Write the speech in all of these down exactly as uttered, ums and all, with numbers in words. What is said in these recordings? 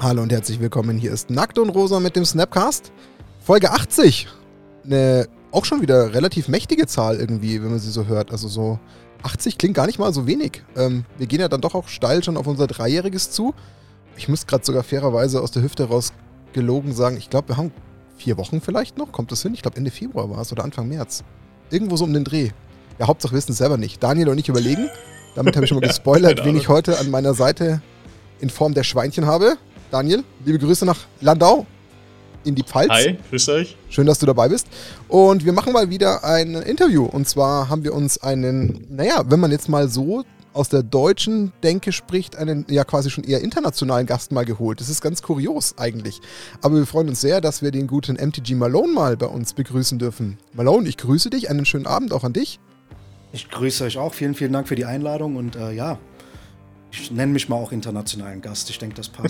Hallo und herzlich willkommen, hier ist Nackt und Rosa mit dem Snapcast. Folge achtzig. Eine auch schon wieder relativ mächtige Zahl irgendwie, wenn man sie so hört. Also so achtzig klingt gar nicht mal so wenig. Ähm, wir gehen ja dann doch auch steil schon auf unser Dreijähriges zu. Ich muss gerade sogar fairerweise aus der Hüfte raus gelogen sagen, ich glaube, wir haben vier Wochen vielleicht noch. Kommt das hin? Ich glaube, Ende Februar war es oder Anfang März. Irgendwo so um den Dreh. Ja, Hauptsache wir wissen es selber nicht. Daniel und ich überlegen. Damit habe ich schon mal gespoilert, ja, wen ich heute an meiner Seite in Form der Schweinchen habe. Daniel, liebe Grüße nach Landau in die Pfalz. Hi, grüß euch. Schön, dass du dabei bist. Und wir machen mal wieder ein Interview. Und zwar haben wir uns einen, naja, wenn man jetzt mal so aus der deutschen Denke spricht, einen ja quasi schon eher internationalen Gast mal geholt. Das ist ganz kurios eigentlich. Aber wir freuen uns sehr, dass wir den guten M T G Malone mal bei uns begrüßen dürfen. Malone, ich grüße dich. Einen schönen Abend auch an dich. Ich grüße euch auch. Vielen, vielen Dank für die Einladung. Und äh, ja, ich nenne mich mal auch internationalen Gast. Ich denke, das passt.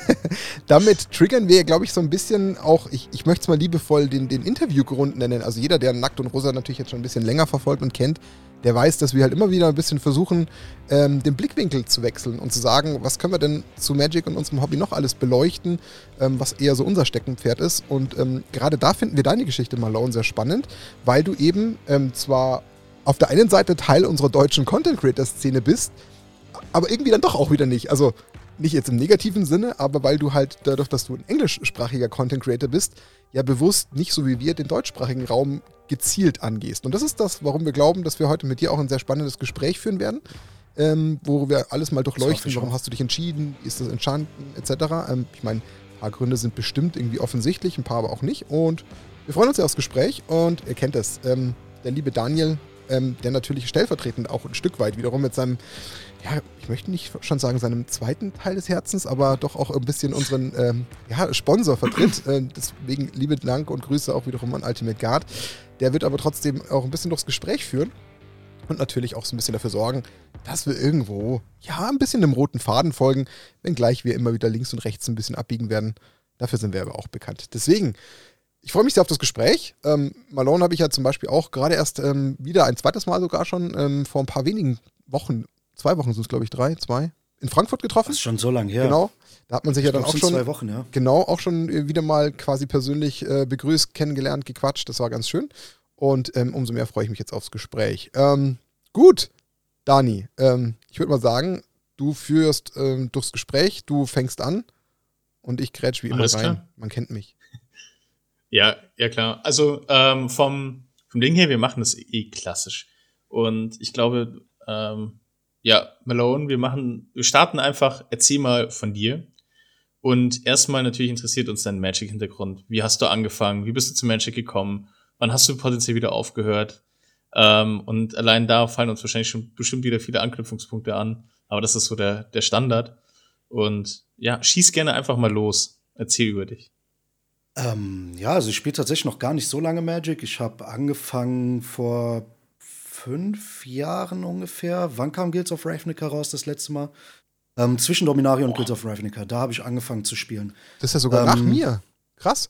Damit triggern wir, glaube ich, so ein bisschen auch, ich, ich möchte es mal liebevoll den, den Interviewgrund nennen. Also jeder, der Nackt und Rosa natürlich jetzt schon ein bisschen länger verfolgt und kennt, der weiß, dass wir halt immer wieder ein bisschen versuchen, ähm, den Blickwinkel zu wechseln und zu sagen, was können wir denn zu Magic und unserem Hobby noch alles beleuchten, ähm, was eher so unser Steckenpferd ist. Und ähm, gerade da finden wir deine Geschichte, Malone, sehr spannend, weil du eben ähm, zwar auf der einen Seite Teil unserer deutschen Content-Creator-Szene bist, aber irgendwie dann doch auch wieder nicht. Also nicht jetzt im negativen Sinne, aber weil du halt dadurch, dass du ein englischsprachiger Content-Creator bist, ja bewusst nicht so wie wir den deutschsprachigen Raum gezielt angehst. Und das ist das, warum wir glauben, dass wir heute mit dir auch ein sehr spannendes Gespräch führen werden, ähm, wo wir alles mal durchleuchten. Warum hast du dich entschieden? Wie ist das entstanden? et cetera. Ähm, ich meine, ein paar Gründe sind bestimmt irgendwie offensichtlich, ein paar aber auch nicht. Und wir freuen uns ja aufs Gespräch und ihr kennt es. Ähm, der liebe Daniel, Ähm, der natürlich stellvertretend auch ein Stück weit wiederum mit seinem, ja, ich möchte nicht schon sagen seinem zweiten Teil des Herzens, aber doch auch ein bisschen unseren ähm, ja, Sponsor vertritt. äh, deswegen liebe Dank und Grüße auch wiederum an Ultimate Guard. Der wird aber trotzdem auch ein bisschen durchs Gespräch führen und natürlich auch so ein bisschen dafür sorgen, dass wir irgendwo, ja, ein bisschen dem roten Faden folgen, wenngleich wir immer wieder links und rechts ein bisschen abbiegen werden. Dafür sind wir aber auch bekannt. Deswegen, ich freue mich sehr auf das Gespräch. Ähm, Malone habe ich ja zum Beispiel auch gerade erst ähm, wieder ein zweites Mal sogar schon ähm, vor ein paar wenigen Wochen, zwei Wochen sind es glaube ich, drei, zwei, in Frankfurt getroffen. Das ist schon so lange her. Genau, da hat man sich ich ja dann glaub, auch schon, zwei Wochen, ja. Genau, auch schon wieder mal quasi persönlich äh, begrüßt, kennengelernt, gequatscht. Das war ganz schön. Und ähm, umso mehr freue ich mich jetzt aufs Gespräch. Ähm, gut, Dani, ähm, ich würde mal sagen, du führst ähm, durchs Gespräch, du fängst an und ich grätsch wie immer Alles rein. Klar. Man kennt mich. Ja, ja klar. Also ähm, vom, vom Ding her, wir machen das eh klassisch. Und ich glaube, ähm, ja, Malone, wir machen, wir starten einfach, erzähl mal von dir. Und erstmal natürlich interessiert uns dein Magic-Hintergrund. Wie hast du angefangen? Wie bist du zu Magic gekommen? Wann hast du potenziell wieder aufgehört? Ähm, und allein da fallen uns wahrscheinlich schon bestimmt wieder viele Anknüpfungspunkte an. Aber das ist so der, der Standard. Und ja, schieß gerne einfach mal los. Erzähl über dich. Ähm, ja, also ich spiele tatsächlich noch gar nicht so lange Magic. Ich habe angefangen vor fünf Jahren ungefähr. Wann kam Guilds of Ravnica raus das letzte Mal? Ähm, zwischen Dominaria und Guilds of Ravnica. Da habe ich angefangen zu spielen. Das ist ja sogar ähm, nach mir. Krass.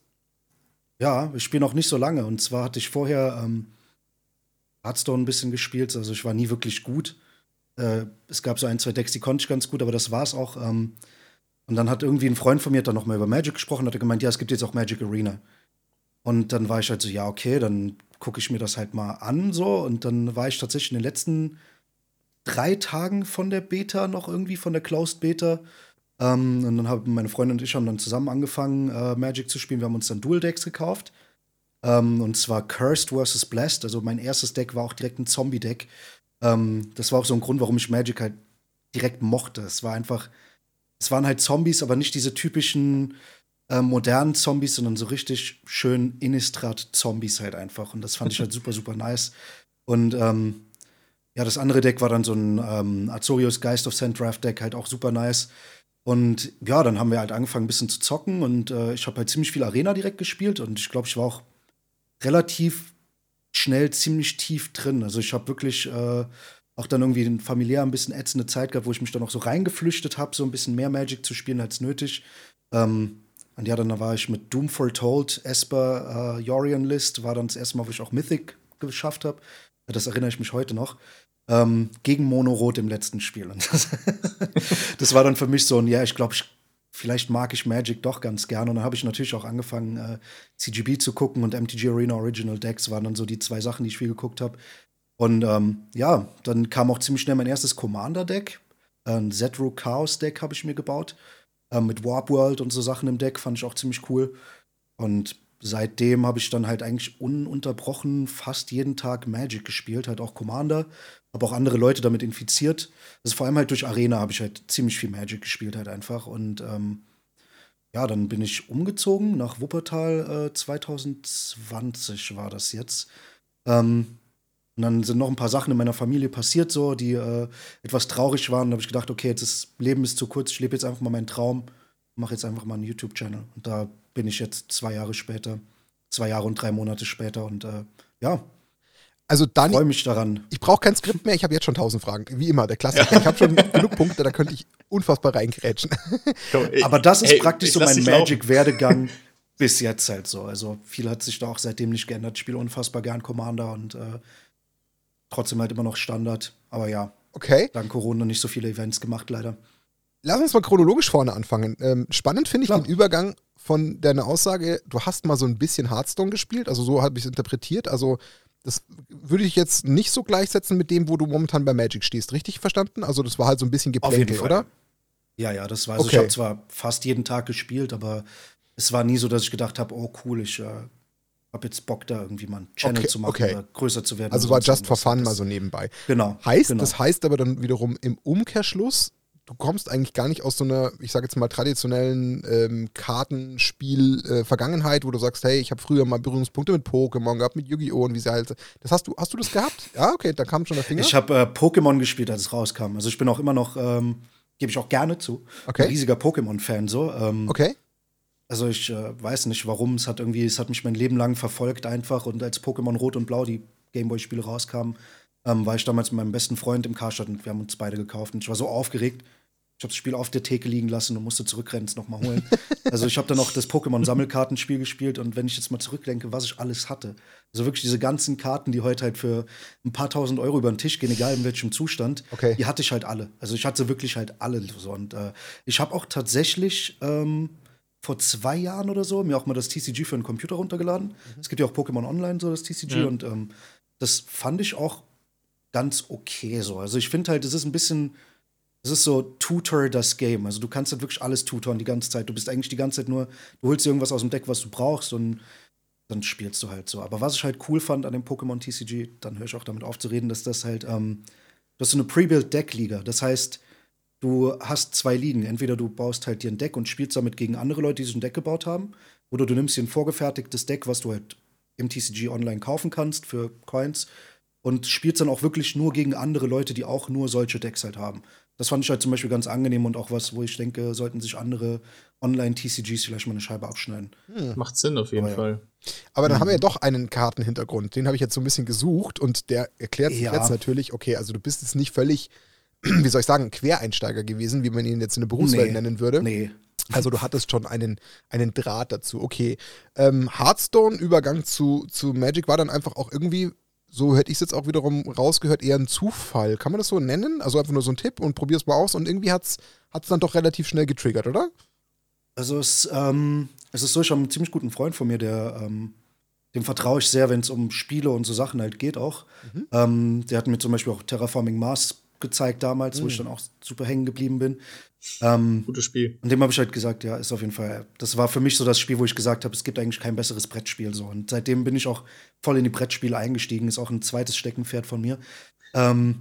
Ja, ich spiele noch nicht so lange. Und zwar hatte ich vorher ähm, Hearthstone ein bisschen gespielt. Also ich war nie wirklich gut. Äh, es gab so ein, zwei Decks, die konnte ich ganz gut, aber das war's auch. Ähm, Und dann hat irgendwie ein Freund von mir dann noch mal über Magic gesprochen, hat er gemeint, ja, es gibt jetzt auch Magic Arena. Und dann war ich halt so, ja, okay, dann gucke ich mir das halt mal an so. Und dann war ich tatsächlich in den letzten drei Tagen von der Beta noch irgendwie, von der Closed Beta. Ähm, und dann haben meine Freundin und ich haben dann zusammen angefangen, äh, Magic zu spielen. Wir haben uns dann Dual Decks gekauft. Ähm, und zwar Cursed versus Blessed. Also mein erstes Deck war auch direkt ein Zombie-Deck. Ähm, das war auch so ein Grund, warum ich Magic halt direkt mochte. Es war einfach Es waren halt Zombies, aber nicht diese typischen äh, modernen Zombies, sondern so richtig schön Innistrad-Zombies halt einfach. Und das fand ich halt super, super nice. Und ähm, ja, das andere Deck war dann so ein ähm, Azorius Geist of Sand-Draft Deck, halt auch super nice. Und ja, dann haben wir halt angefangen, ein bisschen zu zocken. Und äh, ich habe halt ziemlich viel Arena direkt gespielt. Und ich glaube, ich war auch relativ schnell ziemlich tief drin. Also ich habe wirklich äh, auch dann irgendwie familiär ein bisschen ätzende Zeit gehabt, wo ich mich dann auch so reingeflüchtet habe, so ein bisschen mehr Magic zu spielen als nötig. Ähm, und ja, dann war ich mit Doom Foretold, Esper, äh, Yorion List, war dann das erste Mal, wo ich auch Mythic geschafft habe. Das erinnere ich mich heute noch. Ähm, gegen Mono-Rot im letzten Spiel. Und das, das war dann für mich so ein, ja, ich glaube, ich vielleicht mag ich Magic doch ganz gerne. Und dann habe ich natürlich auch angefangen, äh, C G B zu gucken und M T G Arena Original Decks waren dann so die zwei Sachen, die ich viel geguckt habe. Und ähm, ja, dann kam auch ziemlich schnell mein erstes Commander-Deck. Ein Zedruu Chaos-Deck habe ich mir gebaut. Ähm, mit Warp World und so Sachen im Deck, fand ich auch ziemlich cool. Und seitdem habe ich dann halt eigentlich ununterbrochen fast jeden Tag Magic gespielt, halt auch Commander. Habe auch andere Leute damit infiziert. Also vor allem halt durch Arena habe ich halt ziemlich viel Magic gespielt halt einfach. Und ähm, ja, dann bin ich umgezogen nach Wuppertal. Äh, zwanzig zwanzig war das jetzt. Ähm, und dann sind noch ein paar Sachen in meiner Familie passiert, so, die äh, etwas traurig waren. Da habe ich gedacht, okay, jetzt das Leben ist zu kurz. Ich lebe jetzt einfach mal meinen Traum. Mache jetzt einfach mal einen YouTube-Channel. Und da bin ich jetzt zwei Jahre später. Zwei Jahre und drei Monate später. Und äh, ja. Also Dani, freue mich daran. Ich brauche kein Skript mehr, ich habe jetzt schon tausend Fragen. Wie immer, der Klassiker. Ja. Ich habe schon genug Punkte, da könnte ich unfassbar reingrätschen. Aber das ist hey, praktisch so mein Magic-Werdegang bis jetzt halt so. Also viel hat sich da auch seitdem nicht geändert. Ich spiele unfassbar gern Commander und äh, trotzdem halt immer noch Standard. Aber ja, okay. Dank Corona nicht so viele Events gemacht, leider. Lass uns mal chronologisch vorne anfangen. Ähm, spannend finde ich Klar. den Übergang von deiner Aussage, du hast mal so ein bisschen Hearthstone gespielt, also so habe ich es interpretiert. Also das würde ich jetzt nicht so gleichsetzen mit dem, wo du momentan bei Magic stehst. Richtig verstanden? Also das war halt so ein bisschen Geplänkel, oder? Ja, ja, das war also okay. Ich habe zwar fast jeden Tag gespielt, aber es war nie so, dass ich gedacht habe, oh cool, ich äh, habe jetzt Bock, da irgendwie mal einen Channel okay, zu machen okay. oder größer zu werden. Also war just for fun mal so nebenbei. Genau. Heißt, genau. Das heißt aber dann wiederum im Umkehrschluss, du kommst eigentlich gar nicht aus so einer, ich sage jetzt mal, traditionellen ähm, Kartenspiel-Vergangenheit, äh, wo du sagst, hey, ich habe früher mal Berührungspunkte mit Pokémon gehabt, mit Yu-Gi-Oh! Und wie sie halt. Das hast du, hast du das gehabt? Ja, okay, da kam schon der Finger. Ich habe äh, Pokémon gespielt, als es rauskam. Also ich bin auch immer noch, ähm, gebe ich auch gerne zu, okay. ein riesiger Pokémon-Fan so. Ähm, okay. Also ich äh, weiß nicht, warum. Es hat irgendwie, es hat mich mein Leben lang verfolgt einfach. Und als Pokémon Rot und Blau, die Gameboy-Spiele rauskamen, ähm, war ich damals mit meinem besten Freund im Karstadt und wir haben uns beide gekauft. Und ich war so aufgeregt. Ich habe das Spiel auf der Theke liegen lassen und musste zurückrennen, es nochmal holen. Also ich habe dann noch das Pokémon-Sammelkartenspiel gespielt und wenn ich jetzt mal zurückdenke, was ich alles hatte. Also wirklich diese ganzen Karten, die heute halt für ein paar tausend Euro über den Tisch gehen, egal in welchem Zustand, okay. die hatte ich halt alle. Also ich hatte wirklich halt alle. So. Und äh, ich habe auch tatsächlich ähm, vor zwei Jahren oder so mir auch mal das T C G für den Computer runtergeladen. Mhm. Es gibt ja auch Pokémon Online, so das T C G. Ja. Und ähm, das fand ich auch ganz okay so. Also ich finde halt, es ist ein bisschen Es ist so, tutor das Game. Also du kannst halt wirklich alles tutoren die ganze Zeit. Du bist eigentlich die ganze Zeit nur, du holst dir irgendwas aus dem Deck, was du brauchst und dann spielst du halt so. Aber was ich halt cool fand an dem Pokémon T C G, dann höre ich auch damit auf zu reden, dass das halt, ähm, das ist so eine Pre-Built-Deck-Liga. Das heißt, du hast zwei Ligen. Entweder du baust halt dir ein Deck und spielst damit gegen andere Leute, die sich ein Deck gebaut haben, oder du nimmst dir ein vorgefertigtes Deck, was du halt im T C G online kaufen kannst für Coins und spielst dann auch wirklich nur gegen andere Leute, die auch nur solche Decks halt haben. Das fand ich halt zum Beispiel ganz angenehm und auch was, wo ich denke, sollten sich andere Online-T C Gs vielleicht mal eine Scheibe abschneiden. Hm. Macht Sinn auf jeden Aber Fall. Ja. Aber dann mhm. haben wir ja doch einen Kartenhintergrund. Den habe ich jetzt so ein bisschen gesucht und der erklärt sich Ja. jetzt natürlich, okay, also du bist jetzt nicht völlig, wie soll ich sagen, Quereinsteiger gewesen, wie man ihn jetzt in der Berufswelt Nee. nennen würde. Nee. Also du hattest schon einen, einen Draht dazu. Okay. Ähm, Hearthstone, Übergang zu, zu Magic war dann einfach auch irgendwie, so hätte ich es jetzt auch wiederum rausgehört, eher ein Zufall. Kann man das so nennen? Also einfach nur so ein Tipp und probier's mal aus und irgendwie hat's hat's dann doch relativ schnell getriggert, oder? Also es, ähm, es ist so, ich habe einen ziemlich guten Freund von mir, der ähm, dem vertraue ich sehr, wenn es um Spiele und so Sachen halt geht auch. Mhm. Ähm, der hat mir zum Beispiel auch Terraforming Mars gezeigt damals, Mhm. wo ich dann auch super hängen geblieben bin. Ähm, Gutes Spiel. Und dem habe ich halt gesagt, ja, ist auf jeden Fall, das war für mich so das Spiel, wo ich gesagt habe, es gibt eigentlich kein besseres Brettspiel. So. Und seitdem bin ich auch voll in die Brettspiele eingestiegen, ist auch ein zweites Steckenpferd von mir. Ähm,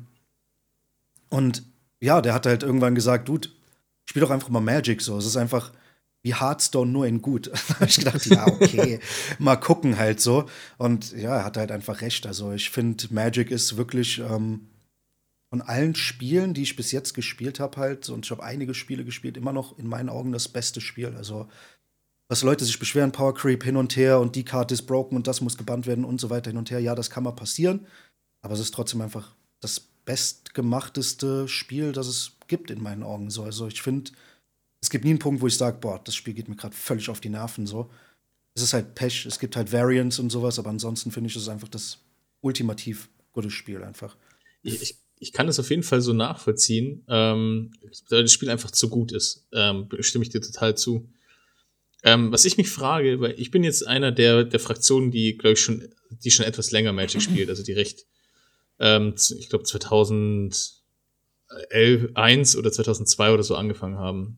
und ja, der hat halt irgendwann gesagt, Dude, spiel doch einfach mal Magic so. Es ist einfach wie Hearthstone, nur in gut. Da habe ich gedacht, ja, okay, mal gucken halt so. Und ja, er hat halt einfach recht. Also ich finde, Magic ist wirklich ähm, von allen Spielen, die ich bis jetzt gespielt habe, halt, und ich habe einige Spiele gespielt, immer noch in meinen Augen das beste Spiel. Also, was Leute sich beschweren, Power Creep hin und her und die Karte ist broken und das muss gebannt werden und so weiter hin und her. Ja, das kann mal passieren, aber es ist trotzdem einfach das bestgemachteste Spiel, das es gibt in meinen Augen. So, also ich finde, es gibt nie einen Punkt, wo ich sage, boah, das Spiel geht mir gerade völlig auf die Nerven. So, es ist halt Pech, es gibt halt Variants und sowas, aber ansonsten finde ich, es ist einfach das ultimativ gute Spiel einfach. Ich, ich ich kann das auf jeden Fall so nachvollziehen, ähm, weil das Spiel einfach zu gut ist. Ähm, stimme ich dir total zu. Ähm, was ich mich frage, weil ich bin jetzt einer der, der Fraktionen, die, glaube ich, schon, die schon etwas länger Magic spielt, also die recht, ähm, ich glaube, zweitausendelf, eins oder zweitausendzwei oder so angefangen haben.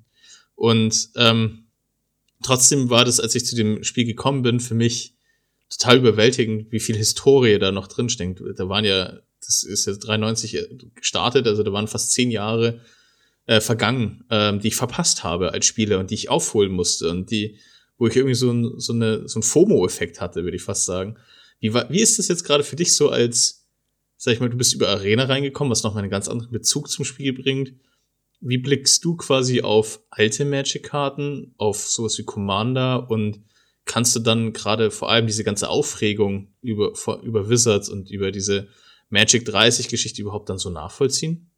Und ähm, trotzdem war das, als ich zu dem Spiel gekommen bin, für mich total überwältigend, wie viel Historie da noch drin steckt. Da waren ja, das ist ja dreiundneunzig gestartet, also da waren fast zehn Jahre äh, vergangen, ähm, die ich verpasst habe als Spieler und die ich aufholen musste und die, wo ich irgendwie so ein, so eine, so ein FOMO-Effekt hatte, würde ich fast sagen. Wie, war, wie ist das jetzt gerade für dich so als, sag ich mal, du bist über Arena reingekommen, was nochmal einen ganz anderen Bezug zum Spiel bringt. Wie blickst du quasi auf alte Magic-Karten, auf sowas wie Commander und kannst du dann gerade vor allem diese ganze Aufregung über, über Wizards und über diese Magic dreißig-Geschichte überhaupt dann so nachvollziehen?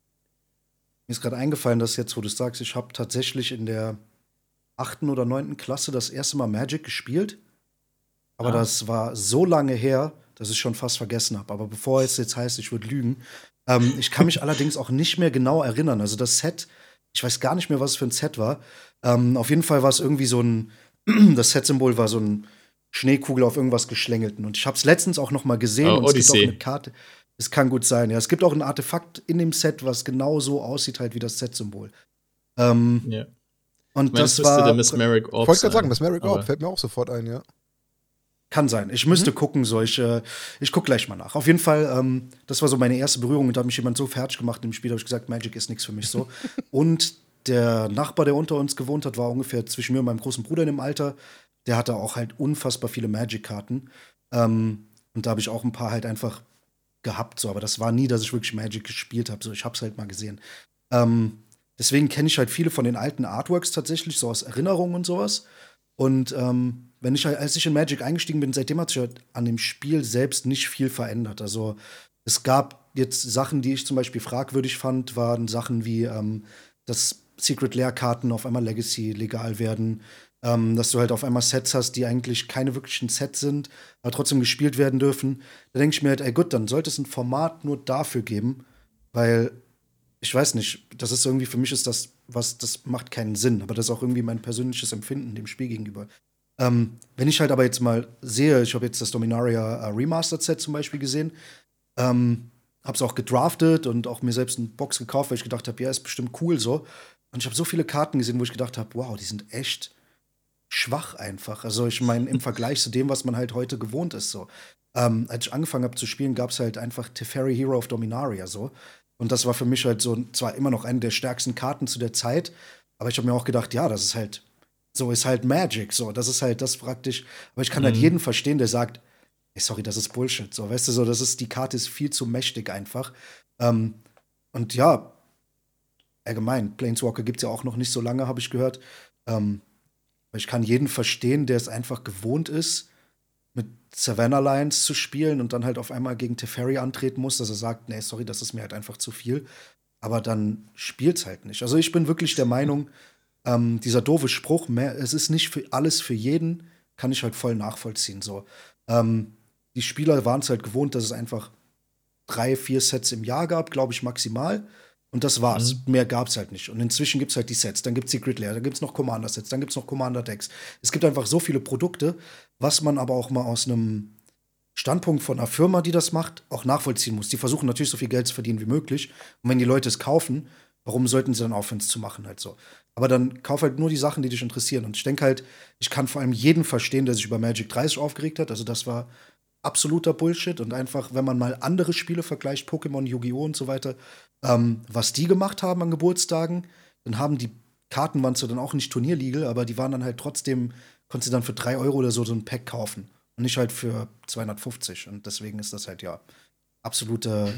Mir ist gerade eingefallen, dass jetzt, wo du sagst, ich habe tatsächlich in der achten oder neunten Klasse das erste Mal Magic gespielt. Aber ah. das war so lange her, dass ich schon fast vergessen habe. Aber bevor es jetzt heißt, ich würde lügen, ähm, ich kann mich allerdings auch nicht mehr genau erinnern. Also das Set, ich weiß gar nicht mehr, was es für ein Set war. Ähm, auf jeden Fall war es irgendwie so ein das Set-Symbol war so ein Schneekugel auf irgendwas geschlängelten. Und ich habe es letztens auch noch mal gesehen. Oh, und es gibt auch eine Karte. Es kann gut sein, ja. Es gibt auch ein Artefakt in dem Set, was genau so aussieht halt wie das Set-Symbol. Ähm, ja. Und ich mein, das, das war der Mesmeric Orb. Ich wollte gerade sagen, Mesmeric Orb fällt mir auch sofort ein, ja. Kann sein. Ich müsste mhm. gucken, so ich, äh, ich guck gleich mal nach. Auf jeden Fall, ähm, das war so meine erste Berührung. Und da hat mich jemand so fertig gemacht im Spiel, da habe ich gesagt, Magic ist nichts für mich so. Und der Nachbar, der unter uns gewohnt hat, war ungefähr zwischen mir und meinem großen Bruder in dem Alter. Der hatte auch halt unfassbar viele Magic-Karten. Ähm, und da habe ich auch ein paar halt einfach gehabt. So. Aber das war nie, dass ich wirklich Magic gespielt habe. So, ich habe es halt mal gesehen. Ähm, deswegen kenne ich halt viele von den alten Artworks tatsächlich, so aus Erinnerungen und sowas. Und ähm, wenn ich halt, als ich in Magic eingestiegen bin, seitdem hat sich halt an dem Spiel selbst nicht viel verändert. Also es gab jetzt Sachen, die ich zum Beispiel fragwürdig fand, waren Sachen wie ähm, dass Secret Lair-Karten auf einmal Legacy legal werden, ähm, dass du halt auf einmal Sets hast, die eigentlich keine wirklichen Sets sind, aber trotzdem gespielt werden dürfen. Da denke ich mir halt, ey gut, dann sollte es ein Format nur dafür geben, weil ich weiß nicht, das ist irgendwie, für mich ist das was, das macht keinen Sinn, aber das ist auch irgendwie mein persönliches Empfinden dem Spiel gegenüber. Ähm, wenn ich halt aber jetzt mal sehe, ich habe jetzt das Dominaria äh, Remastered Set zum Beispiel gesehen, ähm, hab's auch gedraftet und auch mir selbst eine Box gekauft, weil ich gedacht habe, ja, ist bestimmt cool so. Und ich habe so viele Karten gesehen, wo ich gedacht habe, wow, die sind echt schwach einfach. Also ich meine, im Vergleich zu dem, was man halt heute gewohnt ist so. Ähm, als ich angefangen habe zu spielen, gab es halt einfach Teferi Hero of Dominaria so. Und das war für mich halt so, zwar immer noch eine der stärksten Karten zu der Zeit, aber ich habe mir auch gedacht, ja, das ist halt, so ist halt Magic, so, das ist halt das praktisch. Aber ich kann mhm. halt jeden verstehen, der sagt, ey, sorry, das ist Bullshit, so, weißt du, so, das ist, die Karte ist viel zu mächtig einfach. Ähm, und ja, allgemein, Planeswalker gibt's ja auch noch nicht so lange, habe ich gehört. Ähm, ich kann jeden verstehen, der es einfach gewohnt ist, mit Savannah Lions zu spielen und dann halt auf einmal gegen Teferi antreten muss, dass er sagt, nee, sorry, das ist mir halt einfach zu viel. Aber dann spielt's halt nicht. Also ich bin wirklich der Meinung, ähm, dieser doofe Spruch, mehr, es ist nicht für alles für jeden, kann ich halt voll nachvollziehen. So. Ähm, die Spieler waren es halt gewohnt, dass es einfach drei, vier Sets im Jahr gab, glaube ich, maximal. Und das war's. Mhm. Mehr gab's halt nicht. Und inzwischen gibt's halt die Sets. Dann gibt's Secret Lair, dann gibt's noch Commander-Sets, dann gibt's noch Commander-Decks. Es gibt einfach so viele Produkte, was man aber auch mal aus einem Standpunkt von einer Firma, die das macht, auch nachvollziehen muss. Die versuchen natürlich so viel Geld zu verdienen wie möglich. Und wenn die Leute es kaufen, warum sollten sie dann aufhören, es zu machen halt so? Aber dann kauf halt nur die Sachen, die dich interessieren. Und ich denke halt, ich kann vor allem jeden verstehen, der sich über Magic dreißig aufgeregt hat. Also das war absoluter Bullshit. Und einfach, wenn man mal andere Spiele vergleicht, Pokémon, Yu-Gi-Oh! Und so weiter, ähm, was die gemacht haben an Geburtstagen, dann haben die Karten, waren zwar dann auch nicht turnierlegal, aber die waren dann halt trotzdem, konntest du dann für drei Euro oder so so ein Pack kaufen. Und nicht halt für zweihundertfünfzig. Und deswegen ist das halt, ja, absolute,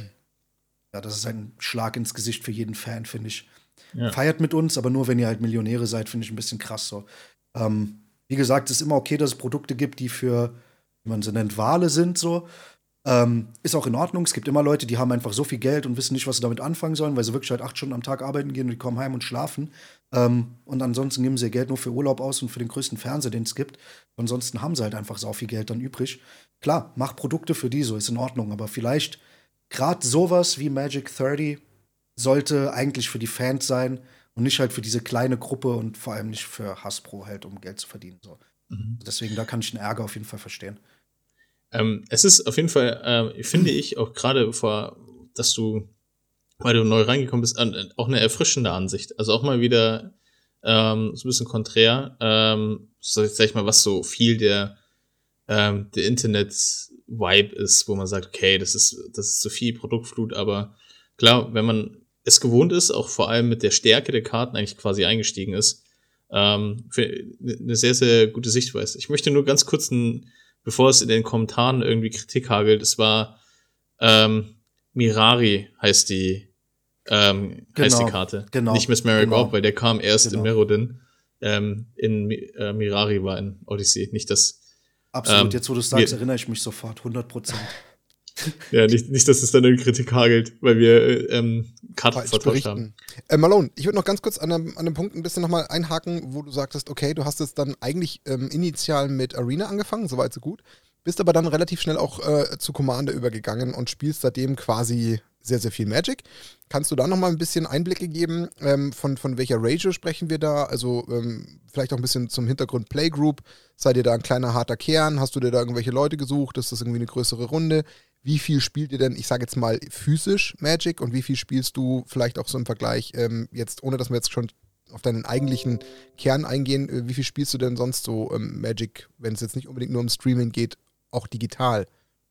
ja, das ist ein Schlag ins Gesicht für jeden Fan, finde ich. Ja. Feiert mit uns, aber nur, wenn ihr halt Millionäre seid, finde ich ein bisschen krass so. Ähm, wie gesagt, es ist immer okay, dass es Produkte gibt, die für, wie man sie nennt, Wale sind, so. Ähm, ist auch in Ordnung. Es gibt immer Leute, die haben einfach so viel Geld und wissen nicht, was sie damit anfangen sollen, weil sie wirklich halt acht Stunden am Tag arbeiten gehen und die kommen heim und schlafen. Ähm, und ansonsten geben sie ihr Geld nur für Urlaub aus und für den größten Fernseher, den es gibt. Ansonsten haben sie halt einfach so viel Geld dann übrig. Klar, mach Produkte für die, so ist in Ordnung. Aber vielleicht gerade sowas wie Magic dreißig sollte eigentlich für die Fans sein und nicht halt für diese kleine Gruppe und vor allem nicht für Hasbro halt, um Geld zu verdienen. So. Mhm. Deswegen, da kann ich den Ärger auf jeden Fall verstehen. Ähm, es ist auf jeden Fall, äh, finde ich, auch gerade vor, dass du, weil du neu reingekommen bist, äh, auch eine erfrischende Ansicht. Also auch mal wieder ähm, so ein bisschen konträr, ähm, sag ich mal, was so viel der, ähm, der Internet-Vibe ist, wo man sagt, okay, das ist, das ist zu viel Produktflut, aber klar, wenn man es gewohnt ist, auch vor allem mit der Stärke der Karten eigentlich quasi eingestiegen ist, ähm, für eine sehr, sehr gute Sichtweise. Ich möchte nur ganz kurz, ein, bevor es in den Kommentaren irgendwie Kritik hagelt, es war ähm, Mirari heißt die ähm, genau, heißt die Karte. Genau, nicht Mesmeric genau. Orb, weil der kam erst genau. in Merodin. Ähm, in äh, Mirari war in Odyssey. Nicht das. Absolut, ähm, jetzt wo du es sagst, erinnere ich mich sofort, hundert Prozent. Ja, nicht, nicht, dass es dann irgendwie Kritik hagelt, weil wir ähm, Karten vertauscht haben. Äh, Malone, ich würde noch ganz kurz an einem, an einem Punkt ein bisschen nochmal einhaken, wo du sagtest, okay, du hast jetzt dann eigentlich ähm, initial mit Arena angefangen, soweit so gut, bist aber dann relativ schnell auch äh, zu Commander übergegangen und spielst seitdem quasi sehr, sehr viel Magic. Kannst du da nochmal ein bisschen Einblicke geben, ähm, von, von welcher Ratio sprechen wir da? Also ähm, vielleicht auch ein bisschen zum Hintergrund Playgroup. Seid ihr da ein kleiner, harter Kern? Hast du dir da irgendwelche Leute gesucht? Ist das irgendwie eine größere Runde? Wie viel spielt ihr denn, ich sage jetzt mal, physisch Magic und wie viel spielst du vielleicht auch so im Vergleich, ähm, jetzt, ohne dass wir jetzt schon auf deinen eigentlichen Kern eingehen, äh, wie viel spielst du denn sonst so ähm, Magic, wenn es jetzt nicht unbedingt nur um Streaming geht, auch digital?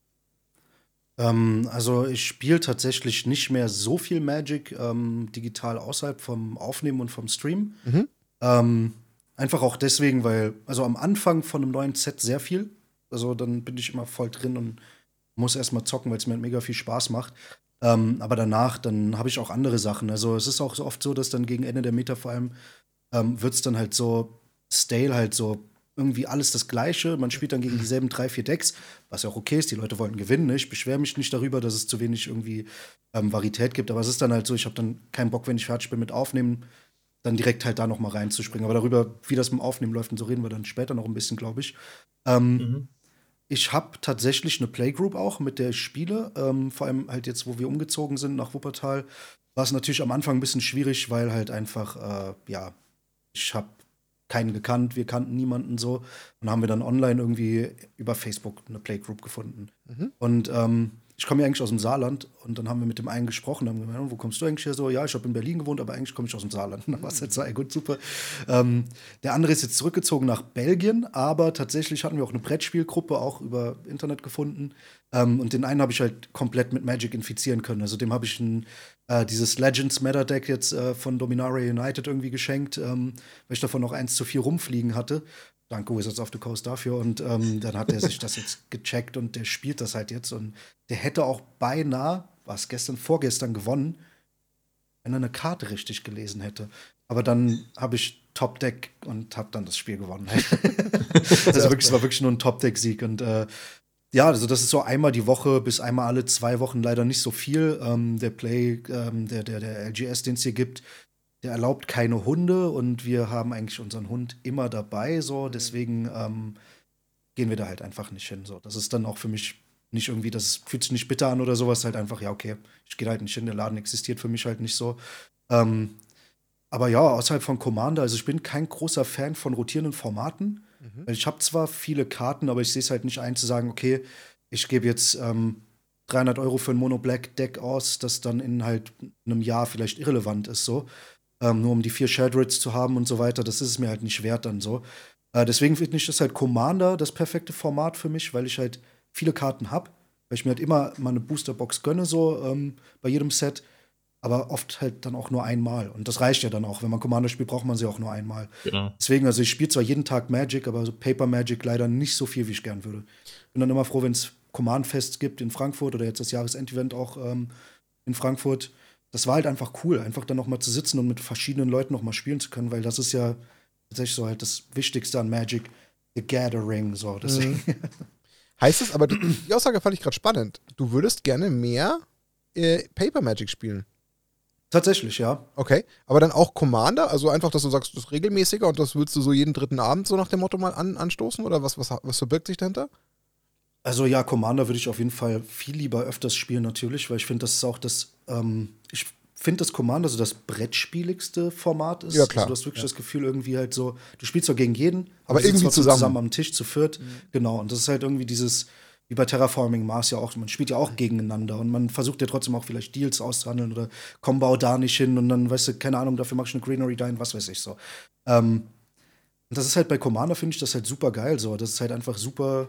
Ähm, also ich spiele tatsächlich nicht mehr so viel Magic ähm, digital außerhalb vom Aufnehmen und vom Stream. Mhm. Ähm, einfach auch deswegen, weil, also am Anfang von einem neuen Set sehr viel. Also dann bin ich immer voll drin und muss erstmal zocken, weil es mir halt mega viel Spaß macht. Ähm, aber danach, dann habe ich auch andere Sachen. Also es ist auch so oft so, dass dann gegen Ende der Meta vor allem ähm, wird es dann halt so stale, halt so irgendwie alles das Gleiche. Man spielt dann gegen dieselben drei, vier Decks, was ja auch okay ist. Die Leute wollten gewinnen. Ne? Ich beschwere mich nicht darüber, dass es zu wenig irgendwie ähm, Varietät gibt. Aber es ist dann halt so, ich habe dann keinen Bock, wenn ich fertig bin mit Aufnehmen, dann direkt halt da noch mal reinzuspringen. Aber darüber, wie das mit dem Aufnehmen läuft und so, reden wir dann später noch ein bisschen, glaube ich. Ähm, mhm. Ich habe tatsächlich eine Playgroup auch, mit der ich spiele. Ähm, vor allem halt jetzt, wo wir umgezogen sind nach Wuppertal, war es natürlich am Anfang ein bisschen schwierig, weil halt einfach, äh, ja, ich habe keinen gekannt, wir kannten niemanden so. Und haben wir dann online irgendwie über Facebook eine Playgroup gefunden. Mhm. Und ähm, ich komme ja eigentlich aus dem Saarland und dann haben wir mit dem einen gesprochen, haben gesagt, wo kommst du eigentlich her? So, ja, ich habe in Berlin gewohnt, aber eigentlich komme ich aus dem Saarland. Und dann war es halt so, ey, gut, super. Ähm, der andere ist jetzt zurückgezogen nach Belgien, aber tatsächlich hatten wir auch eine Brettspielgruppe auch über Internet gefunden. Ähm, und den einen habe ich halt komplett mit Magic infizieren können. Also dem habe ich ein, äh, dieses Legends Matter Deck jetzt äh, von Dominaria United irgendwie geschenkt, ähm, weil ich davon noch eins zu vier rumfliegen hatte. Danke Wizards of the Coast dafür. Und ähm, dann hat er sich das jetzt gecheckt und der spielt das halt jetzt. Und der hätte auch beinahe, was gestern, vorgestern gewonnen, wenn er eine Karte richtig gelesen hätte. Aber dann habe ich Top-Deck und habe dann das Spiel gewonnen. Also wirklich, es war wirklich nur ein Top-Deck-Sieg. Und äh, ja, also das ist so einmal die Woche bis einmal alle zwei Wochen leider nicht so viel. Ähm, der Play, ähm, der, der, der L G S, den es hier gibt, der erlaubt keine Hunde und wir haben eigentlich unseren Hund immer dabei, so, deswegen ähm, gehen wir da halt einfach nicht hin. So. Das ist dann auch für mich nicht irgendwie, das fühlt sich nicht bitter an oder sowas, halt einfach, ja, okay, ich gehe halt nicht hin, der Laden existiert für mich halt nicht so. Ähm, aber ja, außerhalb von Commander, also ich bin kein großer Fan von rotierenden Formaten, mhm. weil ich habe zwar viele Karten, aber ich sehe es halt nicht ein zu sagen, okay, ich gebe jetzt ähm, dreihundert Euro für ein Mono-Black-Deck aus, das dann in halt einem Jahr vielleicht irrelevant ist, so. Ähm, nur um die vier Shadowrits zu haben und so weiter, das ist es mir halt nicht wert dann so. Äh, deswegen finde ich das halt Commander das perfekte Format für mich, weil ich halt viele Karten habe, weil ich mir halt immer mal eine Boosterbox gönne, so ähm, bei jedem Set, aber oft halt dann auch nur einmal. Und das reicht ja dann auch. Wenn man Commander spielt, braucht man sie auch nur einmal. Genau. Deswegen, also ich spiele zwar jeden Tag Magic, aber so Paper Magic leider nicht so viel, wie ich gern würde. Bin dann immer froh, wenn es Command-Fest gibt in Frankfurt oder jetzt das Jahresendevent auch ähm, in Frankfurt. Das war halt einfach cool, einfach dann noch mal zu sitzen und mit verschiedenen Leuten noch mal spielen zu können, weil das ist ja tatsächlich so halt das Wichtigste an Magic, the Gathering, so. Deswegen. Mhm. Heißt es aber, die Aussage fand ich gerade spannend, du würdest gerne mehr äh, Paper Magic spielen? Tatsächlich, ja. Okay, aber dann auch Commander, also einfach, dass du sagst, das ist regelmäßiger und das würdest du so jeden dritten Abend so nach dem Motto mal an, anstoßen oder was, was, was verbirgt sich dahinter? Also ja, Commander würde ich auf jeden Fall viel lieber öfters spielen, natürlich, weil ich finde, das ist auch das, ähm, ich finde, dass Commander so das brettspieligste Format ist. Ja, klar. Also du hast wirklich Ja. das Gefühl, irgendwie halt so, du spielst zwar gegen jeden, Aber du sitzt irgendwie trotzdem zusammen. zusammen am Tisch zu viert. Genau, und das ist halt irgendwie dieses, wie bei Terraforming Mars ja auch, man spielt ja auch gegeneinander und man versucht ja trotzdem auch vielleicht Deals auszuhandeln oder komm, bau da nicht hin und dann, weißt du, keine Ahnung, dafür mach ich eine Greenery dahin, was weiß ich so. Ähm, und das ist halt bei Commander, finde ich das halt super geil so. Das ist halt einfach super,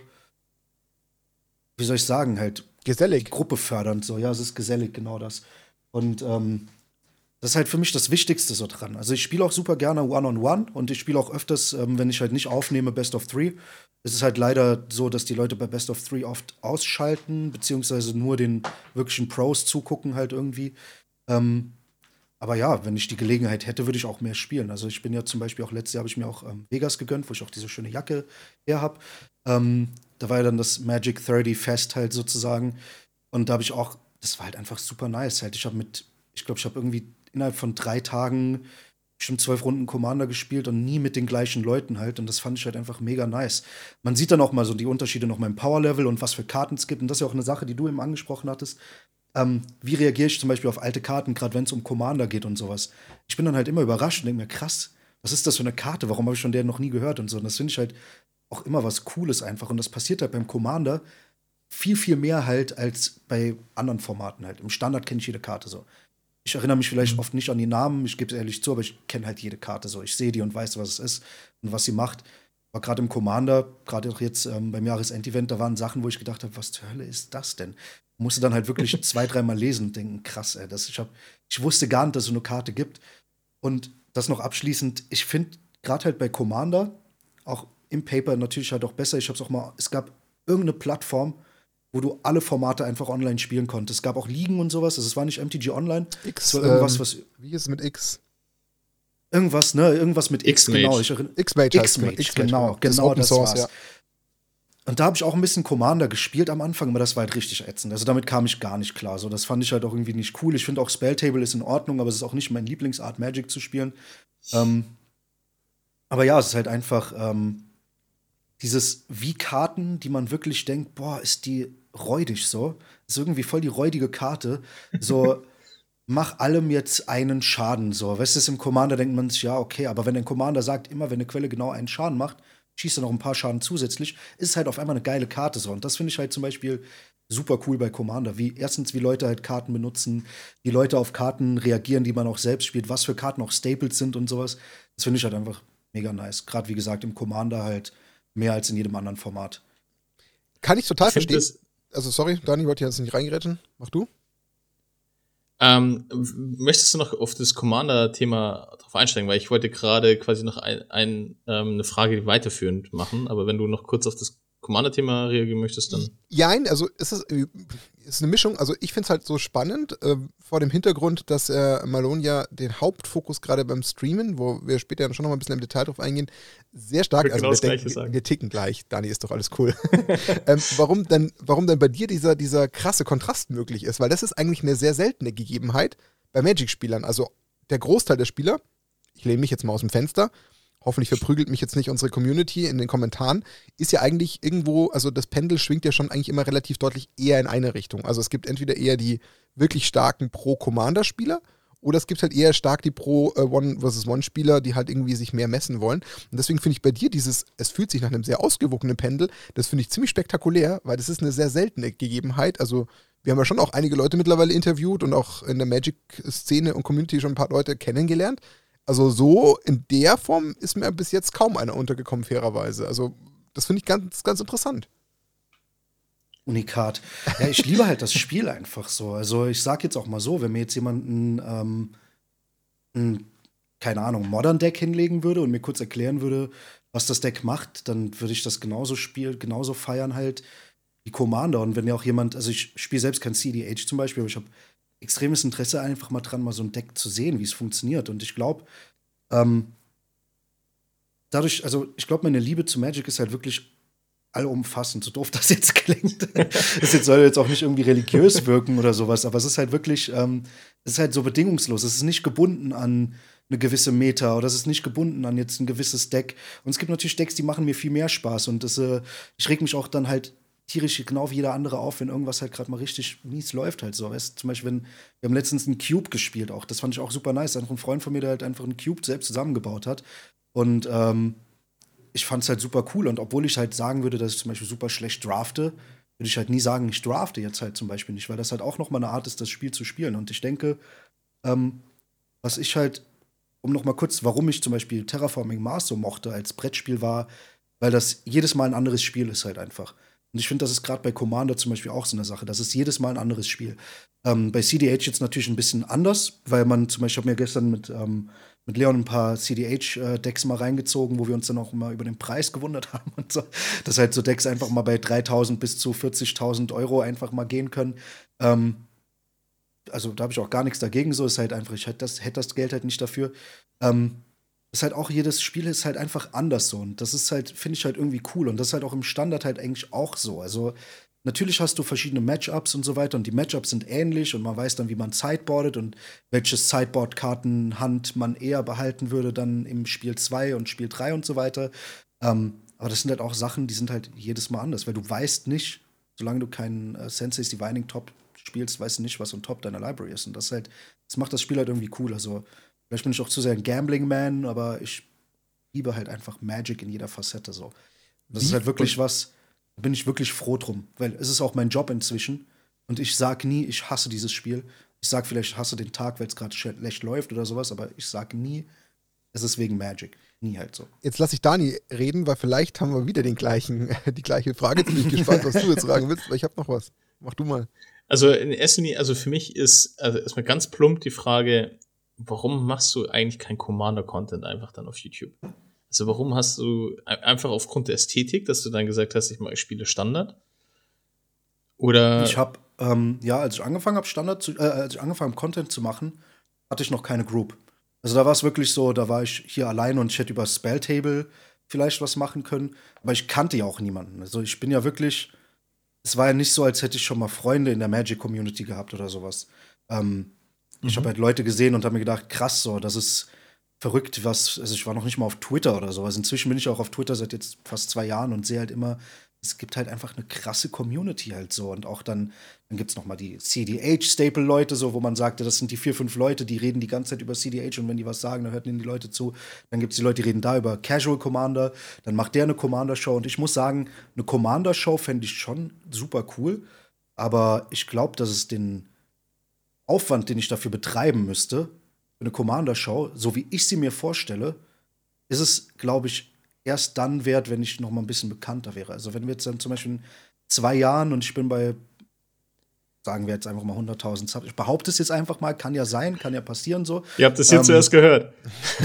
wie soll ich sagen, halt Gesellig. Gruppe fördernd, so, ja, es ist gesellig, genau das. Und ähm, das ist halt für mich das Wichtigste so dran. Also ich spiele auch super gerne One-on-One und ich spiele auch öfters, ähm, wenn ich halt nicht aufnehme, Best of Three. Es ist halt leider so, dass die Leute bei Best of Three oft ausschalten, beziehungsweise nur den wirklichen Pros zugucken halt irgendwie. Ähm, aber ja, wenn ich die Gelegenheit hätte, würde ich auch mehr spielen. Also ich bin ja zum Beispiel auch letztes Jahr habe ich mir auch ähm, Vegas gegönnt, wo ich auch diese schöne Jacke her habe. Ähm, da war ja dann das Magic dreißig Fest halt sozusagen. Und da habe ich auch, das war halt einfach super nice. Halt, ich habe mit, ich glaube, ich habe irgendwie innerhalb von drei Tagen bestimmt zwölf Runden Commander gespielt und nie mit den gleichen Leuten halt. Und das fand ich halt einfach mega nice. Man sieht dann auch mal so die Unterschiede noch mal im Power-Level und was für Karten es gibt. Und das ist ja auch eine Sache, die du eben angesprochen hattest. Ähm, wie reagiere ich zum Beispiel auf alte Karten, gerade wenn es um Commander geht und sowas. Ich bin dann halt immer überrascht und denke mir, krass, was ist das für eine Karte? Warum habe ich von der noch nie gehört und so. Und das finde ich halt auch immer was Cooles einfach. Und das passiert halt beim Commander viel, viel mehr halt als bei anderen Formaten halt. Im Standard kenne ich jede Karte so. Ich erinnere mich vielleicht oft nicht an die Namen, ich gebe es ehrlich zu, aber ich kenne halt jede Karte so. Ich sehe die und weiß, was es ist und was sie macht. Aber gerade im Commander, gerade auch jetzt ähm, beim Jahresendevent, da waren Sachen, wo ich gedacht habe, was zur Hölle ist das denn? Musste dann halt wirklich zwei, dreimal lesen und denken, krass, ey, das, ich, hab, ich wusste gar nicht, dass es so eine Karte gibt. Und das noch abschließend, ich finde gerade halt bei Commander, auch im Paper natürlich halt auch besser, ich hab's auch mal, es gab irgendeine Plattform, wo du alle Formate einfach online spielen konntest. Es gab auch Ligen und sowas, also es war nicht M T G Online. X, es war irgendwas, ähm, was, wie ist es mit X? irgendwas, ne, irgendwas mit X, X-Mage. genau. Ich erinn- X-Mage heißt X-Mage, X-Mage, genau, Das ist genau Open das Source, war's. ja. Und da habe ich auch ein bisschen Commander gespielt am Anfang, aber das war halt richtig ätzend. Also damit kam ich gar nicht klar. So, das fand ich halt auch irgendwie nicht cool. Ich finde auch Spelltable ist in Ordnung, aber es ist auch nicht mein Lieblingsart, Magic zu spielen. Ähm, aber ja, es ist halt einfach ähm, dieses wie Karten, die man wirklich denkt, boah, ist die räudig so. Ist irgendwie voll die räudige Karte. So, mach allem jetzt einen Schaden. So, weißt du, ist im Commander denkt man sich, ja, okay, aber wenn ein Commander sagt, immer wenn eine Quelle genau einen Schaden macht, schießt er noch ein paar Schaden zusätzlich, ist halt auf einmal eine geile Karte so. Und das finde ich halt zum Beispiel super cool bei Commander. Wie, erstens, wie Leute halt Karten benutzen, wie Leute auf Karten reagieren, die man auch selbst spielt, was für Karten auch Staples sind und sowas. Das finde ich halt einfach mega nice. Gerade wie gesagt, im Commander halt mehr als in jedem anderen Format. Kann ich total Ich find verstehen. das- Also, sorry, Dani, wollte jetzt nicht reingerätschen. Mach du. Ähm, w- möchtest du noch auf das Commander-Thema drauf einsteigen? Weil ich wollte gerade quasi noch ein, ein, ähm, eine Frage weiterführend machen, aber wenn du noch kurz auf das Commander-Thema reagieren möchtest, dann. Jein, also es ist, äh, es ist eine Mischung. Also ich finde es halt so spannend, äh, vor dem Hintergrund, dass äh, Malone ja den Hauptfokus gerade beim Streamen, wo wir später schon noch mal ein bisschen im Detail drauf eingehen, sehr stark, Ich wollte also genau wir, das Gleiche denken, wir, sagen. wir ticken gleich, Dani, ist doch alles cool. ähm, warum, denn, warum denn bei dir dieser, dieser krasse Kontrast möglich ist, weil das ist eigentlich eine sehr seltene Gegebenheit bei Magic-Spielern. Also der Großteil der Spieler, ich lehne mich jetzt mal aus dem Fenster, hoffentlich verprügelt mich jetzt nicht unsere Community in den Kommentaren, ist ja eigentlich irgendwo, also das Pendel schwingt ja schon eigentlich immer relativ deutlich eher in eine Richtung. Also es gibt entweder eher die wirklich starken Pro-Commander-Spieler oder es gibt halt eher stark die Pro-One-versus-One-Spieler, die halt irgendwie sich mehr messen wollen. Und deswegen finde ich bei dir dieses, es fühlt sich nach einem sehr ausgewogenen Pendel, das finde ich ziemlich spektakulär, weil das ist eine sehr seltene Gegebenheit. Also wir haben ja schon auch einige Leute mittlerweile interviewt und auch in der Magic-Szene und Community schon ein paar Leute kennengelernt. Also so in der Form ist mir bis jetzt kaum einer untergekommen, fairerweise. Also das finde ich ganz, ganz interessant. Unikat. Ja, ich liebe halt das Spiel einfach so. Also ich sag jetzt auch mal so, wenn mir jetzt jemand ein, ähm, ein keine Ahnung, Modern Deck hinlegen würde und mir kurz erklären würde, was das Deck macht, dann würde ich das genauso spielen, genauso feiern halt wie Commander. Und wenn ja auch jemand, also ich spiele selbst kein C D H zum Beispiel, aber ich habe extremes Interesse einfach mal dran, mal so ein Deck zu sehen, wie es funktioniert. Und ich glaube, ähm, dadurch, also ich glaube, meine Liebe zu Magic ist halt wirklich allumfassend, so doof das jetzt klingt. Das jetzt soll jetzt auch nicht irgendwie religiös wirken oder sowas, aber es ist halt wirklich, ähm, es ist halt so bedingungslos. Es ist nicht gebunden an eine gewisse Meta oder es ist nicht gebunden an jetzt ein gewisses Deck. Und es gibt natürlich Decks, die machen mir viel mehr Spaß und das, äh, ich reg mich auch dann halt tierisch genau wie jeder andere auf, wenn irgendwas halt gerade mal richtig mies läuft halt so. Weißt, zum Beispiel, wenn, wir haben letztens einen Cube gespielt auch. Das fand ich auch super nice. Einfach ein Freund von mir, der halt einfach einen Cube selbst zusammengebaut hat. Und ähm, ich fand es halt super cool. Und obwohl ich halt sagen würde, dass ich zum Beispiel super schlecht drafte, würde ich halt nie sagen, ich drafte jetzt halt zum Beispiel nicht, weil das halt auch noch mal eine Art ist, das Spiel zu spielen. Und ich denke, ähm, was ich halt, um noch mal kurz, warum ich zum Beispiel Terraforming Mars so mochte als Brettspiel war, weil das jedes Mal ein anderes Spiel ist halt einfach. Und ich finde, das ist gerade bei Commander zum Beispiel auch so eine Sache. Das ist jedes Mal ein anderes Spiel. Ähm, bei C D H jetzt natürlich ein bisschen anders, weil man zum Beispiel, ich habe mir gestern mit, ähm, mit Leon ein paar C D H-Decks mal reingezogen, wo wir uns dann auch mal über den Preis gewundert haben und so. Dass halt so Decks einfach mal bei dreitausend bis zu vierzigtausend Euro einfach mal gehen können. Ähm, also da habe ich auch gar nichts dagegen. So ist halt einfach, ich hätte das, hätte das Geld halt nicht dafür. Ähm, ist halt auch, jedes Spiel ist halt einfach anders so. Und das ist halt, finde ich halt irgendwie cool. Und das ist halt auch im Standard halt eigentlich auch so. Also, natürlich hast du verschiedene Matchups und so weiter. Und die Matchups sind ähnlich. Und man weiß dann, wie man sideboardet und welches Sideboard-Kartenhand man eher behalten würde dann im Spiel zwei und Spiel drei und so weiter. Ähm, aber das sind halt auch Sachen, die sind halt jedes Mal anders. Weil du weißt nicht, solange du keinen äh, Sensei's Divining Top spielst, weißt du nicht, was on top deiner Library ist. Und das halt, das macht das Spiel halt irgendwie cool. Also, vielleicht bin ich auch zu sehr ein Gambling-Man, aber ich liebe halt einfach Magic in jeder Facette so. Das Wie? ist halt wirklich was, da bin ich wirklich froh drum, weil es ist auch mein Job inzwischen und ich sag nie, ich hasse dieses Spiel. Ich sag vielleicht, ich hasse den Tag, weil es gerade schlecht läuft oder sowas, aber ich sag nie, es ist wegen Magic. Nie halt so. Jetzt lasse ich Dani reden, weil vielleicht haben wir wieder den gleichen, die gleiche Frage. Jetzt bin ich gespannt, was du jetzt sagen willst, weil ich habe noch was. Mach du mal. Also in erster Linie, also für mich ist also erstmal ganz plump die Frage, warum machst du eigentlich kein Commander-Content einfach dann auf YouTube? Also warum hast du einfach aufgrund der Ästhetik, dass du dann gesagt hast, ich mache Spiele Standard? Oder ich habe ähm, ja, als ich angefangen habe Standard zu, äh, als ich angefangen habe Content zu machen, hatte ich noch keine Group. Also da war es wirklich so, da war ich hier allein und ich hätte über Spelltable vielleicht was machen können, aber ich kannte ja auch niemanden. Also ich bin ja wirklich, es war ja nicht so, als hätte ich schon mal Freunde in der Magic-Community gehabt oder sowas. Ähm, mhm. Ich habe halt Leute gesehen und habe mir gedacht, krass, so, das ist verrückt, was, also ich war noch nicht mal auf Twitter oder sowas. Inzwischen bin ich auch auf Twitter seit jetzt fast zwei Jahren und sehe halt immer, es gibt halt einfach eine krasse Community halt so. Und auch dann, dann gibt es noch mal die C D H-Staple-Leute, so, wo man sagte, das sind die vier, fünf Leute, die reden die ganze Zeit über C D H und wenn die was sagen, dann hört ihnen die Leute zu. Dann gibt es die Leute, die reden da über Casual Commander, dann macht der eine Commander-Show. Und ich muss sagen, eine Commander-Show fände ich schon super cool, aber ich glaube, dass es den Aufwand, den ich dafür betreiben müsste, für eine Commander-Show, so wie ich sie mir vorstelle, ist es, glaube ich, erst dann wert, wenn ich noch mal ein bisschen bekannter wäre. Also wenn wir jetzt dann zum Beispiel in zwei Jahren und ich bin bei, sagen wir jetzt einfach mal hunderttausend Subs, ich behaupte es jetzt einfach mal, kann ja sein, kann ja passieren so. Ihr habt das hier ähm, zuerst gehört.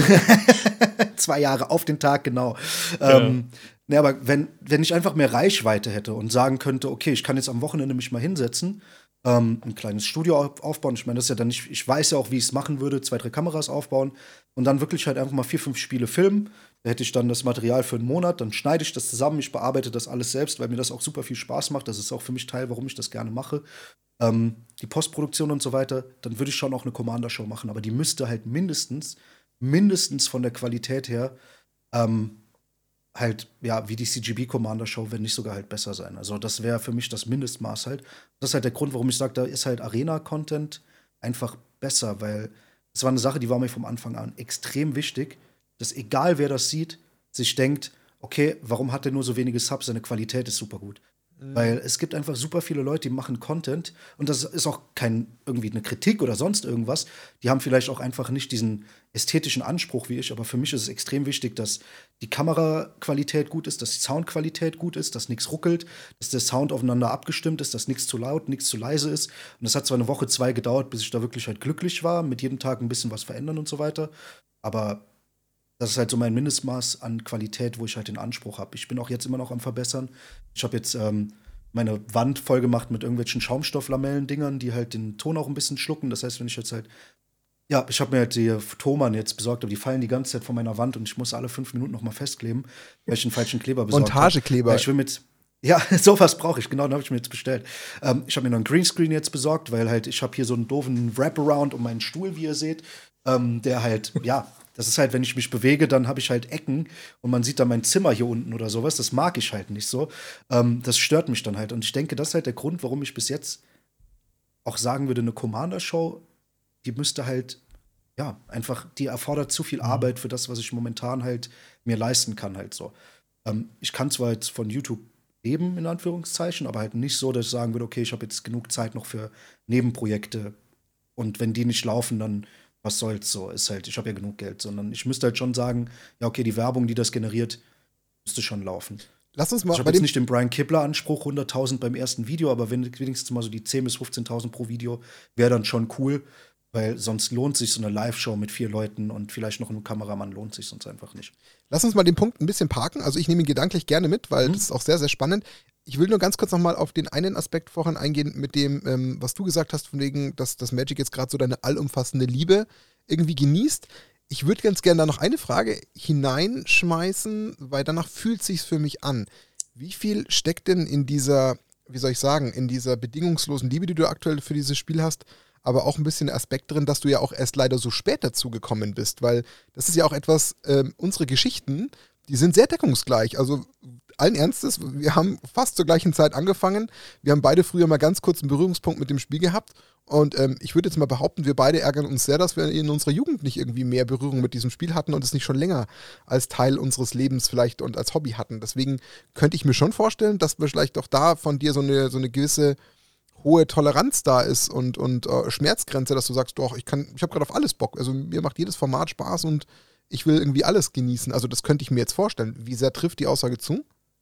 Zwei Jahre auf den Tag, genau. Ja. Ähm, ne, aber wenn, wenn ich einfach mehr Reichweite hätte und sagen könnte, okay, ich kann jetzt am Wochenende mich mal hinsetzen, ähm, ein kleines Studio aufbauen. Ich meine, das ist ja dann nicht, ich weiß ja auch, wie ich es machen würde, zwei, drei Kameras aufbauen und dann wirklich halt einfach mal vier, fünf Spiele filmen. Da hätte ich dann das Material für einen Monat, dann schneide ich das zusammen, ich bearbeite das alles selbst, weil mir das auch super viel Spaß macht. Das ist auch für mich Teil, warum ich das gerne mache. Ähm, die Postproduktion und so weiter, dann würde ich schon auch eine Commander-Show machen, aber die müsste halt mindestens, mindestens von der Qualität her ähm, halt, ja, wie die C G B-Commander-Show, wenn nicht sogar halt besser sein. Also das wäre für mich das Mindestmaß halt. Das ist halt der Grund, warum ich sage, da ist halt Arena-Content einfach besser, weil es war eine Sache, die war mir vom Anfang an extrem wichtig, dass egal wer das sieht, sich denkt, okay, warum hat der nur so wenige Subs, seine Qualität ist super gut. Mhm. Weil es gibt einfach super viele Leute, die machen Content und das ist auch kein irgendwie eine Kritik oder sonst irgendwas. Die haben vielleicht auch einfach nicht diesen ästhetischen Anspruch wie ich, aber für mich ist es extrem wichtig, dass die Kameraqualität gut ist, dass die Soundqualität gut ist, dass nichts ruckelt, dass der Sound aufeinander abgestimmt ist, dass nichts zu laut, nichts zu leise ist. Und das hat zwar eine Woche, zwei gedauert, bis ich da wirklich halt glücklich war, mit jedem Tag ein bisschen was verändern und so weiter, aber das ist halt so mein Mindestmaß an Qualität, wo ich halt den Anspruch habe. Ich bin auch jetzt immer noch am Verbessern. Ich habe jetzt ähm, meine Wand voll gemacht mit irgendwelchen Schaumstofflamellen-Dingern, die halt den Ton auch ein bisschen schlucken. Das heißt, wenn ich jetzt halt ja, ich habe mir halt die Thomann jetzt besorgt, aber die fallen die ganze Zeit von meiner Wand und ich muss alle fünf Minuten noch mal festkleben, weil ich einen falschen Kleber besorgt habe. Montagekleber. Ich will mit Ja, sowas brauche ich, genau, den habe ich mir jetzt bestellt. Ähm, ich habe mir noch einen Greenscreen jetzt besorgt, weil halt ich habe hier so einen doofen Wraparound um meinen Stuhl, wie ihr seht, ähm, der halt, ja, das ist halt, wenn ich mich bewege, dann habe ich halt Ecken und man sieht dann mein Zimmer hier unten oder sowas. Das mag ich halt nicht so. Ähm, das stört mich dann halt. Und ich denke, das ist halt der Grund, warum ich bis jetzt auch sagen würde, eine Commander-Show, die müsste halt, ja, einfach, die erfordert zu viel Arbeit für das, was ich momentan halt mir leisten kann halt so. Ähm, ich kann zwar jetzt von YouTube leben, in Anführungszeichen, aber halt nicht so, dass ich sagen würde, okay, ich habe jetzt genug Zeit noch für Nebenprojekte und wenn die nicht laufen, dann was soll's so, ist halt, ich habe ja genug Geld, sondern ich müsste halt schon sagen, ja, okay, die Werbung, die das generiert, müsste schon laufen. Lass uns mal ich habe jetzt nicht den Brian Kibler-Anspruch, hunderttausend beim ersten Video, aber wenn, wenigstens mal so die zehntausend bis fünfzehntausend pro Video, wäre dann schon cool, weil sonst lohnt sich so eine Live-Show mit vier Leuten und vielleicht noch einem Kameramann lohnt sich sonst einfach nicht. Lass uns mal den Punkt ein bisschen parken. Also ich nehme ihn gedanklich gerne mit, weil mhm. das ist auch sehr, sehr spannend. Ich will nur ganz kurz noch mal auf den einen Aspekt vorhin eingehen, mit dem, ähm, was du gesagt hast, von wegen, dass das Magic jetzt gerade so deine allumfassende Liebe irgendwie genießt. Ich würde ganz gerne da noch eine Frage hineinschmeißen, weil danach fühlt sich's für mich an. Wie viel steckt denn in dieser, wie soll ich sagen, in dieser bedingungslosen Liebe, die du aktuell für dieses Spiel hast, aber auch ein bisschen der Aspekt drin, dass du ja auch erst leider so spät dazu gekommen bist, weil das ist ja auch etwas, ähm, unsere Geschichten, die sind sehr deckungsgleich. Also allen Ernstes, wir haben fast zur gleichen Zeit angefangen. Wir haben beide früher mal ganz kurz einen Berührungspunkt mit dem Spiel gehabt. Und ähm, ich würde jetzt mal behaupten, wir beide ärgern uns sehr, dass wir in unserer Jugend nicht irgendwie mehr Berührung mit diesem Spiel hatten und es nicht schon länger als Teil unseres Lebens vielleicht und als Hobby hatten. Deswegen könnte ich mir schon vorstellen, dass wir vielleicht auch da von dir so eine, so eine gewisse hohe Toleranz da ist und, und äh, Schmerzgrenze, dass du sagst, doch, ich kann, ich habe gerade auf alles Bock. Also mir macht jedes Format Spaß und ich will irgendwie alles genießen. Also das könnte ich mir jetzt vorstellen. Wie sehr trifft die Aussage zu?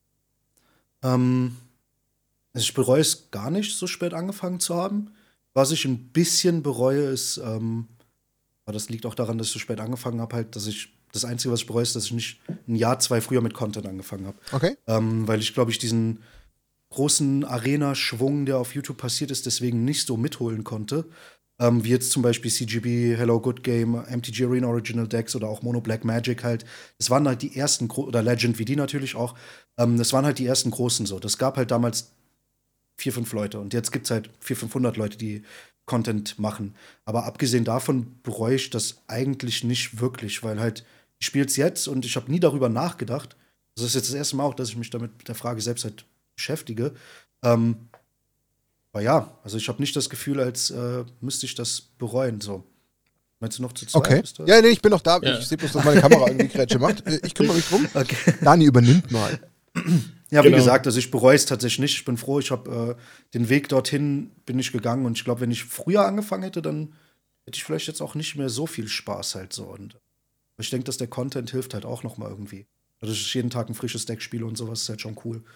Ähm, also ich bereue es gar nicht, so spät angefangen zu haben. Was ich ein bisschen bereue, ist, ähm, aber das liegt auch daran, dass ich so spät angefangen habe, halt, dass ich, das Einzige, was ich bereue, ist, dass ich nicht ein Jahr, zwei früher mit Content angefangen habe. Okay. Ähm, weil ich, glaube ich, diesen großen Arena-Schwung, der auf YouTube passiert ist, deswegen nicht so mitholen konnte. Ähm, wie jetzt zum Beispiel C G B, Hello Good Game, M T G Arena Original Decks oder auch Mono Black Magic halt. Das waren halt die ersten, Gro- oder Legend V D natürlich auch. Ähm, das waren halt die ersten großen so. Das gab halt damals vier, fünf Leute. Und jetzt gibt es halt vierhundert, fünfhundert Leute, die Content machen. Aber abgesehen davon bereue ich das eigentlich nicht wirklich, weil halt, ich spiele es jetzt und ich habe nie darüber nachgedacht. Das ist jetzt das erste Mal auch, dass ich mich damit mit der Frage selbst halt beschäftige. Ähm, aber ja, also ich habe nicht das Gefühl, als äh, müsste ich das bereuen. So. Meinst du noch zu zweit? Okay. Ja, nee, ich bin noch da. Ja. Ich sehe bloß, dass meine Kamera irgendwie Grätsche macht. Ich kümmere mich drum. Okay. Dani übernimmt mal. Ja, wie Genau. gesagt, also ich bereue es tatsächlich nicht. Ich bin froh, ich habe äh, den Weg dorthin bin ich gegangen und ich glaube, wenn ich früher angefangen hätte, dann hätte ich vielleicht jetzt auch nicht mehr so viel Spaß halt so. Und ich denke, dass der Content hilft halt auch noch mal irgendwie. Also dass ich jeden Tag ein frisches Deck spiele und sowas ist halt schon cool.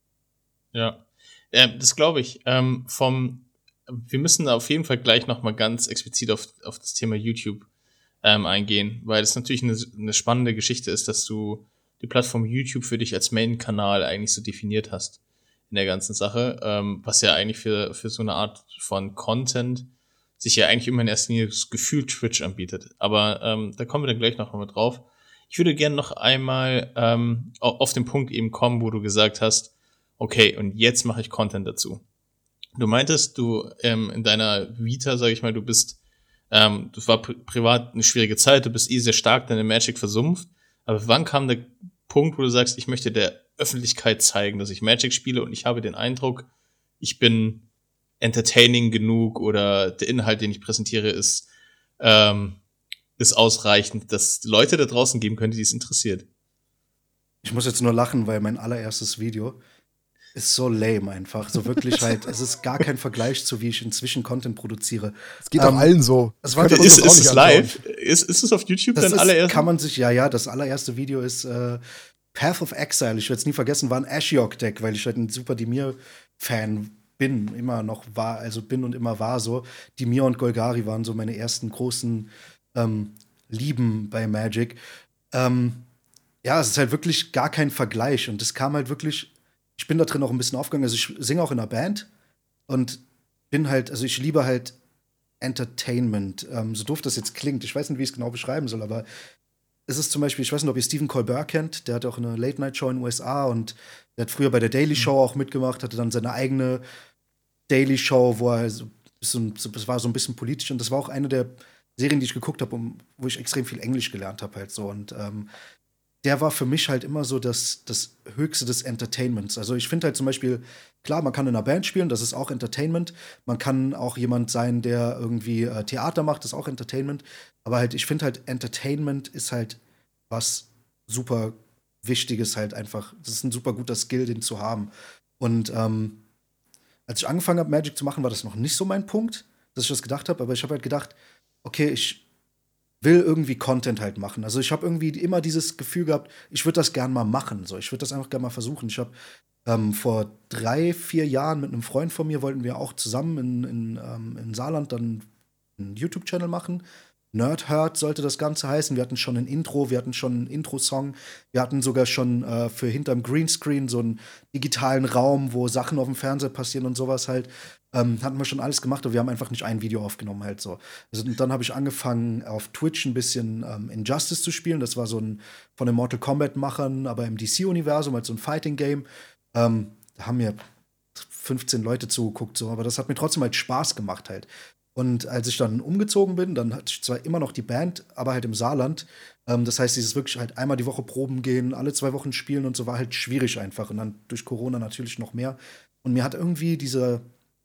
Ja, ja das glaube ich. Ähm, vom, wir müssen auf jeden Fall gleich noch mal ganz explizit auf, auf das Thema YouTube ähm, eingehen, weil es natürlich eine, eine spannende Geschichte ist, dass du die Plattform YouTube für dich als Main-Kanal eigentlich so definiert hast in der ganzen Sache, ähm, was ja eigentlich für, für so eine Art von Content sich ja eigentlich immer in erster Linie das Gefühl Twitch anbietet. Aber ähm, da kommen wir dann gleich noch mal mit drauf. Ich würde gerne noch einmal ähm, auf den Punkt eben kommen, wo du gesagt hast, okay, und jetzt mache ich Content dazu. Du meintest, du ähm, in deiner Vita, sag ich mal, du bist, ähm, das war pri- privat eine schwierige Zeit, du bist eh sehr stark deine Magic versumpft, aber wann kam der Punkt, wo du sagst, ich möchte der Öffentlichkeit zeigen, dass ich Magic spiele und ich habe den Eindruck, ich bin entertaining genug oder der Inhalt, den ich präsentiere, ist, ähm, ist ausreichend, dass Leute da draußen geben können, die es interessiert. Ich muss jetzt nur lachen, weil mein allererstes Video ist so lame einfach. So wirklich halt, es ist gar kein Vergleich zu, wie ich inzwischen Content produziere. Es geht auch Ähm, allen so. es war Können wir Ist, uns auch ist nicht es anschauen. live? Ist, ist es auf YouTube Das dein ist, allererster? kann man sich, ja, ja, das allererste Video ist äh, Path of Exile. Ich werde es nie vergessen, war ein Ashiok-Deck, weil ich halt ein super Dimir-Fan bin, immer noch war, also bin und immer war so. Dimir und Golgari waren so meine ersten großen ähm, Lieben bei Magic. Ähm, ja, es ist halt wirklich gar kein Vergleich und es kam halt wirklich, ich bin da drin auch ein bisschen aufgegangen, also ich singe auch in einer Band und bin halt, also ich liebe halt Entertainment, ähm, so doof das jetzt klingt, ich weiß nicht, wie ich es genau beschreiben soll, aber es ist zum Beispiel, ich weiß nicht, ob ihr Stephen Colbert kennt, der hat auch eine Late-Night-Show in den U S A und der hat früher bei der Daily Show auch mitgemacht, hatte dann seine eigene Daily Show, wo er so, so, so das war so ein bisschen politisch und das war auch eine der Serien, die ich geguckt habe, um, wo ich extrem viel Englisch gelernt habe halt so. Und ähm, der war für mich halt immer so das, das Höchste des Entertainments. Also ich finde halt zum Beispiel, klar, man kann in einer Band spielen, das ist auch Entertainment. Man kann auch jemand sein, der irgendwie äh, Theater macht, das ist auch Entertainment. Aber halt, ich finde halt, Entertainment ist halt was super Wichtiges halt einfach. Das ist ein super guter Skill, den zu haben. Und ähm, als ich angefangen habe, Magic zu machen, war das noch nicht so mein Punkt, dass ich das gedacht habe. Aber ich habe halt gedacht, okay, ich will irgendwie Content halt machen. Also ich habe irgendwie immer dieses Gefühl gehabt, ich würde das gern mal machen. So, ich würde das einfach gern mal versuchen. Ich habe ähm, vor drei, vier Jahren mit einem Freund von mir wollten wir auch zusammen in, in, ähm, in Saarland dann einen YouTube-Channel machen. Nerdhurt sollte das Ganze heißen. Wir hatten schon ein Intro, wir hatten schon einen Intro-Song. Wir hatten sogar schon äh, für hinterm Greenscreen so einen digitalen Raum, wo Sachen auf dem Fernseher passieren und sowas halt. Ähm, hatten wir schon alles gemacht, aber wir haben einfach nicht ein Video aufgenommen halt so. Also, und dann habe ich angefangen, auf Twitch ein bisschen ähm, Injustice zu spielen. Das war so ein von den Mortal Kombat-Machern, aber im D C-Universum, als so ein Fighting-Game. Ähm, da haben mir fünfzehn Leute zugeguckt, so, aber das hat mir trotzdem halt Spaß gemacht halt. Und als ich dann umgezogen bin, dann hatte ich zwar immer noch die Band, aber halt im Saarland. Ähm, das heißt, dieses wirklich halt einmal die Woche proben gehen, alle zwei Wochen spielen und so war halt schwierig einfach. Und dann durch Corona natürlich noch mehr. Und mir hat irgendwie dieser,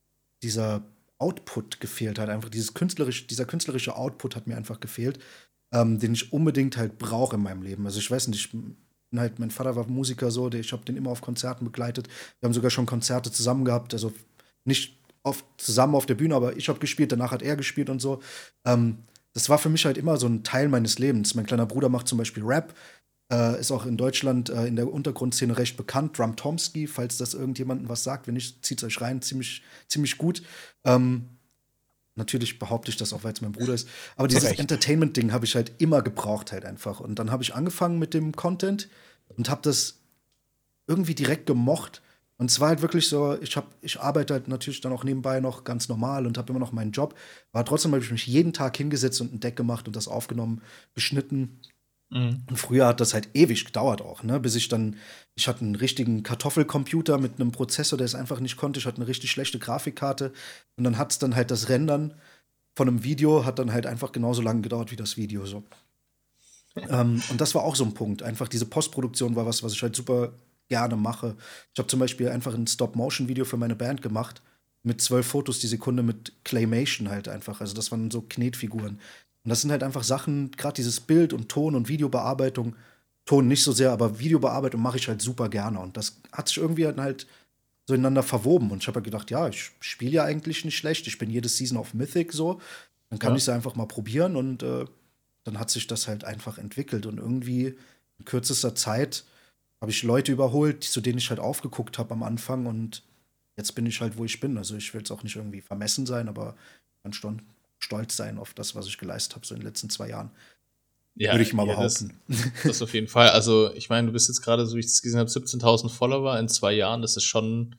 dieser Output gefehlt, halt einfach dieses künstlerische, dieser künstlerische Output hat mir einfach gefehlt, ähm, den ich unbedingt halt brauche in meinem Leben. Also ich weiß nicht, ich bin halt, mein Vater war Musiker so, der, ich habe den immer auf Konzerten begleitet. Wir haben sogar schon Konzerte zusammen gehabt, also nicht oft zusammen auf der Bühne, aber ich habe gespielt, danach hat er gespielt und so. Ähm, das war für mich halt immer so ein Teil meines Lebens. Mein kleiner Bruder macht zum Beispiel Rap, äh, ist auch in Deutschland äh, in der Untergrundszene recht bekannt. Drum Tomsky, falls das irgendjemandem was sagt, wenn nicht, zieht's euch rein, ziemlich, ziemlich gut. Ähm, natürlich behaupte ich das auch, weil es mein Bruder ist. Aber dieses Recht. Entertainment-Ding habe ich halt immer gebraucht halt einfach. Und dann habe ich angefangen mit dem Content und habe das irgendwie direkt gemocht. Und es war halt wirklich so, ich, hab, ich arbeite halt natürlich dann auch nebenbei noch ganz normal und habe immer noch meinen Job. Aber trotzdem habe ich mich jeden Tag hingesetzt und ein Deck gemacht und das aufgenommen, geschnitten. Mhm. Und früher hat das halt ewig gedauert auch, ne? Bis ich dann, ich hatte einen richtigen Kartoffelcomputer mit einem Prozessor, der es einfach nicht konnte. Ich hatte eine richtig schlechte Grafikkarte. Und dann hat es dann halt das Rendern von einem Video, hat dann halt einfach genauso lange gedauert wie das Video so. ähm, und das war auch so ein Punkt. Einfach diese Postproduktion war was, was ich halt super gerne mache. Ich habe zum Beispiel einfach ein Stop-Motion-Video für meine Band gemacht, mit zwölf Fotos die Sekunde mit Claymation halt einfach. Also das waren so Knetfiguren. Und das sind halt einfach Sachen, gerade dieses Bild und Ton und Videobearbeitung, Ton nicht so sehr, aber Videobearbeitung mache ich halt super gerne. Und das hat sich irgendwie halt so ineinander verwoben. Und ich habe halt gedacht, ja, ich spiele ja eigentlich nicht schlecht. Ich bin jedes Season auf Mythic so. Dann kann Ja. ich es einfach mal probieren. Und äh, dann hat sich das halt einfach entwickelt. Und irgendwie in kürzester Zeit habe ich Leute überholt, zu denen ich halt aufgeguckt habe am Anfang. Und jetzt bin ich halt, wo ich bin. Also ich will jetzt auch nicht irgendwie vermessen sein, aber ich kann schon stolz sein auf das, was ich geleistet habe so in den letzten zwei Jahren. Ja, Würde ich mal ja, behaupten. Das, das auf jeden Fall. Also, ich meine, du bist jetzt gerade, so wie ich das gesehen habe, siebzehntausend Follower in zwei Jahren. Das ist schon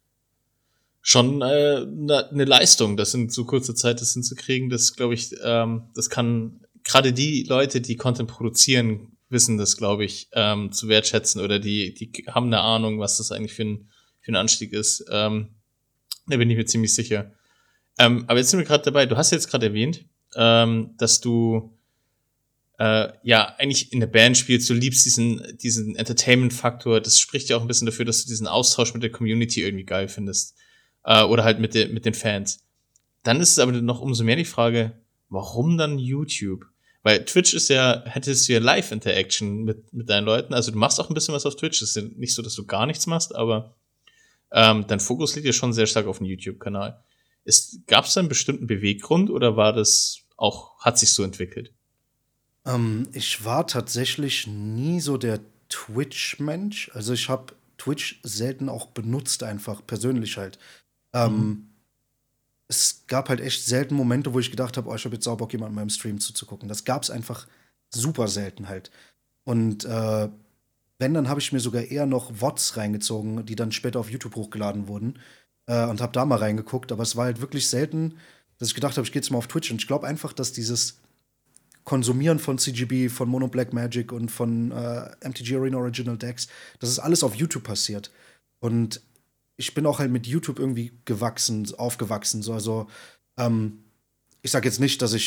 schon äh, ne, eine Leistung, das in so kurzer Zeit das hinzukriegen. Das, glaube ich, ähm, das kann gerade die Leute, die Content produzieren, wissen das, glaube ich, ähm, zu wertschätzen oder die die haben eine Ahnung, was das eigentlich für ein für ein Anstieg ist. Ähm, da bin ich mir ziemlich sicher. Ähm, aber jetzt sind wir gerade dabei. Du hast jetzt gerade erwähnt, ähm, dass du äh, ja eigentlich in der Band spielst. Du liebst diesen diesen Entertainment-Faktor. Das spricht ja auch ein bisschen dafür, dass du diesen Austausch mit der Community irgendwie geil findest. Äh, oder halt mit, de, mit den Fans. Dann ist es aber noch umso mehr die Frage, warum dann YouTube? Weil Twitch ist ja, hättest du ja Live-Interaction mit, mit deinen Leuten. Also du machst auch ein bisschen was auf Twitch. Es ist ja nicht so, dass du gar nichts machst, aber ähm, dein Fokus liegt ja schon sehr stark auf dem YouTube-Kanal. Gab es da einen bestimmten Beweggrund oder war das auch, hat sich so entwickelt? Ähm, ich war tatsächlich nie so der Twitch-Mensch. Also ich habe Twitch selten auch benutzt, einfach persönlich halt. Ähm, Mhm. Es gab halt echt selten Momente, wo ich gedacht habe, oh, ich habe jetzt auch Bock, jemandem meinem Stream zuzugucken. Das gab es einfach super selten halt. Und äh, wenn, dann habe ich mir sogar eher noch V O Ds reingezogen, die dann später auf YouTube hochgeladen wurden. Äh, und habe da mal reingeguckt. Aber es war halt wirklich selten, dass ich gedacht habe, ich gehe jetzt mal auf Twitch. Und ich glaube einfach, dass dieses Konsumieren von C G B, von Mono Black Magic und von äh, M T G Arena Original Decks, das ist alles auf YouTube passiert. Und ich bin auch halt mit YouTube irgendwie gewachsen, aufgewachsen. So, also, ähm, ich sag jetzt nicht, dass ich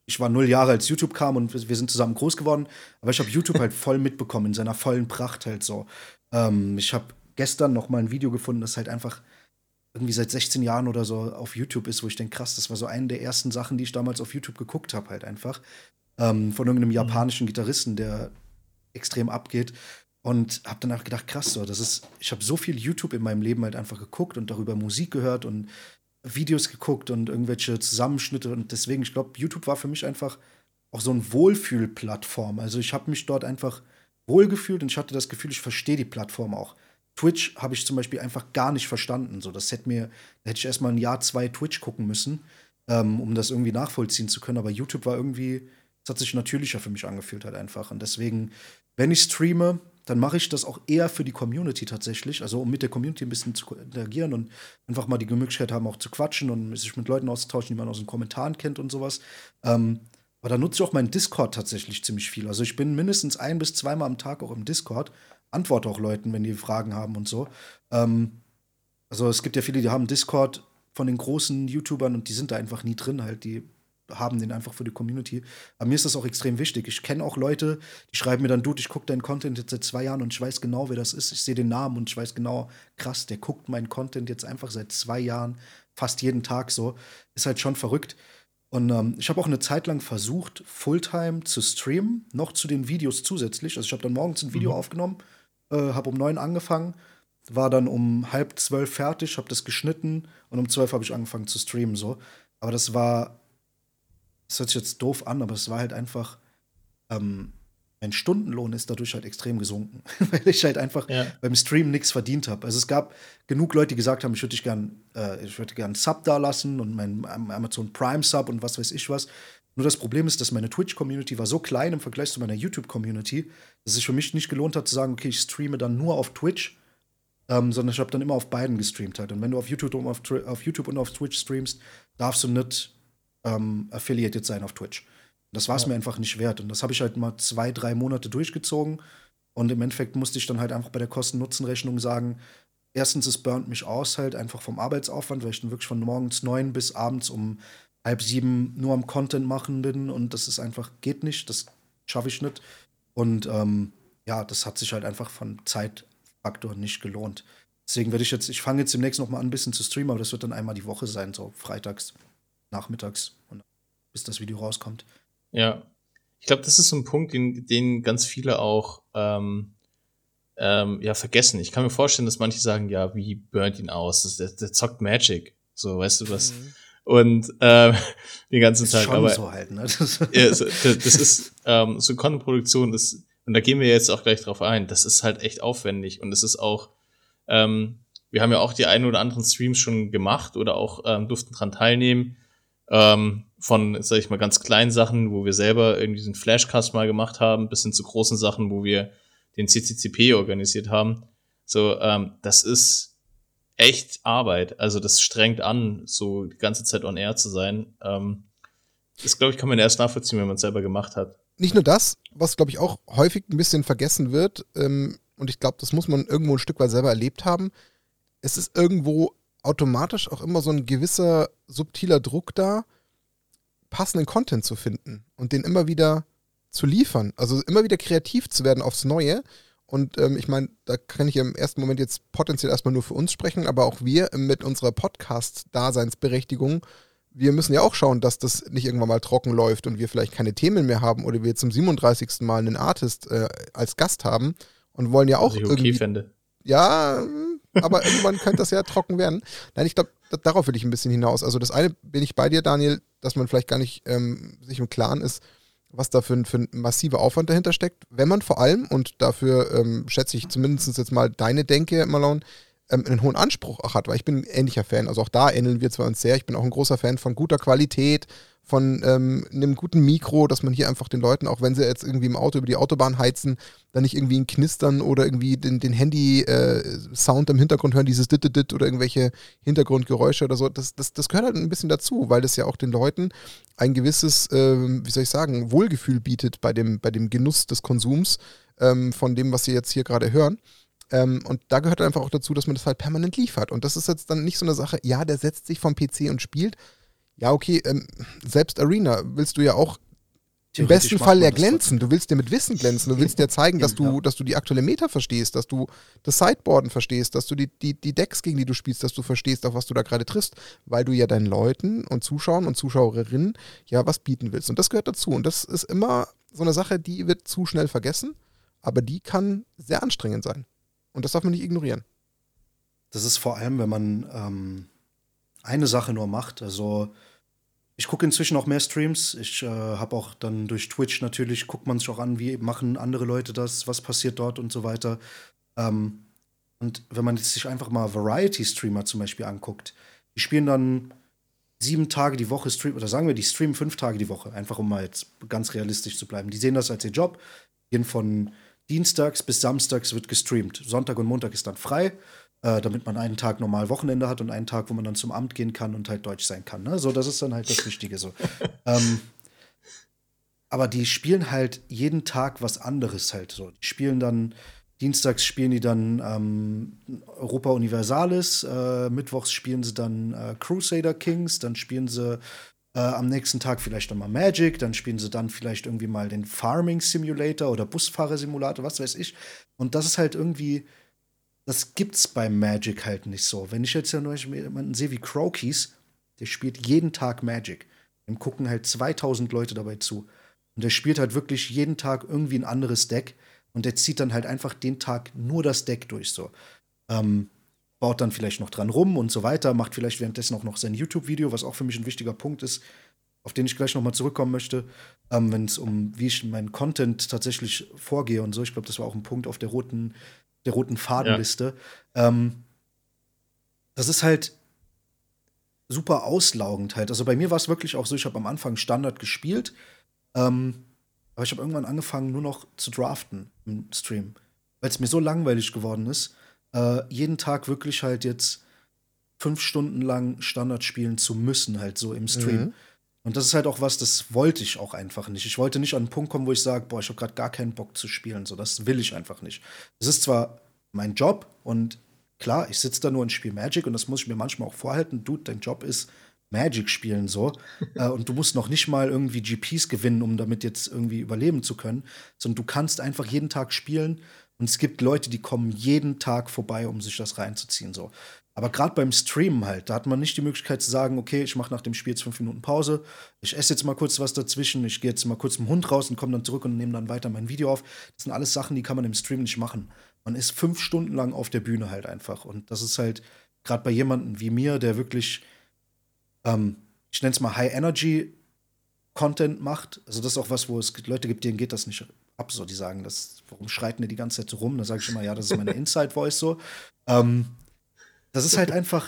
ich war null Jahre, als YouTube kam und wir sind zusammen groß geworden, aber ich habe YouTube halt voll mitbekommen, in seiner vollen Pracht halt so. Ähm, ich habe gestern noch mal ein Video gefunden, das halt einfach irgendwie seit sechzehn Jahren oder so auf YouTube ist, wo ich denke, krass, das war so eine der ersten Sachen, die ich damals auf YouTube geguckt habe halt einfach. Ähm, von irgendeinem japanischen Gitarristen, der extrem abgeht. Und habe danach gedacht, krass, so, das ist, ich habe so viel YouTube in meinem Leben halt einfach geguckt und darüber Musik gehört und Videos geguckt und irgendwelche Zusammenschnitte. Und deswegen, ich glaube, YouTube war für mich einfach auch so eine Wohlfühlplattform. Also ich habe mich dort einfach wohlgefühlt und ich hatte das Gefühl, ich verstehe die Plattform auch. Twitch habe ich zum Beispiel einfach gar nicht verstanden. So, das hätte mir, da hätte ich erst mal ein Jahr, zwei Twitch gucken müssen, ähm, um das irgendwie nachvollziehen zu können. Aber YouTube war irgendwie, es hat sich natürlicher für mich angefühlt halt einfach. Und deswegen, wenn ich streame, dann mache ich das auch eher für die Community tatsächlich. Also um mit der Community ein bisschen zu interagieren und einfach mal die Möglichkeit haben, auch zu quatschen und sich mit Leuten auszutauschen, die man aus den Kommentaren kennt und sowas. Ähm, aber da nutze ich auch meinen Discord tatsächlich ziemlich viel. Also ich bin mindestens ein- bis zweimal am Tag auch im Discord, antworte auch Leuten, wenn die Fragen haben und so. Ähm, also es gibt ja viele, die haben Discord von den großen YouTubern und die sind da einfach nie drin halt. Die haben den einfach für die Community. Aber mir ist das auch extrem wichtig. Ich kenne auch Leute, die schreiben mir dann, Dude, ich gucke deinen Content jetzt seit zwei Jahren und ich weiß genau, wer das ist. Ich sehe den Namen und ich weiß genau, krass, der guckt meinen Content jetzt einfach seit zwei Jahren, fast jeden Tag so. Ist halt schon verrückt. Und ähm, ich habe auch eine Zeit lang versucht, Fulltime zu streamen, noch zu den Videos zusätzlich. Also ich habe dann morgens ein Video mhm. aufgenommen, äh, habe um neun angefangen, war dann um halb zwölf fertig, habe das geschnitten und um zwölf habe ich angefangen zu streamen so. Aber das war Das hört sich jetzt doof an, aber es war halt einfach, ähm, mein Stundenlohn ist dadurch halt extrem gesunken, weil ich halt einfach ja. beim Stream nichts verdient habe. Also es gab genug Leute, die gesagt haben, ich würde dich gern, äh, ich würde gern einen Sub da lassen und meinen Amazon Prime Sub und was weiß ich was. Nur das Problem ist, dass meine Twitch-Community war so klein im Vergleich zu meiner YouTube-Community, dass es sich für mich nicht gelohnt hat zu sagen, okay, ich streame dann nur auf Twitch, ähm, sondern ich habe dann immer auf beiden gestreamt halt. Und wenn du auf YouTube und auf, auf YouTube und auf Twitch streamst, darfst du nicht Ähm, affiliated sein auf Twitch. Das war es ja. mir einfach nicht wert. Und das habe ich halt mal zwei, drei Monate durchgezogen. Und im Endeffekt musste ich dann halt einfach bei der Kosten-Nutzen-Rechnung sagen, erstens, es burnt mich aus halt einfach vom Arbeitsaufwand, weil ich dann wirklich von morgens neun bis abends um halb sieben nur am Content machen bin. Und das ist einfach, geht nicht, das schaffe ich nicht. Und ähm, ja, das hat sich halt einfach von Zeitfaktor nicht gelohnt. Deswegen werde ich jetzt, ich fange jetzt demnächst noch mal an, ein bisschen zu streamen, aber das wird dann einmal die Woche sein, so freitags. Nachmittags, bis das Video rauskommt. Ja, ich glaube, das ist so ein Punkt, den, den ganz viele auch ähm, ähm, ja, vergessen. Ich kann mir vorstellen, dass manche sagen, ja, wie burnt ihn aus? Das, der, der zockt Magic, so, weißt du was? Mhm. Und ähm, den ganzen ist Tag. Schon aber so halt, ne? ja, so, das ist ähm, so Content-Produktion ist, und da gehen wir jetzt auch gleich drauf ein. Das ist halt echt aufwendig und es ist auch ähm, wir haben ja auch die einen oder anderen Streams schon gemacht oder auch ähm, durften dran teilnehmen. Ähm, von, sag ich mal, ganz kleinen Sachen, wo wir selber irgendwie diesen Flashcast mal gemacht haben, bis hin zu großen Sachen, wo wir den C C C P organisiert haben. So, ähm, das ist echt Arbeit. Also das strengt an, so die ganze Zeit on air zu sein. Ähm, das, glaube ich, kann man erst nachvollziehen, wenn man es selber gemacht hat. Nicht nur das, was, glaube ich, auch häufig ein bisschen vergessen wird, ähm, und ich glaube, das muss man irgendwo ein Stück weit selber erlebt haben, es ist irgendwo automatisch auch immer so ein gewisser subtiler Druck da, passenden Content zu finden und den immer wieder zu liefern. Also immer wieder kreativ zu werden aufs Neue. Und ähm, ich meine, da kann ich im ersten Moment jetzt potenziell erstmal nur für uns sprechen, aber auch wir mit unserer Podcast-Daseinsberechtigung, wir müssen ja auch schauen, dass das nicht irgendwann mal trocken läuft und wir vielleicht keine Themen mehr haben oder wir zum siebenunddreißigsten Mal einen Artist äh, als Gast haben und wollen ja auch was ich okay irgendwie... fände. Ja, aber irgendwann könnte das ja trocken werden. Nein, ich glaube, darauf will ich ein bisschen hinaus. Also das eine bin ich bei dir, Daniel, dass man vielleicht gar nicht ähm, sich im Klaren ist, was da für ein, für ein massiver Aufwand dahinter steckt. Wenn man vor allem, und dafür ähm, schätze ich zumindest jetzt mal deine Denke, Malone, ähm, einen hohen Anspruch auch hat, weil ich bin ein ähnlicher Fan. Also auch da ähneln wir zwar uns sehr. Ich bin auch ein großer Fan von guter Qualität, von ähm, einem guten Mikro, dass man hier einfach den Leuten, auch wenn sie jetzt irgendwie im Auto über die Autobahn heizen, dann nicht irgendwie ein Knistern oder irgendwie den, den Handy-Sound äh, im Hintergrund hören, dieses Dit-Dit-Dit oder irgendwelche Hintergrundgeräusche oder so. Das, das, das gehört halt ein bisschen dazu, weil das ja auch den Leuten ein gewisses, äh, wie soll ich sagen, Wohlgefühl bietet bei dem, bei dem Genuss des Konsums ähm, von dem, was sie jetzt hier gerade hören. Ähm, und da gehört einfach auch dazu, dass man das halt permanent liefert. Und das ist jetzt dann nicht so eine Sache, ja, der setzt sich vom P C und spielt. Ja, okay, ähm, selbst Arena willst du ja auch im besten Fall ja glänzen. Du willst dir mit Wissen glänzen. Du willst dir zeigen, dass du, dass du die aktuelle Meta verstehst, dass du das Sideboarden verstehst, dass du die, die, die Decks, gegen die du spielst, dass du verstehst, auf was du da gerade triffst, weil du ja deinen Leuten und Zuschauern und Zuschauerinnen ja was bieten willst. Und das gehört dazu. Und das ist immer so eine Sache, die wird zu schnell vergessen, aber die kann sehr anstrengend sein. Und das darf man nicht ignorieren. Das ist vor allem, wenn man ähm, eine Sache nur macht. Also ich gucke inzwischen auch mehr Streams. Ich äh, habe auch dann durch Twitch natürlich, guckt man sich auch an, wie machen andere Leute das, was passiert dort und so weiter. Ähm, und wenn man sich einfach mal Variety-Streamer zum Beispiel anguckt, die spielen dann sieben Tage die Woche Stream, oder sagen wir, die streamen fünf Tage die Woche, einfach um mal jetzt ganz realistisch zu bleiben. Die sehen das als ihr Job, gehen von Dienstags bis Samstags wird gestreamt. Sonntag und Montag ist dann frei, äh, damit man einen Tag normal Wochenende hat und einen Tag, wo man dann zum Amt gehen kann und halt deutsch sein kann. Ne? So, das ist dann halt das Wichtige. So. ähm, aber die spielen halt jeden Tag was anderes halt so. Die spielen dann, dienstags spielen die dann ähm, Europa Universalis, äh, mittwochs spielen sie dann äh, Crusader Kings, dann spielen sie Äh, am nächsten Tag vielleicht nochmal Magic, dann spielen sie dann vielleicht irgendwie mal den Farming Simulator oder Busfahrer-Simulator, was weiß ich. Und das ist halt irgendwie, das gibt's bei Magic halt nicht so. Wenn ich jetzt ja nur jemanden sehe wie Crokies, der spielt jeden Tag Magic. Dem gucken halt zweitausend Leute dabei zu. Und der spielt halt wirklich jeden Tag irgendwie ein anderes Deck. Und der zieht dann halt einfach den Tag nur das Deck durch, so. Ähm, baut dann vielleicht noch dran rum und so weiter, macht vielleicht währenddessen auch noch sein YouTube-Video, was auch für mich ein wichtiger Punkt ist, auf den ich gleich noch mal zurückkommen möchte, ähm, wenn es um, wie ich meinen Content tatsächlich vorgehe und so. Ich glaube, das war auch ein Punkt auf der roten, der roten Fadenliste. Ja. Ähm, das ist halt super auslaugend halt. Also bei mir war es wirklich auch so, ich habe am Anfang Standard gespielt, ähm, aber ich habe irgendwann angefangen, nur noch zu draften im Stream, weil es mir so langweilig geworden ist, Uh, jeden Tag wirklich halt jetzt fünf Stunden lang Standard spielen zu müssen, halt so im Stream. Mhm. Und das ist halt auch was, das wollte ich auch einfach nicht. Ich wollte nicht an einen Punkt kommen, wo ich sage, boah, ich habe gerade gar keinen Bock zu spielen. So, das will ich einfach nicht. Es ist zwar mein Job und klar, ich sitze da nur und spiele Magic und das muss ich mir manchmal auch vorhalten. Dude, dein Job ist Magic spielen so. uh, und du musst noch nicht mal irgendwie G Ps gewinnen, um damit jetzt irgendwie überleben zu können, sondern du kannst einfach jeden Tag spielen. Und es gibt Leute, die kommen jeden Tag vorbei, um sich das reinzuziehen. So. Aber gerade beim Streamen halt, da hat man nicht die Möglichkeit zu sagen, okay, ich mache nach dem Spiel jetzt fünf Minuten Pause, ich esse jetzt mal kurz was dazwischen, ich gehe jetzt mal kurz mit dem Hund raus und komme dann zurück und nehme dann weiter mein Video auf. Das sind alles Sachen, die kann man im Stream nicht machen. Man ist fünf Stunden lang auf der Bühne halt einfach. Und das ist halt gerade bei jemandem wie mir, der wirklich, ähm, ich nenne es mal High-Energy-Content macht. Also das ist auch was, wo es Leute gibt, denen geht das nicht ab, so, die sagen, das, warum schreiten die die ganze Zeit so rum? Da sage ich immer, ja, das ist meine Inside-Voice so. Ähm, das ist halt einfach,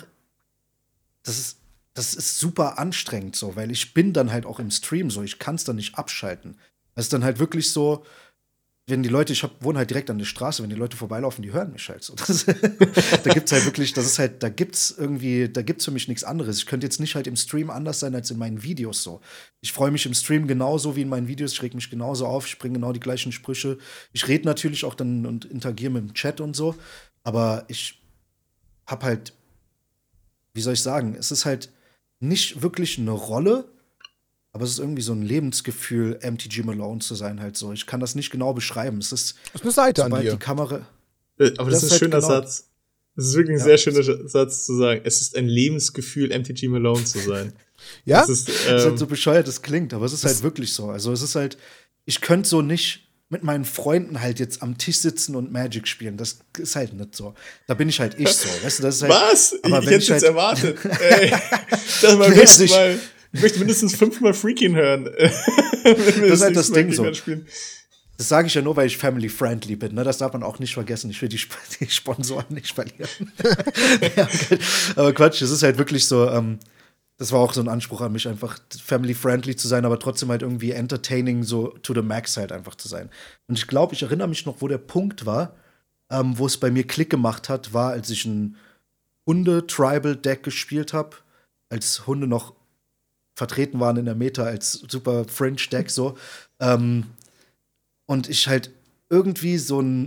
das ist, das ist super anstrengend so, weil ich bin dann halt auch im Stream so, ich kann es dann nicht abschalten. Das ist dann halt wirklich so, wenn die Leute, ich hab, wohne halt direkt an der Straße, wenn die Leute vorbeilaufen, die hören mich halt so. Das, da gibt's halt wirklich, das ist halt, da gibt's irgendwie, da gibt's für mich nichts anderes. Ich könnte jetzt nicht halt im Stream anders sein als in meinen Videos so. Ich freue mich im Stream genauso wie in meinen Videos, ich reg mich genauso auf, ich bringe genau die gleichen Sprüche. Ich rede natürlich auch dann und interagiere mit dem Chat und so, aber ich hab halt, wie soll ich sagen, es ist halt nicht wirklich eine Rolle, aber es ist irgendwie so ein Lebensgefühl, M T G Malone zu sein halt so. Ich kann das nicht genau beschreiben. Es ist, das ist eine Seite an dir. Die Kamera aber das, das ist ein schöner halt Satz. Das ist wirklich ein ja. sehr schöner Satz zu sagen. Es ist ein Lebensgefühl, M T G Malone zu sein. Ja? Das ist, ähm, das ist halt so bescheuert, das klingt, aber es ist halt wirklich so. Also es ist halt, ich könnte so nicht mit meinen Freunden halt jetzt am Tisch sitzen und Magic spielen. Das ist halt nicht so. Da bin ich halt ich so. Weißt du, das ist halt, was? Aber ich wenn hätte ich jetzt halt erwartet. Ey, das mal nächstes Mal. Ich möchte mindestens fünfmal Freakin' hören. Das ist halt das Ding so. Das sage ich ja nur, weil ich family-friendly bin. Ne? Das darf man auch nicht vergessen. Ich will die, Sp- die Sponsoren nicht verlieren. Ja, aber Quatsch, es ist halt wirklich so, ähm, das war auch so ein Anspruch an mich, einfach family-friendly zu sein, aber trotzdem halt irgendwie entertaining, so to the max halt einfach zu sein. Und ich glaube, ich erinnere mich noch, wo der Punkt war, ähm, wo es bei mir Klick gemacht hat, war, als ich ein Hunde-Tribal-Deck gespielt habe, als Hunde noch vertreten waren in der Meta als super Fringe-Deck so. Ähm, und ich halt irgendwie so ein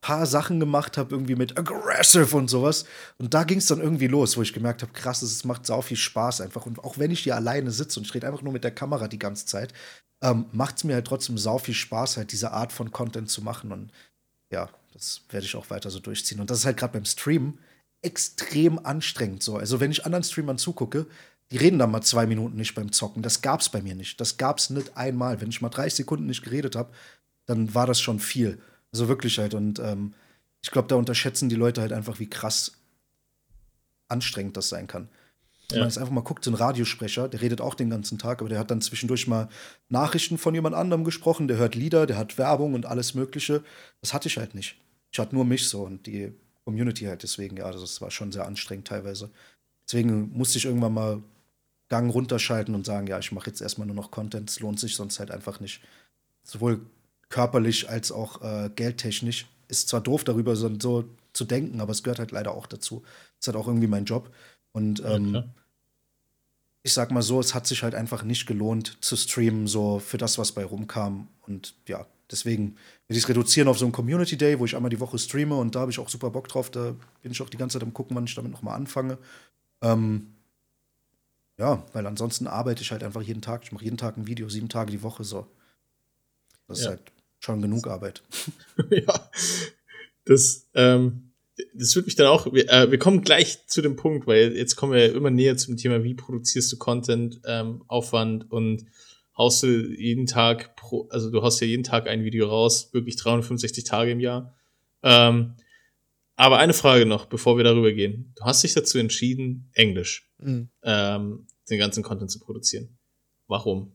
paar Sachen gemacht habe, irgendwie mit Aggressive und sowas. Und da ging es dann irgendwie los, wo ich gemerkt habe, krass, es macht sau viel Spaß einfach. Und auch wenn ich hier alleine sitze und ich rede einfach nur mit der Kamera die ganze Zeit, ähm, macht es mir halt trotzdem sau viel Spaß, halt diese Art von Content zu machen. Und ja, das werde ich auch weiter so durchziehen. Und das ist halt gerade beim Streamen extrem anstrengend so. Also wenn ich anderen Streamern zugucke, die reden dann mal zwei Minuten nicht beim Zocken. Das gab's bei mir nicht. Das gab's nicht einmal. Wenn ich mal dreißig Sekunden nicht geredet habe, dann war das schon viel. Also wirklich halt. Und ähm, ich glaube, da unterschätzen die Leute halt einfach, wie krass anstrengend das sein kann. Wenn Ja. man jetzt einfach mal guckt, so ein Radiosprecher, der redet auch den ganzen Tag, aber der hat dann zwischendurch mal Nachrichten von jemand anderem gesprochen, der hört Lieder, der hat Werbung und alles Mögliche. Das hatte ich halt nicht. Ich hatte nur mich so und die Community halt deswegen, ja, das war schon sehr anstrengend teilweise. Deswegen musste ich irgendwann mal Gang runterschalten und sagen, ja, ich mache jetzt erstmal nur noch Content, es lohnt sich sonst halt einfach nicht. Sowohl körperlich als auch äh, geldtechnisch. Ist zwar doof, darüber so, so zu denken, aber es gehört halt leider auch dazu. Das ist halt auch irgendwie mein Job. Und ähm, klar. ich sag mal so, es hat sich halt einfach nicht gelohnt zu streamen, so für das, was bei rumkam. Und ja, deswegen will ich es reduzieren auf so einen Community Day, wo ich einmal die Woche streame und da habe ich auch super Bock drauf. Da bin ich auch die ganze Zeit am gucken, wann ich damit noch mal anfange. Ähm, ja, weil ansonsten arbeite ich halt einfach jeden Tag. Ich mache jeden Tag ein Video, sieben Tage die Woche so. Das ist Ja. halt schon genug Arbeit. Ja, das, ähm, das wird mich dann auch, wir, äh, wir kommen gleich zu dem Punkt, weil jetzt kommen wir immer näher zum Thema, wie produzierst du Content, ähm, Aufwand und haust du jeden Tag, pro, also du haust ja jeden Tag ein Video raus, wirklich dreihundertfünfundsechzig Tage im Jahr. Ähm, aber eine Frage noch, bevor wir darüber gehen. Du hast dich dazu entschieden, Englisch, Mhm. ähm, den ganzen Content zu produzieren. Warum?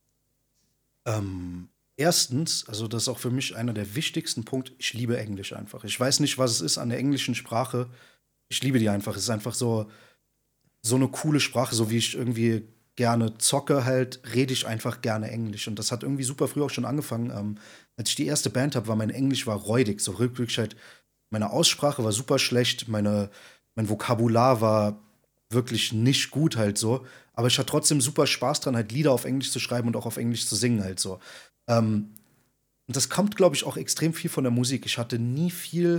Ähm, erstens, also das ist auch für mich einer der wichtigsten Punkte, ich liebe Englisch einfach. Ich weiß nicht, was es ist an der englischen Sprache. Ich liebe die einfach. Es ist einfach so, so eine coole Sprache, so wie ich irgendwie gerne zocke, halt, rede ich einfach gerne Englisch. Und das hat irgendwie super früh auch schon angefangen. Ähm, als ich die erste Band habe, war mein Englisch war räudig. So wirklich halt, meine Aussprache war super schlecht, meine, mein Vokabular war wirklich nicht gut halt so. Aber ich hatte trotzdem super Spaß dran, halt Lieder auf Englisch zu schreiben und auch auf Englisch zu singen halt so. Ähm, und das kommt, glaube ich, auch extrem viel von der Musik. Ich hatte nie viel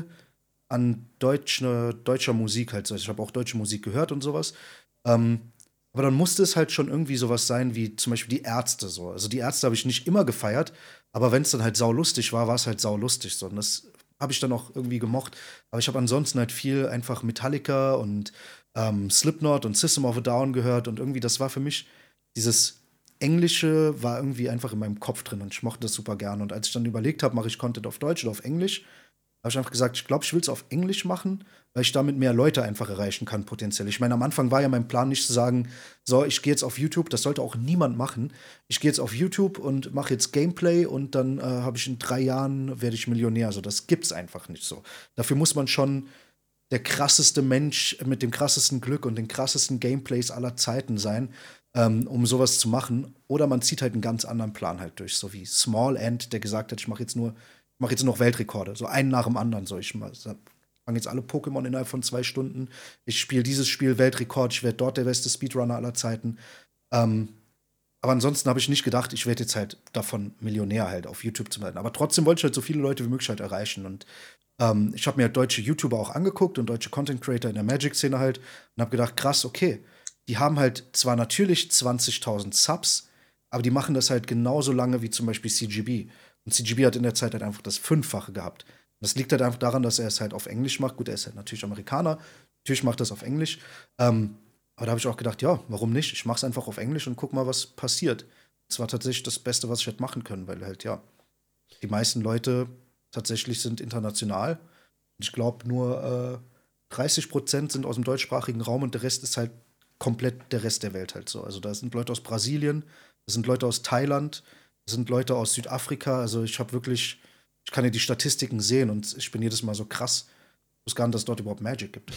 an deutsche, deutscher Musik halt so. Ich habe auch deutsche Musik gehört und sowas. Ähm, aber dann musste es halt schon irgendwie sowas sein wie zum Beispiel die Ärzte so. Also die Ärzte habe ich nicht immer gefeiert, aber wenn es dann halt saulustig war, war es halt saulustig so. Und das habe ich dann auch irgendwie gemocht. Aber ich habe ansonsten halt viel einfach Metallica und ähm, Slipknot und System of a Down gehört und irgendwie das war für mich dieses Englische war irgendwie einfach in meinem Kopf drin und ich mochte das super gerne. Und als ich dann überlegt habe, mache ich Content auf Deutsch oder auf Englisch, habe ich einfach gesagt, ich glaube, ich will es auf Englisch machen, weil ich damit mehr Leute einfach erreichen kann, potenziell. Ich meine, am Anfang war ja mein Plan nicht zu sagen, so, ich gehe jetzt auf YouTube, das sollte auch niemand machen. Ich gehe jetzt auf YouTube und mache jetzt Gameplay und dann äh, habe ich in drei Jahren, werde ich Millionär. Also das gibt's einfach nicht so. Dafür muss man schon der krasseste Mensch mit dem krassesten Glück und den krassesten Gameplays aller Zeiten sein, ähm, um sowas zu machen. Oder man zieht halt einen ganz anderen Plan halt durch, so wie Small End, der gesagt hat, ich mache jetzt nur, ich mache jetzt nur noch Weltrekorde, so einen nach dem anderen. So, ich fange jetzt alle Pokémon innerhalb von zwei Stunden. Ich spiele dieses Spiel Weltrekord, ich werde dort der beste Speedrunner aller Zeiten. Ähm, aber ansonsten habe ich nicht gedacht, ich werde jetzt halt davon Millionär halt auf YouTube zu werden. Aber trotzdem wollte ich halt so viele Leute wie möglich halt erreichen. Und ähm, ich habe mir halt deutsche YouTuber auch angeguckt und deutsche Content Creator in der Magic-Szene halt und habe gedacht, krass, okay, die haben halt zwar natürlich zwanzigtausend Subs, aber die machen das halt genauso lange wie zum Beispiel C G B. Und C G B hat in der Zeit halt einfach das Fünffache gehabt. Und das liegt halt einfach daran, dass er es halt auf Englisch macht. Gut, er ist halt natürlich Amerikaner, natürlich macht er es auf Englisch. Ähm, aber da habe ich auch gedacht, ja, warum nicht? Ich mache es einfach auf Englisch und guck mal, was passiert. Das war tatsächlich das Beste, was ich hätte machen können, weil halt, ja, die meisten Leute tatsächlich sind international. Und ich glaube, nur äh, dreißig Prozent sind aus dem deutschsprachigen Raum und der Rest ist halt komplett der Rest der Welt halt so. Also da sind Leute aus Brasilien, da sind Leute aus Thailand, da sind Leute aus Südafrika. Also ich habe wirklich, ich kann ja die Statistiken sehen und ich bin jedes Mal so krass. Ich wusste gar nicht, dass es dort überhaupt Magic gibt.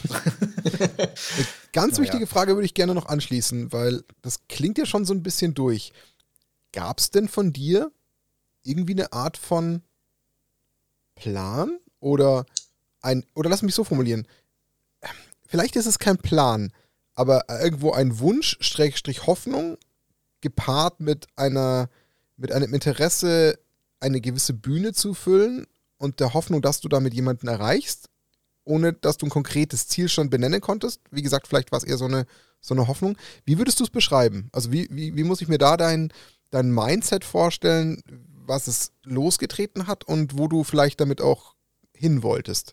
Ganz Naja. wichtige Frage würde ich gerne noch anschließen, weil das klingt ja schon so ein bisschen durch. Gab es denn von dir irgendwie eine Art von Plan oder ein, oder lass mich so formulieren, vielleicht ist es kein Plan, aber irgendwo ein Wunsch, Schrägstrich Hoffnung, gepaart mit einer, mit einem Interesse, eine gewisse Bühne zu füllen und der Hoffnung, dass du damit jemanden erreichst, ohne dass du ein konkretes Ziel schon benennen konntest. Wie gesagt, vielleicht war es eher so eine, so eine Hoffnung. Wie würdest du es beschreiben? Also wie, wie, wie muss ich mir da dein, dein Mindset vorstellen, was es losgetreten hat und wo du vielleicht damit auch hin wolltest?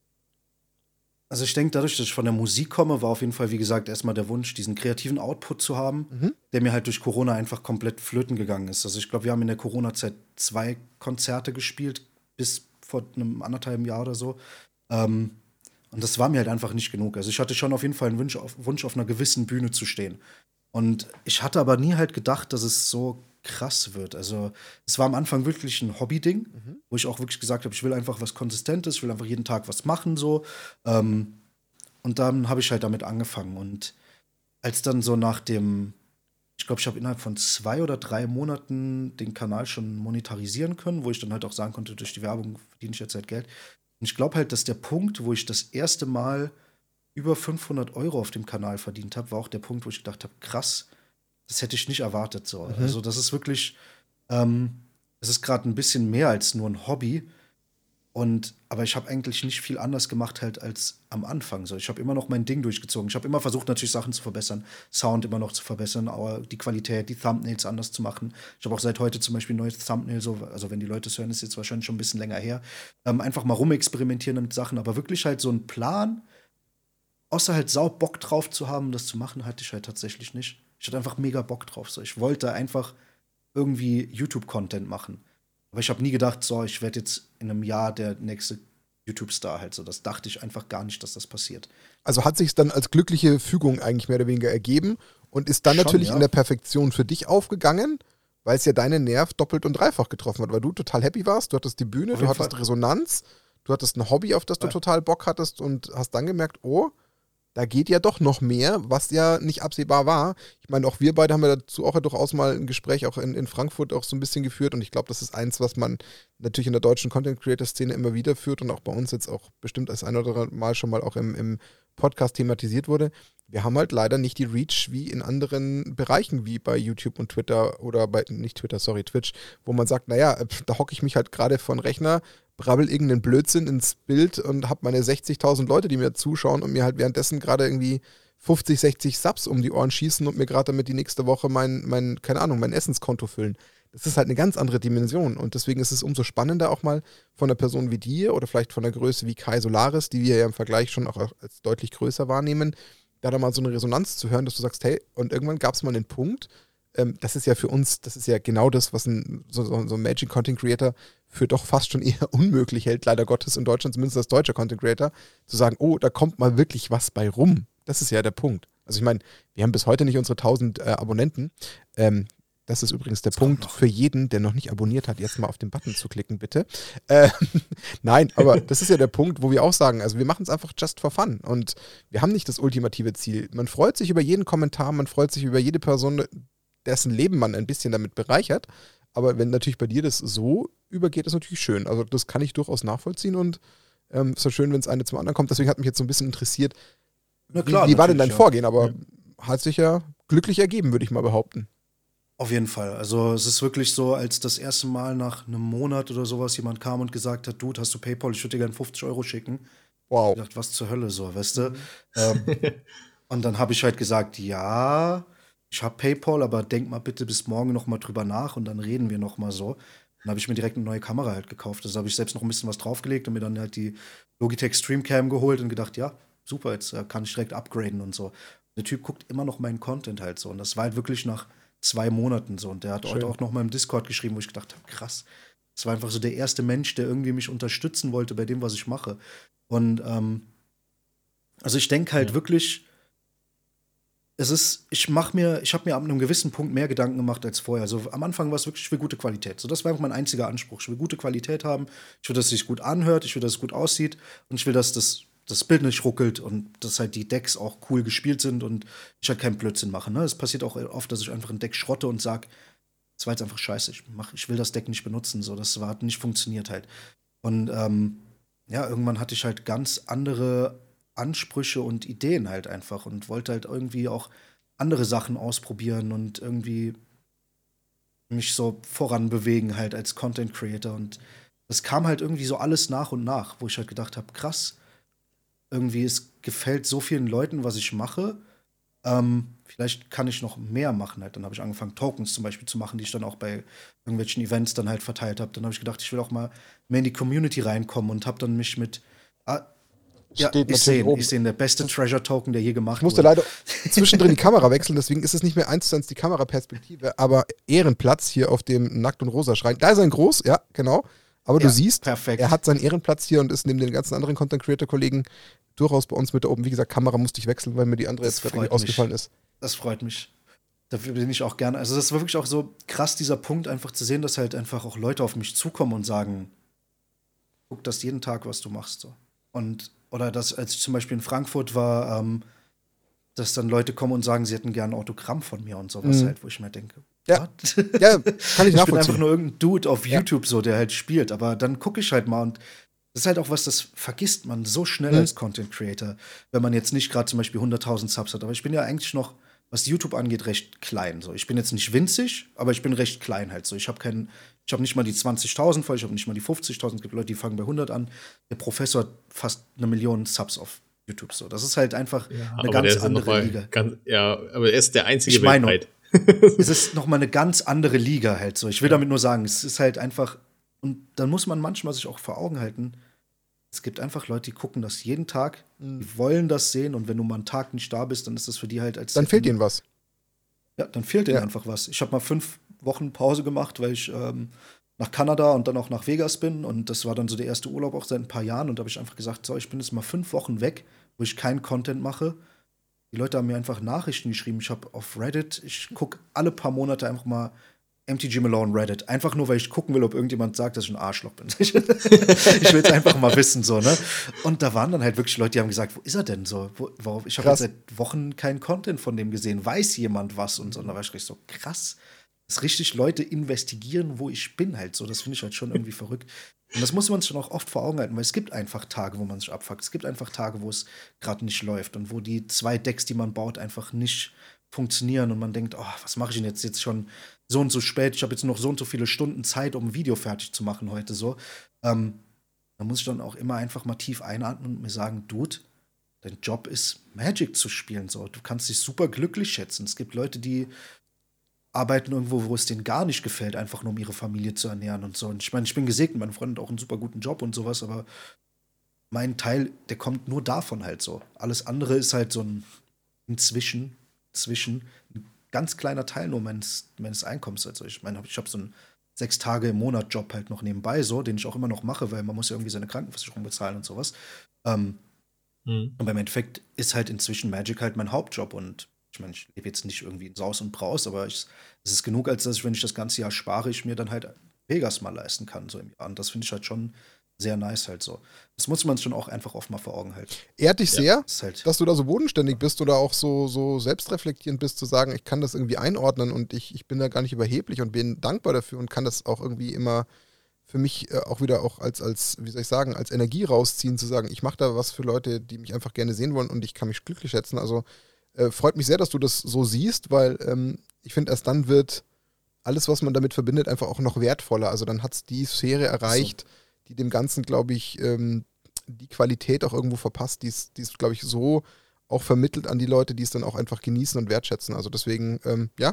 Also ich denke, dadurch, dass ich von der Musik komme, war auf jeden Fall, wie gesagt, erstmal der Wunsch, diesen kreativen Output zu haben, mhm. der mir halt durch Corona einfach komplett flöten gegangen ist. Also ich glaube, wir haben in der Corona-Zeit zwei Konzerte gespielt, bis vor einem anderthalben Jahr oder so. Ähm, und das war mir halt einfach nicht genug. Also ich hatte schon auf jeden Fall einen Wunsch auf, Wunsch, auf einer gewissen Bühne zu stehen. Und ich hatte aber nie halt gedacht, dass es so krass wird. Also es war am Anfang wirklich ein Hobby-Ding, mhm. wo ich auch wirklich gesagt habe, ich will einfach was Konsistentes, ich will einfach jeden Tag was machen so. Ähm, und dann habe ich halt damit angefangen. Und als dann so nach dem, ich glaube, ich habe innerhalb von zwei oder drei Monaten den Kanal schon monetarisieren können, wo ich dann halt auch sagen konnte, durch die Werbung verdiene ich jetzt halt Geld. Und ich glaube halt, dass der Punkt, wo ich das erste Mal über fünfhundert Euro auf dem Kanal verdient habe, war auch der Punkt, wo ich gedacht habe, krass, das hätte ich nicht erwartet. So. Mhm. Also das ist wirklich, ähm, es ist gerade ein bisschen mehr als nur ein Hobby. Und, aber ich habe eigentlich nicht viel anders gemacht halt als am Anfang. So. Ich habe immer noch mein Ding durchgezogen. Ich habe immer versucht, natürlich Sachen zu verbessern, Sound immer noch zu verbessern, aber die Qualität, die Thumbnails anders zu machen. Ich habe auch seit heute zum Beispiel ein neues Thumbnail, so, also wenn die Leute es hören, ist jetzt wahrscheinlich schon ein bisschen länger her. Ähm, einfach mal rumexperimentieren mit Sachen, aber wirklich halt so einen Plan, außer halt sau Bock drauf zu haben, das zu machen, hatte ich halt tatsächlich nicht. Ich hatte einfach mega Bock drauf. So. Ich wollte einfach irgendwie YouTube-Content machen. Aber ich habe nie gedacht, so, ich werde jetzt in einem Jahr der nächste YouTube-Star halt so. Das dachte ich einfach gar nicht, dass das passiert. Also hat sich es dann als glückliche Fügung eigentlich mehr oder weniger ergeben und ist dann Schon, natürlich ja. in der Perfektion für dich aufgegangen, weil es ja deinen Nerv doppelt und dreifach getroffen hat, weil du total happy warst, du hattest die Bühne, du hattest Fall. Resonanz, du hattest ein Hobby, auf das du ja. total Bock hattest und hast dann gemerkt, oh, da geht ja doch noch mehr, was ja nicht absehbar war. Ich meine, auch wir beide haben ja dazu auch ja durchaus mal ein Gespräch auch in, in Frankfurt auch so ein bisschen geführt und ich glaube, das ist eins, was man natürlich in der deutschen Content-Creator-Szene immer wieder führt und auch bei uns jetzt auch bestimmt das ein oder andere Mal schon mal auch im, im Podcast thematisiert wurde. Wir haben halt leider nicht die Reach wie in anderen Bereichen, wie bei YouTube und Twitter oder bei, nicht Twitter, sorry, Twitch, wo man sagt, naja, da hocke ich mich halt gerade von Rechner, brabbel irgendeinen Blödsinn ins Bild und habe meine sechzigtausend Leute, die mir zuschauen und mir halt währenddessen gerade irgendwie fünfzig, sechzig Subs um die Ohren schießen und mir gerade damit die nächste Woche mein, mein, keine Ahnung, mein Essenskonto füllen. Das ist halt eine ganz andere Dimension und deswegen ist es umso spannender auch mal von einer Person wie dir oder vielleicht von der Größe wie Kai Solaris, die wir ja im Vergleich schon auch als deutlich größer wahrnehmen, da dann mal so eine Resonanz zu hören, dass du sagst, hey, und irgendwann gab es mal einen Punkt, ähm, das ist ja für uns, das ist ja genau das, was ein so, so, so ein Magic Content Creator für doch fast schon eher unmöglich hält, leider Gottes in Deutschland, zumindest als deutscher Content Creator, zu sagen, oh, da kommt mal wirklich was bei rum. Das ist ja der Punkt. Also ich meine, wir haben bis heute nicht unsere tausend äh, Abonnenten. Ähm, das ist übrigens der das Punkt für jeden, der noch nicht abonniert hat, jetzt mal auf den Button zu klicken, bitte. Äh, Nein, aber das ist ja der Punkt, wo wir auch sagen, also wir machen es einfach just for fun und wir haben nicht das ultimative Ziel. Man freut sich über jeden Kommentar, man freut sich über jede Person, dessen Leben man ein bisschen damit bereichert. Aber wenn natürlich bei dir das so übergeht, ist natürlich schön. Also das kann ich durchaus nachvollziehen und ähm, ist ja schön, wenn es eine zum anderen kommt. Deswegen hat mich jetzt so ein bisschen interessiert, Na klar, wie, wie war denn dein ja. Vorgehen? Aber ja. hat sich ja glücklich ergeben, würde ich mal behaupten. Auf jeden Fall. Also es ist wirklich so, als das erste Mal nach einem Monat oder sowas jemand kam und gesagt hat, Dude, hast du PayPal, ich würde dir gerne fünfzig Euro schicken. Wow. Ich dachte, was zur Hölle so, weißt du? Mhm. ähm, und dann habe ich halt gesagt, ja, ich habe PayPal, aber denk mal bitte bis morgen noch mal drüber nach und dann reden wir noch mal so. Dann habe ich mir direkt eine neue Kamera halt gekauft. Also habe ich selbst noch ein bisschen was draufgelegt und mir dann halt die Logitech Streamcam geholt und gedacht, ja, super, jetzt äh, kann ich direkt upgraden und so. Der Typ guckt immer noch meinen Content halt so. Und das war halt wirklich nach zwei Monaten so. Und der hat Schön. heute auch noch mal im Discord geschrieben, wo ich gedacht habe, krass. Das war einfach so der erste Mensch, der irgendwie mich unterstützen wollte bei dem, was ich mache. Und ähm, also ich denke halt ja. wirklich, es ist, ich mache mir, ich habe mir ab einem gewissen Punkt mehr Gedanken gemacht als vorher. Also am Anfang war es wirklich, ich will gute Qualität. So, das war einfach mein einziger Anspruch. Ich will gute Qualität haben. Ich will, dass es sich gut anhört. Ich will, dass es gut aussieht. Und ich will, dass das, das Bild nicht ruckelt und dass halt die Decks auch cool gespielt sind und ich halt keinen Blödsinn mache. Ne? Es passiert auch oft, dass ich einfach ein Deck schrotte und sage, das war jetzt einfach scheiße. Ich, mach, ich will das Deck nicht benutzen. So, das war, hat nicht funktioniert halt. Und ähm, ja, irgendwann hatte ich halt ganz andere Ansprüche und Ideen halt einfach und wollte halt irgendwie auch andere Sachen ausprobieren und irgendwie mich so voran bewegen halt als Content Creator und das kam halt irgendwie so alles nach und nach, wo ich halt gedacht habe, krass, irgendwie, es gefällt so vielen Leuten, was ich mache. Ähm, vielleicht kann ich noch mehr machen halt. Dann habe ich angefangen, Tokens zum Beispiel zu machen, die ich dann auch bei irgendwelchen Events dann halt verteilt habe. Dann habe ich gedacht, ich will auch mal mehr in die Community reinkommen und habe dann mich mit ah, ja, Steht ich sehe oben. ich seh der beste Treasure-Token, der je gemacht Ich musste wurde. leider zwischendrin die Kamera wechseln, deswegen ist es nicht mehr eins zu eins die Kameraperspektive, aber Ehrenplatz hier auf dem Nackt und Rosa Schrein. Da ist er in groß, ja, genau. Aber Ja, du siehst, perfekt. er hat seinen Ehrenplatz hier und ist neben den ganzen anderen Content-Creator-Kollegen durchaus bei uns mit da oben. Wie gesagt, Kamera musste ich wechseln, weil mir die andere Das jetzt gerade freut irgendwie ausgefallen mich. ist. Das freut mich. Dafür bin ich auch gerne. Also, das war wirklich auch so krass, dieser Punkt, einfach zu sehen, dass halt einfach auch Leute auf mich zukommen und sagen, guck das jeden Tag, was du machst. So. Und, oder dass, als ich zum Beispiel in Frankfurt war, ähm, dass dann Leute kommen und sagen, sie hätten gern ein Autogramm von mir und sowas Mhm. halt, wo ich mir denke, Ja. what? Ja, kann ich Ich bin nachvollziehen. einfach nur irgendein Dude auf Ja. YouTube so, der halt spielt. Aber dann gucke ich halt mal und das ist halt auch was, das vergisst man so schnell Mhm. als Content Creator, wenn man jetzt nicht gerade zum Beispiel hunderttausend Subs hat. Aber ich bin ja eigentlich noch, was YouTube angeht, recht klein. So. Ich bin jetzt nicht winzig, aber ich bin recht klein halt so. Ich habe keinen, ich habe nicht mal die zwanzigtausend voll, ich habe nicht mal die fünfzigtausend. Es gibt Leute, die fangen bei hundert an. Der Professor hat fast eine Million Subs auf YouTube. So. Das ist halt einfach Ja, eine aber der ganz ist ja noch andere mal Liga. ganz, ja, aber er ist der einzige Ich meine, weltweit. Es ist noch mal eine ganz andere Liga halt so. Ich will damit nur sagen, es ist halt einfach, und dann muss man manchmal sich auch vor Augen halten, es gibt einfach Leute, die gucken das jeden Tag, Mhm. die wollen das sehen und wenn du mal einen Tag nicht da bist, dann ist das für die halt als Dann fehlt ihnen was. ja, dann fehlt denen Ja. einfach was. Ich habe mal fünf Wochen Pause gemacht, weil ich ähm, nach Kanada und dann auch nach Vegas bin und das war dann so der erste Urlaub auch seit ein paar Jahren und da habe ich einfach gesagt, so, ich bin jetzt mal fünf Wochen weg, wo ich keinen Content mache. Die Leute haben mir einfach Nachrichten geschrieben. Ich habe auf Reddit, ich gucke alle paar Monate einfach mal M T G Malone Reddit. Einfach nur, weil ich gucken will, ob irgendjemand sagt, dass ich ein Arschloch bin. Ich, ich will es einfach mal wissen, so, ne? Und da waren dann halt wirklich Leute, die haben gesagt, wo ist er denn so? Wo, wo, ich habe jetzt Krass. seit Wochen keinen Content von dem gesehen. Weiß jemand was? Und so. Und da war ich richtig so, krass. Dass richtig Leute investigieren, wo ich bin halt so. Das finde ich halt schon irgendwie verrückt. Und das muss man sich schon auch oft vor Augen halten, weil es gibt einfach Tage, wo man sich abfuckt. Es gibt einfach Tage, wo es gerade nicht läuft und wo die zwei Decks, die man baut, einfach nicht funktionieren und man denkt, oh, was mache ich denn jetzt jetzt schon so und so spät? Ich habe jetzt noch so und so viele Stunden Zeit, um ein Video fertig zu machen heute so. Ähm, da muss ich dann auch immer einfach mal tief einatmen und mir sagen, Dude, dein Job ist Magic zu spielen so. Du kannst dich super glücklich schätzen. Es gibt Leute, die arbeiten irgendwo, wo es denen gar nicht gefällt, einfach nur um ihre Familie zu ernähren und so. Und ich meine, ich bin gesegnet, meine Freundin hat auch einen super guten Job und sowas, aber mein Teil, der kommt nur davon halt so. Alles andere ist halt so ein inzwischen, zwischen, ein ganz kleiner Teil nur meines, meines Einkommens. Also ich meine, ich habe so einen sechs Tage im Monat Job halt noch nebenbei so, den ich auch immer noch mache, weil man muss ja irgendwie seine Krankenversicherung bezahlen und sowas. Ähm, Mhm. aber im Endeffekt ist halt inzwischen Magic halt mein Hauptjob und ich meine, ich lebe jetzt nicht irgendwie in Saus und Braus, aber ich, es ist genug, als dass ich, wenn ich das ganze Jahr spare, ich mir dann halt Vegas mal leisten kann, so im Jahr. Und das finde ich halt schon sehr nice halt so. Das muss man schon auch einfach oft mal vor Augen halten. Ehrt dich Ja. sehr, Das ist halt, dass du da so bodenständig bist oder auch so, so selbstreflektierend bist, zu sagen, ich kann das irgendwie einordnen und ich, ich bin da gar nicht überheblich und bin dankbar dafür und kann das auch irgendwie immer für mich äh, auch wieder auch als, als, wie soll ich sagen, als Energie rausziehen, zu sagen, ich mache da was für Leute, die mich einfach gerne sehen wollen und ich kann mich glücklich schätzen. Also äh, freut mich sehr, dass du das so siehst, weil ähm, ich finde, erst dann wird alles, was man damit verbindet, einfach auch noch wertvoller. Also dann hat es die Sphäre erreicht, die dem Ganzen, glaube ich, ähm, die Qualität auch irgendwo verpasst, die es, glaube ich, so auch vermittelt an die Leute, die es dann auch einfach genießen und wertschätzen. Also deswegen, ähm, ja,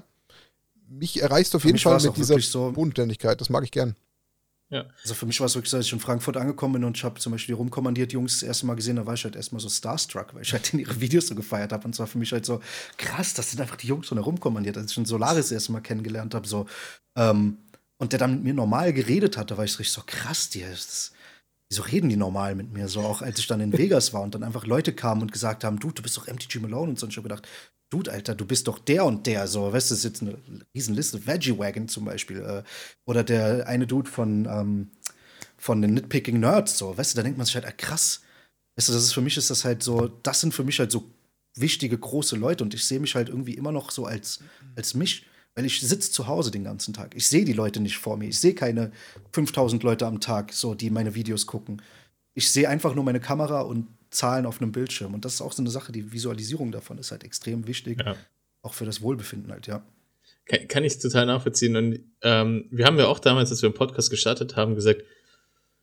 mich erreichst du auf Für jeden mich Fall war's mit auch dieser wirklich so- Bodenständigkeit. Das mag ich gern. also für mich war es wirklich so, als ich in Frankfurt angekommen bin und ich habe zum Beispiel die rumkommandiert Jungs das erste Mal gesehen, da war ich halt erstmal so starstruck, weil ich halt in ihre Videos so gefeiert habe. Und zwar für mich halt so, krass, das sind einfach die Jungs von da rumkommandiert. Als ich schon Solaris das erste Mal kennengelernt habe, so, ähm, und der dann mit mir normal geredet hat, da war ich so richtig so, krass, die, das, wieso reden die normal mit mir? So, auch als ich dann in Vegas war und dann einfach Leute kamen und gesagt haben, du, du bist doch M T G Malone und so. Und ich habe gedacht, Dude, Alter, du bist doch der und der. So, weißt du, das ist jetzt eine Riesenliste. Veggie Wagon zum Beispiel. Äh, oder der eine Dude von, ähm, von den Nitpicking Nerds. So, weißt du, da denkt man sich halt, ah, krass. Weißt du, das ist für mich ist das halt so, das sind für mich halt so wichtige, große Leute und ich sehe mich halt irgendwie immer noch so als, als mich. Weil ich sitze zu Hause den ganzen Tag. Ich sehe die Leute nicht vor mir. Ich sehe keine fünftausend Leute am Tag, so, die meine Videos gucken. Ich sehe einfach nur meine Kamera und Zahlen auf einem Bildschirm. Und das ist auch so eine Sache, die Visualisierung davon ist halt extrem wichtig. Ja. Auch für das Wohlbefinden halt, ja. Kann, kann ich total nachvollziehen. Und ähm, wir haben ja auch damals, als wir einen Podcast gestartet haben, gesagt,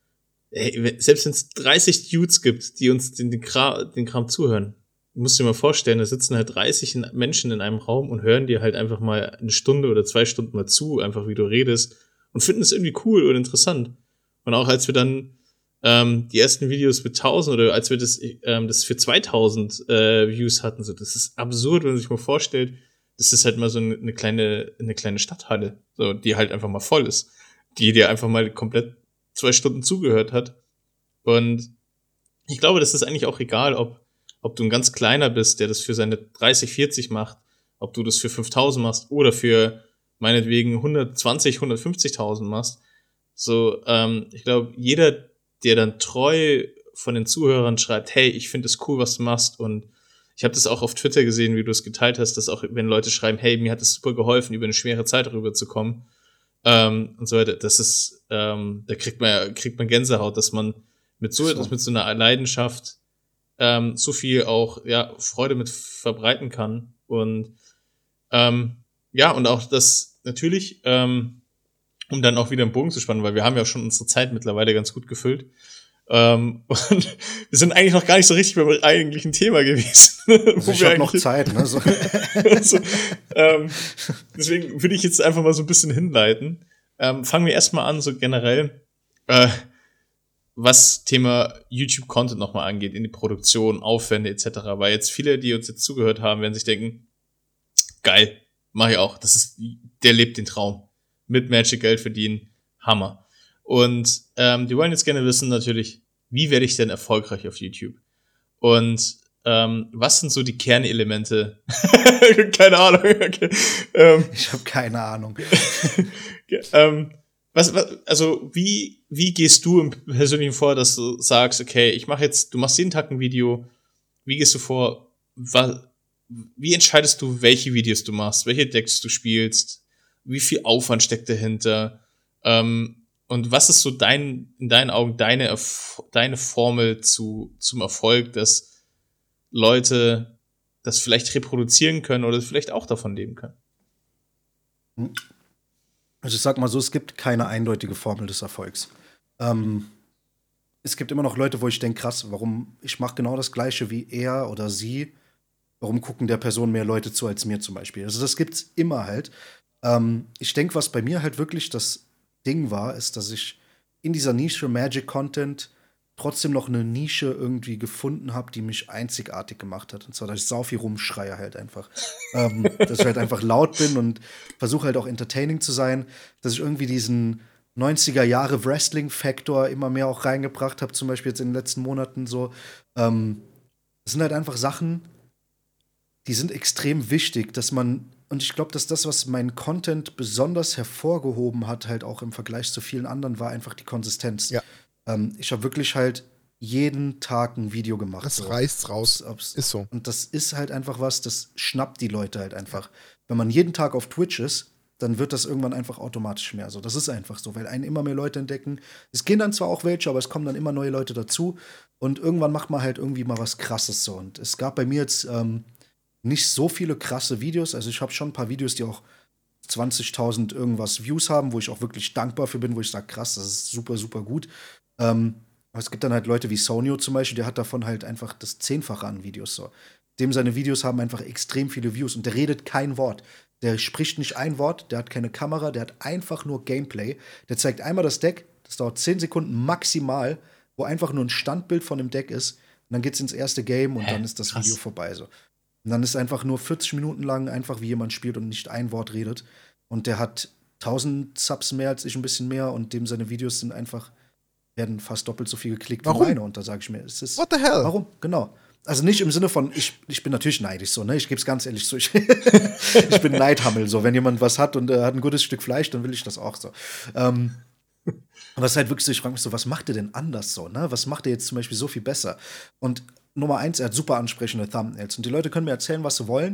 ey, selbst wenn es dreißig Dudes gibt, die uns den, den, Kram, den Kram zuhören, musst du dir mal vorstellen, da sitzen halt dreißig Menschen in einem Raum und hören dir halt einfach mal eine Stunde oder zwei Stunden mal zu, einfach wie du redest und finden es irgendwie cool und interessant. Und auch als wir dann ähm, die ersten Videos mit tausend oder als wir das, ähm, das für zweitausend äh, Views hatten, so, das ist absurd, wenn man sich mal vorstellt, das ist halt mal so eine, eine kleine eine kleine Stadthalle, so, die halt einfach mal voll ist, die dir einfach mal komplett zwei Stunden zugehört hat. Und ich glaube, das ist eigentlich auch egal, ob ob du ein ganz kleiner bist, der das für seine dreißig, vierzig macht, ob du das für fünftausend machst oder für meinetwegen hundertzwanzig, hundertfünfzigtausend machst. So, ähm, ich glaube, jeder, der dann treu von den Zuhörern schreibt, hey, ich finde es cool, was du machst, und ich habe das auch auf Twitter gesehen, wie du es geteilt hast, dass auch, wenn Leute schreiben, hey, mir hat es super geholfen, über eine schwere Zeit rüberzukommen, ähm, und so weiter, das ist, ähm, da kriegt man, kriegt man Gänsehaut, dass man mit so etwas, mit so einer Leidenschaft ähm, so viel auch, ja, Freude mit verbreiten kann. Und ähm, ja, und auch das natürlich, ähm, um dann auch wieder einen Bogen zu spannen, weil wir haben ja schon unsere Zeit mittlerweile ganz gut gefüllt. Ähm, und wir sind eigentlich noch gar nicht so richtig beim eigentlichen Thema gewesen. Also ich habe noch Zeit, ne? So. also, ähm, deswegen würde ich jetzt einfach mal so ein bisschen hinleiten. Ähm, fangen wir erstmal an, so generell, äh, was Thema YouTube-Content nochmal angeht, in die Produktion, Aufwände et cetera. Weil jetzt viele, die uns jetzt zugehört haben, werden sich denken, geil, mach ich auch. Das ist, der lebt den Traum. Mit Magic Geld verdienen, Hammer. Und ähm, die wollen jetzt gerne wissen natürlich, wie werde ich denn erfolgreich auf YouTube? Und ähm, was sind so die Kernelemente? Keine Ahnung. Okay. Ähm, ich habe keine Ahnung. ähm, Was, was, also wie wie gehst du im Persönlichen vor, dass du sagst, okay, ich mache jetzt, du machst jeden Tag ein Video. Wie gehst du vor? Was, wie entscheidest du, welche Videos du machst, welche Decks du spielst? Wie viel Aufwand steckt dahinter? Ähm, und was ist so dein in deinen Augen deine Erf- deine Formel zu zum Erfolg, dass Leute das vielleicht reproduzieren können oder vielleicht auch davon leben können? Hm. Also ich sag mal so, es gibt keine eindeutige Formel des Erfolgs. Ähm, es gibt immer noch Leute, wo ich denke, krass, warum, ich mache genau das Gleiche wie er oder sie, warum gucken der Person mehr Leute zu als mir zum Beispiel? Also das gibt's immer halt. Ähm, ich denke, was bei mir halt wirklich das Ding war, ist, dass ich in dieser Nische Magic Content trotzdem noch eine Nische irgendwie gefunden habe, die mich einzigartig gemacht hat. Und zwar, dass ich sau viel rumschreie halt einfach. ähm, dass ich halt einfach laut bin und versuche halt auch entertaining zu sein. Dass ich irgendwie diesen neunziger Jahre Wrestling-Faktor immer mehr auch reingebracht habe, zum Beispiel jetzt in den letzten Monaten so. Ähm, das sind halt einfach Sachen, die sind extrem wichtig, dass man, und ich glaube, dass das, was mein Content besonders hervorgehoben hat, halt auch im Vergleich zu vielen anderen, war einfach die Konsistenz. Ja. Ähm, ich habe wirklich halt jeden Tag ein Video gemacht. Das so. reißt raus. Ob's, ist so. Und das ist halt einfach was, das schnappt die Leute halt einfach. Wenn man jeden Tag auf Twitch ist, dann wird das irgendwann einfach automatisch mehr so. Das ist einfach so, weil einen immer mehr Leute entdecken. Es gehen dann zwar auch welche, aber es kommen dann immer neue Leute dazu. Und irgendwann macht man halt irgendwie mal was Krasses so. Und es gab bei mir jetzt ähm, nicht so viele krasse Videos. Also ich habe schon ein paar Videos, die auch zwanzigtausend irgendwas Views haben, wo ich auch wirklich dankbar für bin, wo ich sage, krass, das ist super, super gut. Ähm, aber es gibt dann halt Leute wie Sonio zum Beispiel, der hat davon halt einfach das Zehnfache an Videos so. Dem seine Videos haben einfach extrem viele Views und der redet kein Wort. Der spricht nicht ein Wort, der hat keine Kamera, der hat einfach nur Gameplay. Der zeigt einmal das Deck, das dauert zehn Sekunden maximal, wo einfach nur ein Standbild von dem Deck ist. Und dann geht's ins erste Game und Hä? dann ist das Krass. Video vorbei so. Und dann ist einfach nur vierzig Minuten lang einfach, wie jemand spielt und nicht ein Wort redet. Und der hat tausend Subs mehr als ich, ein bisschen mehr. Und dem seine Videos sind einfach, werden fast doppelt so viel geklickt Warum? wie meine. Und da sage ich mir, es ist. What the hell? Warum? Genau. Also nicht im Sinne von, ich, ich bin natürlich neidisch so, ne? Ich gebe es ganz ehrlich zu. Ich, ich bin Neidhammel so. Wenn jemand was hat und äh, hat ein gutes Stück Fleisch, dann will ich das auch so. Ähm, aber es ist halt wirklich so, ich frage mich so, was macht ihr denn anders so, ne? Was macht ihr jetzt zum Beispiel so viel besser? Und Nummer eins, er hat super ansprechende Thumbnails. Und die Leute können mir erzählen, was sie wollen.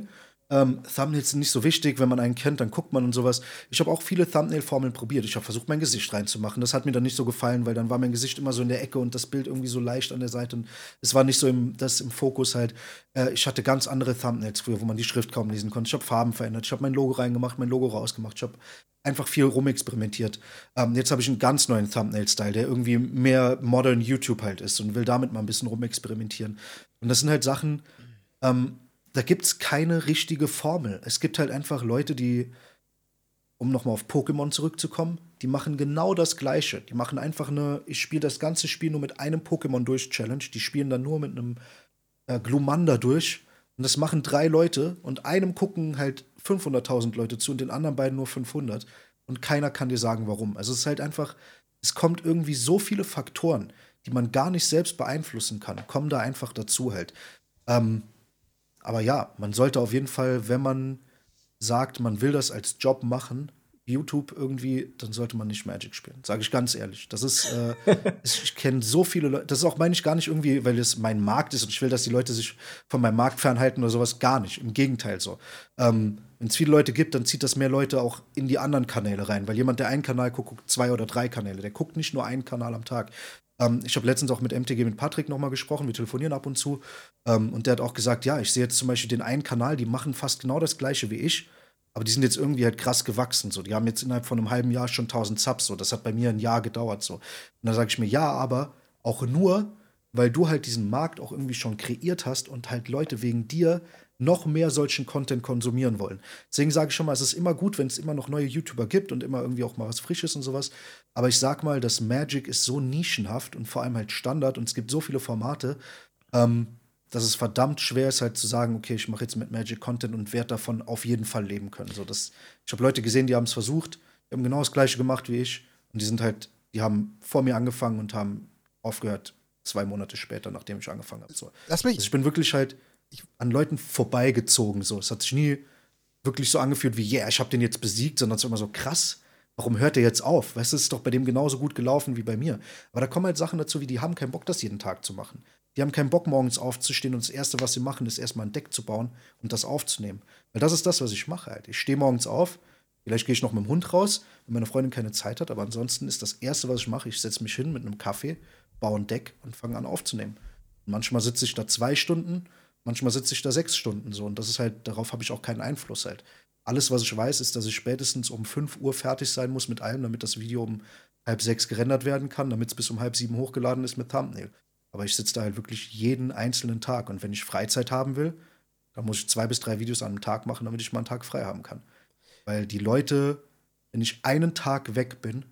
Ähm, Thumbnails sind nicht so wichtig, wenn man einen kennt, dann guckt man und sowas. Ich habe auch viele Thumbnail-Formeln probiert. Ich habe versucht, mein Gesicht reinzumachen. Das hat mir dann nicht so gefallen, weil dann war mein Gesicht immer so in der Ecke und das Bild irgendwie so leicht an der Seite. Und es war nicht so im, das im Fokus halt. Äh, ich hatte ganz andere Thumbnails früher, wo man die Schrift kaum lesen konnte. Ich habe Farben verändert, ich habe mein Logo reingemacht, mein Logo rausgemacht. Ich habe einfach viel rumexperimentiert. Ähm, jetzt habe ich einen ganz neuen Thumbnail-Style, der irgendwie mehr modern YouTube halt ist und will damit mal ein bisschen rumexperimentieren. Und das sind halt Sachen, ähm, da gibt es keine richtige Formel. Es gibt halt einfach Leute, die, um nochmal auf Pokémon zurückzukommen, die machen genau das Gleiche. Die machen einfach eine, ich spiele das ganze Spiel nur mit einem Pokémon durch Challenge. Die spielen dann nur mit einem äh, Glumanda durch. Und das machen drei Leute und einem gucken halt fünfhunderttausend Leute zu und den anderen beiden nur fünfhundert. Und keiner kann dir sagen, warum. Also es ist halt einfach, es kommt irgendwie so viele Faktoren, die man gar nicht selbst beeinflussen kann, kommen da einfach dazu halt. Ähm, Aber ja, man sollte auf jeden Fall, wenn man sagt, man will das als Job machen, YouTube irgendwie, dann sollte man nicht Magic spielen. Sage ich ganz ehrlich. Das ist, äh, ich kenne so viele Leute, das ist auch, meine ich gar nicht irgendwie, weil es mein Markt ist und ich will, dass die Leute sich von meinem Markt fernhalten oder sowas, gar nicht. Im Gegenteil so. Ähm, wenn es viele Leute gibt, dann zieht das mehr Leute auch in die anderen Kanäle rein, weil jemand, der einen Kanal guckt, guckt zwei oder drei Kanäle. Der guckt nicht nur einen Kanal am Tag. Ähm, ich habe letztens auch mit M T G, mit Patrick noch mal gesprochen, wir telefonieren ab und zu. Ähm, und der hat auch gesagt, ja, ich sehe jetzt zum Beispiel den einen Kanal, die machen fast genau das Gleiche wie ich, aber die sind jetzt irgendwie halt krass gewachsen. So. Die haben jetzt innerhalb von einem halben Jahr schon tausend Subs. So. Das hat bei mir ein Jahr gedauert. So. Und da sage ich mir, ja, aber auch nur, weil du halt diesen Markt auch irgendwie schon kreiert hast und halt Leute wegen dir noch mehr solchen Content konsumieren wollen. Deswegen sage ich schon mal, es ist immer gut, wenn es immer noch neue YouTuber gibt und immer irgendwie auch mal was Frisches und sowas. Aber ich sag mal, das Magic ist so nischenhaft und vor allem halt Standard und es gibt so viele Formate, ähm, dass es verdammt schwer ist, halt zu sagen, okay, ich mache jetzt mit Magic Content und werde davon auf jeden Fall leben können. So, das, ich habe Leute gesehen, die haben es versucht, die haben genau das Gleiche gemacht wie ich und die sind halt, die haben vor mir angefangen und haben aufgehört zwei Monate später, nachdem ich angefangen habe. So. Lass mich. Also ich bin wirklich halt an Leuten vorbeigezogen. So. Es hat sich nie wirklich so angefühlt wie, yeah, ich habe den jetzt besiegt, sondern es war immer so krass. Warum hört der jetzt auf? Weißt du, es ist doch bei dem genauso gut gelaufen wie bei mir. Aber da kommen halt Sachen dazu, wie die haben keinen Bock, das jeden Tag zu machen. Die haben keinen Bock, morgens aufzustehen und das Erste, was sie machen, ist erstmal ein Deck zu bauen und das aufzunehmen. Weil das ist das, was ich mache halt. Ich stehe morgens auf, vielleicht gehe ich noch mit dem Hund raus, wenn meine Freundin keine Zeit hat, aber ansonsten ist das Erste, was ich mache, ich setze mich hin mit einem Kaffee, baue ein Deck und fange an aufzunehmen. Und manchmal sitze ich da zwei Stunden, manchmal sitze ich da sechs Stunden so. Und das ist halt, darauf habe ich auch keinen Einfluss halt. Alles, was ich weiß, ist, dass ich spätestens um fünf Uhr fertig sein muss mit allem, damit das Video um halb sechs gerendert werden kann, damit es bis um halb sieben hochgeladen ist mit Thumbnail. Aber ich sitze da halt wirklich jeden einzelnen Tag. Und wenn ich Freizeit haben will, dann muss ich zwei bis drei Videos an einem Tag machen, damit ich mal einen Tag frei haben kann. Weil die Leute, wenn ich einen Tag weg bin,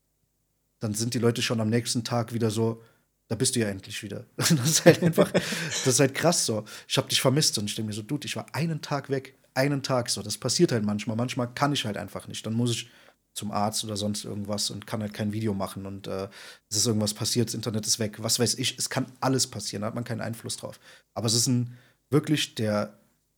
dann sind die Leute schon am nächsten Tag wieder so, da bist du ja endlich wieder. Das ist halt einfach, das ist halt krass so. Ich hab dich vermisst und ich denke mir so, Dude, ich war einen Tag weg, einen Tag so. Das passiert halt manchmal. Manchmal kann ich halt einfach nicht. Dann muss ich zum Arzt oder sonst irgendwas und kann halt kein Video machen und äh, es ist irgendwas passiert, das Internet ist weg, was weiß ich, es kann alles passieren, da hat man keinen Einfluss drauf. Aber es ist ein wirklich der,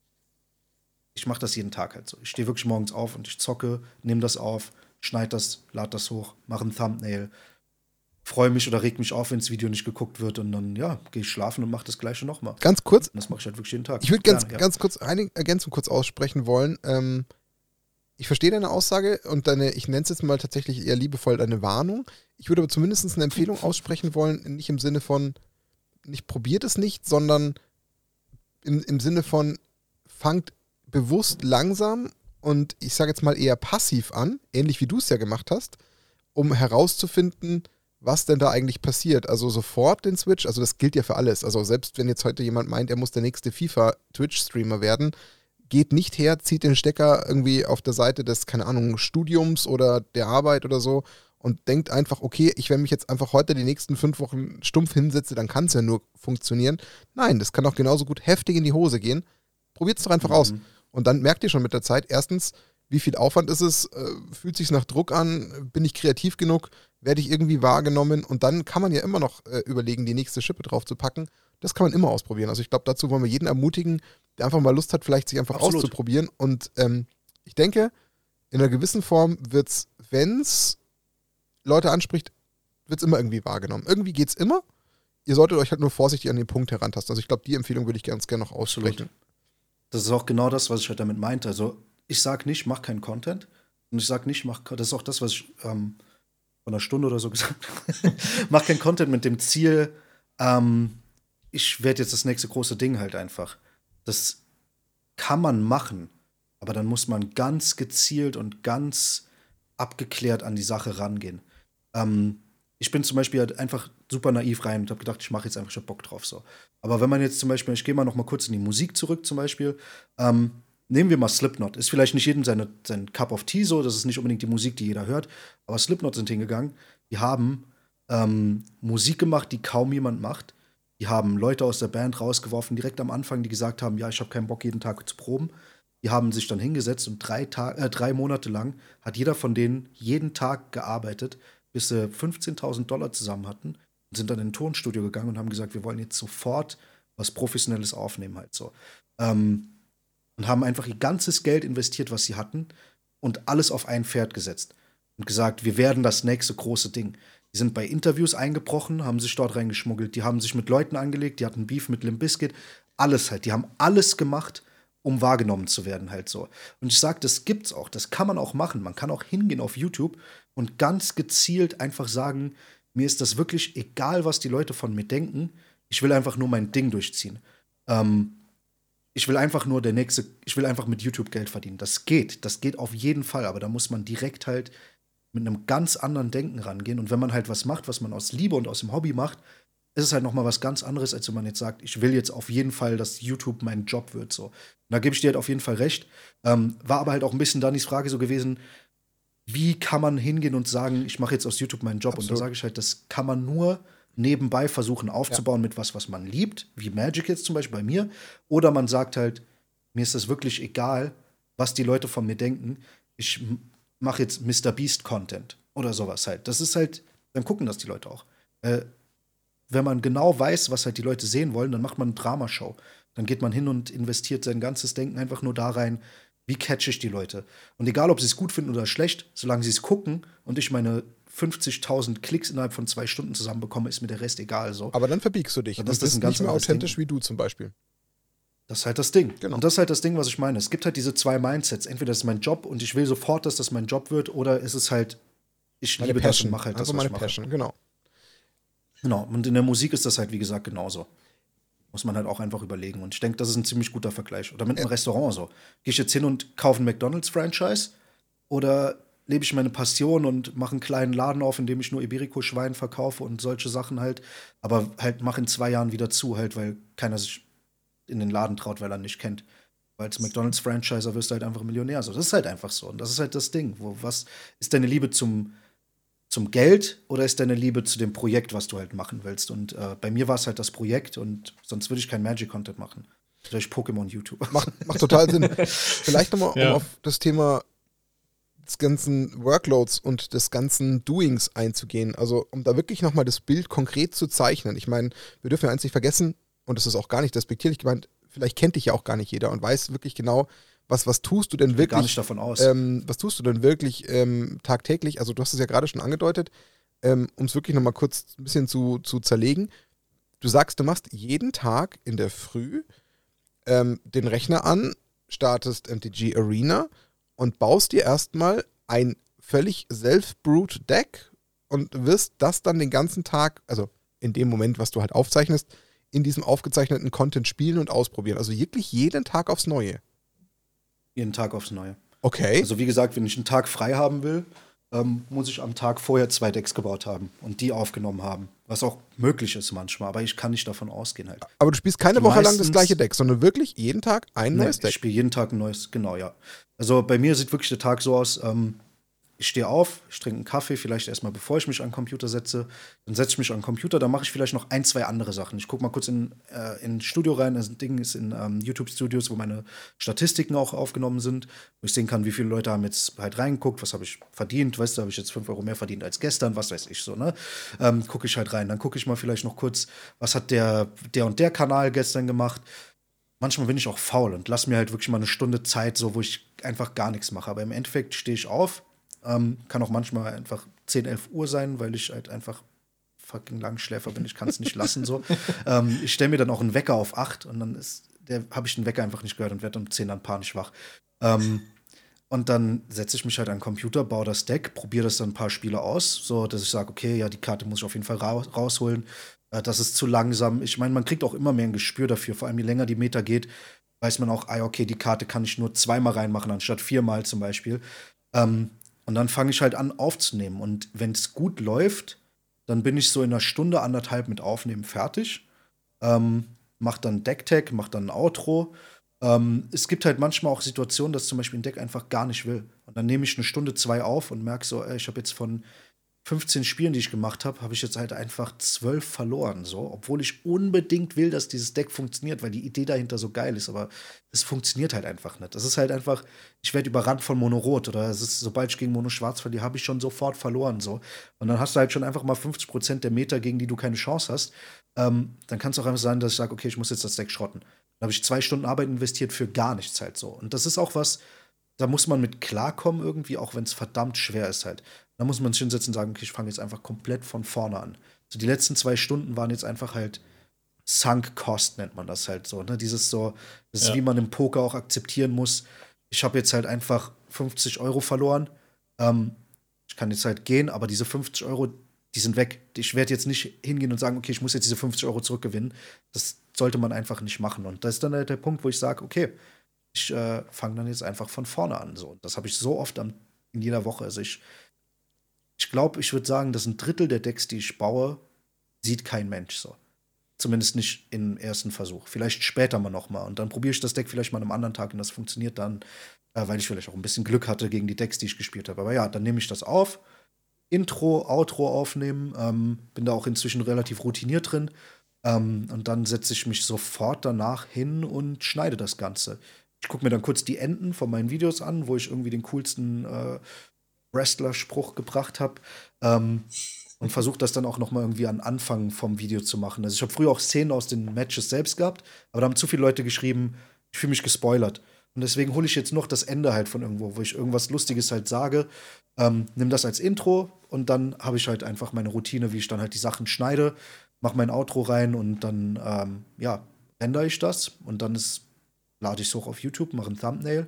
ich mache das jeden Tag halt so. Ich stehe wirklich morgens auf und ich zocke, nehme das auf, schneide das, lade das hoch, mache ein Thumbnail, freue mich oder reg mich auf, wenn das Video nicht geguckt wird und dann, ja, gehe ich schlafen und mache das Gleiche nochmal. Ganz kurz. Und das mache ich halt wirklich jeden Tag. Ich würde ganz, ja. ganz kurz eine Ergänzung kurz aussprechen wollen. Ähm, ich verstehe deine Aussage und deine, ich nenne es jetzt mal tatsächlich eher liebevoll deine Warnung. Ich würde aber zumindest eine Empfehlung aussprechen wollen, nicht im Sinne von, nicht probiert es nicht, sondern im, im Sinne von, fangt bewusst langsam und ich sage jetzt mal eher passiv an, ähnlich wie du es ja gemacht hast, um herauszufinden, was denn da eigentlich passiert. Also sofort den Switch, also das gilt ja für alles. Also selbst wenn jetzt heute jemand meint, er muss der nächste FIFA-Twitch-Streamer werden, geht nicht her, zieht den Stecker irgendwie auf der Seite des, keine Ahnung, Studiums oder der Arbeit oder so und denkt einfach, okay, ich, wenn mich jetzt einfach heute die nächsten fünf Wochen stumpf hinsetze, dann kann es ja nur funktionieren. Nein, das kann auch genauso gut heftig in die Hose gehen. Probiert es doch einfach mhm. aus. Und dann merkt ihr schon mit der Zeit, erstens, wie viel Aufwand ist es, äh, fühlt sich nach Druck an, bin ich kreativ genug, werde ich irgendwie wahrgenommen und dann kann man ja immer noch äh, überlegen, die nächste Schippe drauf zu packen. Das kann man immer ausprobieren. Also ich glaube, dazu wollen wir jeden ermutigen, der einfach mal Lust hat, vielleicht sich einfach Absolut. auszuprobieren. Und ähm, ich denke, in einer gewissen Form wird es, wenn es Leute anspricht, wird es immer irgendwie wahrgenommen. Irgendwie geht es immer. Ihr solltet euch halt nur vorsichtig an den Punkt herantasten. Also ich glaube, die Empfehlung würde ich ganz gerne noch aussprechen. Das ist auch genau das, was ich halt damit meinte. Also, ich sag nicht, mach keinen Content. Und ich sag nicht, mach, das ist auch das, was ich ähm, vor einer Stunde oder so gesagt habe. Mach keinen Content mit dem Ziel, ähm, ich werde jetzt das nächste große Ding halt einfach. Das kann man machen, aber dann muss man ganz gezielt und ganz abgeklärt an die Sache rangehen. Ähm, ich bin zum Beispiel halt einfach super naiv rein und habe gedacht, ich mache jetzt einfach schon Bock drauf so. Aber wenn man jetzt zum Beispiel, ich gehe mal noch mal kurz in die Musik zurück zum Beispiel, ähm, nehmen wir mal Slipknot. Ist vielleicht nicht jedem seine, sein Cup of Tea so, das ist nicht unbedingt die Musik, die jeder hört, aber Slipknot sind hingegangen, die haben ähm, Musik gemacht, die kaum jemand macht. Die haben Leute aus der Band rausgeworfen, direkt am Anfang, die gesagt haben, ja, ich habe keinen Bock, jeden Tag zu proben. Die haben sich dann hingesetzt und drei, Tag, äh, drei Monate lang hat jeder von denen jeden Tag gearbeitet, bis sie fünfzehntausend Dollar zusammen hatten und sind dann in ein Tonstudio gegangen und haben gesagt, wir wollen jetzt sofort was Professionelles aufnehmen halt so. Ähm, und haben einfach ihr ganzes Geld investiert, was sie hatten und alles auf ein Pferd gesetzt und gesagt, wir werden das nächste große Ding. Die sind bei Interviews eingebrochen, haben sich dort reingeschmuggelt, die haben sich mit Leuten angelegt, die hatten Beef mit Limp Bizkit, alles halt, die haben alles gemacht, um wahrgenommen zu werden halt so. Und ich sag, das gibt's auch, das kann man auch machen, man kann auch hingehen auf YouTube und ganz gezielt einfach sagen, mir ist das wirklich egal, was die Leute von mir denken, ich will einfach nur mein Ding durchziehen. Ähm, ich will einfach nur der nächste, ich will einfach mit YouTube Geld verdienen. Das geht, das geht auf jeden Fall, aber da muss man direkt halt mit einem ganz anderen Denken rangehen. Und wenn man halt was macht, was man aus Liebe und aus dem Hobby macht, ist es halt noch mal was ganz anderes, als wenn man jetzt sagt, ich will jetzt auf jeden Fall, dass YouTube mein Job wird. So. Und da gebe ich dir halt auf jeden Fall recht. Ähm, war aber halt auch ein bisschen Dannys Frage so gewesen, wie kann man hingehen und sagen, ich mache jetzt aus YouTube meinen Job? Absolut. Und da sage ich halt, das kann man nur nebenbei versuchen aufzubauen, ja, mit was, was man liebt, wie Magic jetzt zum Beispiel bei mir. Oder man sagt halt, mir ist das wirklich egal, was die Leute von mir denken. Ich mache jetzt Mister Beast-Content oder sowas halt. Das ist halt, dann gucken das die Leute auch. Äh, wenn man genau weiß, was halt die Leute sehen wollen, dann macht man eine Dramashow. Dann geht man hin und investiert sein ganzes Denken einfach nur da rein, wie catch ich die Leute. Und egal, ob sie es gut finden oder schlecht, solange sie es gucken und ich meine fünfzigtausend Klicks innerhalb von zwei Stunden zusammenbekomme, ist mir der Rest egal. So. Aber dann verbiegst du dich. Und das, das ist ist nicht mehr authentisch Ding. Wie du zum Beispiel. Das ist halt das Ding. Genau. Und das ist halt das Ding, was ich meine. Es gibt halt diese zwei Mindsets. Entweder das ist mein Job und ich will sofort, dass das mein Job wird, oder ist es halt, ich meine liebe Passion. das und mache halt also das, was meine ich mache. Passion, genau. Genau. Und in der Musik ist das halt, wie gesagt, genauso. Muss man halt auch einfach überlegen. Und ich denke, das ist ein ziemlich guter Vergleich. Oder mit einem ja. Restaurant so. Gehe ich jetzt hin und kaufe ein McDonald's-Franchise? Oder lebe ich meine Passion und mache einen kleinen Laden auf, in dem ich nur Iberico-Schwein verkaufe und solche Sachen halt. Aber halt mache in zwei Jahren wieder zu, halt, weil keiner sich in den Laden traut, weil er ihn nicht kennt. Weil als McDonald's-Franchiser wirst du halt einfach Millionär. So, das ist halt einfach so. Und das ist halt das Ding. Wo, was ist deine Liebe zum, zum Geld oder ist deine Liebe zu dem Projekt, was du halt machen willst? Und äh, bei mir war es halt das Projekt und sonst würde ich kein Magic-Content machen. Durch Pokémon-YouTube. Macht, macht total Sinn. Vielleicht nochmal, um ja. auf das Thema des ganzen Workloads und des ganzen Doings einzugehen. Also, um da wirklich nochmal das Bild konkret zu zeichnen. Ich meine, wir dürfen ja eins nicht vergessen, und das ist auch gar nicht despektierlich gemeint, vielleicht kennt dich ja auch gar nicht jeder und weiß wirklich genau, was, was tust du denn wirklich. Gar nicht davon aus. Ähm, was tust du denn wirklich ähm, tagtäglich? Also, du hast es ja gerade schon angedeutet, ähm, um es wirklich nochmal kurz ein bisschen zu, zu zerlegen. Du sagst, du machst jeden Tag in der Früh ähm, den Rechner an, startest M T G Arena und baust dir erstmal ein völlig self-brewed Deck und wirst das dann den ganzen Tag, also in dem Moment, was du halt aufzeichnest, in diesem aufgezeichneten Content spielen und ausprobieren. Also wirklich jeden Tag aufs Neue. Jeden Tag aufs Neue. Okay. Also wie gesagt, wenn ich einen Tag frei haben will, ähm, muss ich am Tag vorher zwei Decks gebaut haben und die aufgenommen haben. Was auch möglich ist manchmal, aber ich kann nicht davon ausgehen halt. Aber du spielst keine Die Woche lang das meistens- gleiche Deck, sondern wirklich jeden Tag ein Nee, neues ich Deck. spiele jeden Tag ein neues, genau, ja. Also bei mir sieht wirklich der Tag so aus, ähm, ich stehe auf, ich trinke einen Kaffee, vielleicht erstmal bevor ich mich an den Computer setze. Dann setze ich mich an den Computer, dann mache ich vielleicht noch ein, zwei andere Sachen. Ich gucke mal kurz in äh, in ein Studio rein. Das Ding ist in ähm, YouTube-Studios, wo meine Statistiken auch aufgenommen sind, wo ich sehen kann, wie viele Leute haben jetzt halt reingeguckt, was habe ich verdient, weißt du, habe ich jetzt fünf Euro mehr verdient als gestern, was weiß ich so, ne? Ähm, gucke ich halt rein. Dann gucke ich mal vielleicht noch kurz, was hat der, der und der Kanal gestern gemacht. Manchmal bin ich auch faul und lass mir halt wirklich mal eine Stunde Zeit, so wo ich einfach gar nichts mache. Aber im Endeffekt stehe ich auf. Ähm, kann auch manchmal einfach zehn, elf Uhr sein, weil ich halt einfach fucking Langschläfer bin. Ich kann es nicht lassen so. ähm, ich stelle mir dann auch einen Wecker auf acht und dann ist habe ich den Wecker einfach nicht gehört und werde um zehn dann panisch wach. Ähm, und dann setze ich mich halt an den Computer, baue das Deck, probiere das dann ein paar Spiele aus, so dass ich sage, okay, ja, die Karte muss ich auf jeden Fall ra rausholen. Äh, das ist zu langsam. Ich meine, man kriegt auch immer mehr ein Gespür dafür. Vor allem, je länger die Meta geht, weiß man auch, ah, okay, die Karte kann ich nur zweimal reinmachen, anstatt viermal zum Beispiel. Ähm, und dann fange ich halt an aufzunehmen. Und wenn es gut läuft, dann bin ich so in einer Stunde, anderthalb mit Aufnehmen fertig. Ähm, mach dann Deck-Tag, mach dann ein Outro. Ähm, es gibt halt manchmal auch Situationen, dass zum Beispiel ein Deck einfach gar nicht will. Und dann nehme ich eine Stunde, zwei auf und merke so, ey, ich habe jetzt von fünfzehn Spielen, die ich gemacht habe, habe ich jetzt halt einfach zwölf verloren, so, obwohl ich unbedingt will, dass dieses Deck funktioniert, weil die Idee dahinter so geil ist, aber es funktioniert halt einfach nicht. Das ist halt einfach, ich werde überrannt von Mono-Rot oder es ist, sobald ich gegen Mono-Schwarz verliere, habe ich schon sofort verloren, so. Und dann hast du halt schon einfach mal fünfzig Prozent der Meter, gegen die du keine Chance hast. Ähm, dann kann es auch einfach sein, dass ich sage, okay, ich muss jetzt das Deck schrotten. Dann habe ich zwei Stunden Arbeit investiert für gar nichts halt so. Und das ist auch was, da muss man mit klarkommen irgendwie, auch wenn es verdammt schwer ist halt. Da muss man sich hinsetzen und sagen, okay, ich fange jetzt einfach komplett von vorne an. So die letzten zwei Stunden waren jetzt einfach halt Sunk Cost, nennt man das halt so. Ne? Dieses so, das ist, Ja. wie man im Poker auch akzeptieren muss. Ich habe jetzt halt einfach fünfzig Euro verloren. Ähm, ich kann jetzt halt gehen, aber diese fünfzig Euro, die sind weg. Ich werde jetzt nicht hingehen und sagen, okay, ich muss jetzt diese fünfzig Euro zurückgewinnen. Das sollte man einfach nicht machen. Und das ist dann halt der Punkt, wo ich sage, okay, ich äh, fange dann jetzt einfach von vorne an. So. Das habe ich so oft am, in jeder Woche. Also ich Ich glaube, ich würde sagen, dass ein Drittel der Decks, die ich baue, sieht kein Mensch so. Zumindest nicht im ersten Versuch. Vielleicht später mal noch mal. Und dann probiere ich das Deck vielleicht mal an einem anderen Tag und das funktioniert dann, äh, weil ich vielleicht auch ein bisschen Glück hatte gegen die Decks, die ich gespielt habe. Aber ja, dann nehme ich das auf. Intro, Outro aufnehmen. Ähm, bin da auch inzwischen relativ routiniert drin. Ähm, und dann setze ich mich sofort danach hin und schneide das Ganze. Ich gucke mir dann kurz die Enden von meinen Videos an, wo ich irgendwie den coolsten äh, Wrestler-Spruch gebracht habe ähm, und versuche das dann auch noch mal irgendwie an Anfang vom Video zu machen. Also ich habe früher auch Szenen aus den Matches selbst gehabt, aber da haben zu viele Leute geschrieben, ich fühle mich gespoilert. Und deswegen hole ich jetzt noch das Ende halt von irgendwo, wo ich irgendwas Lustiges halt sage, ähm, nimm das als Intro und dann habe ich halt einfach meine Routine, wie ich dann halt die Sachen schneide, mache mein Outro rein und dann, ähm, ja, ändere ich das und dann ist, lade ich es hoch auf YouTube, mache ein Thumbnail,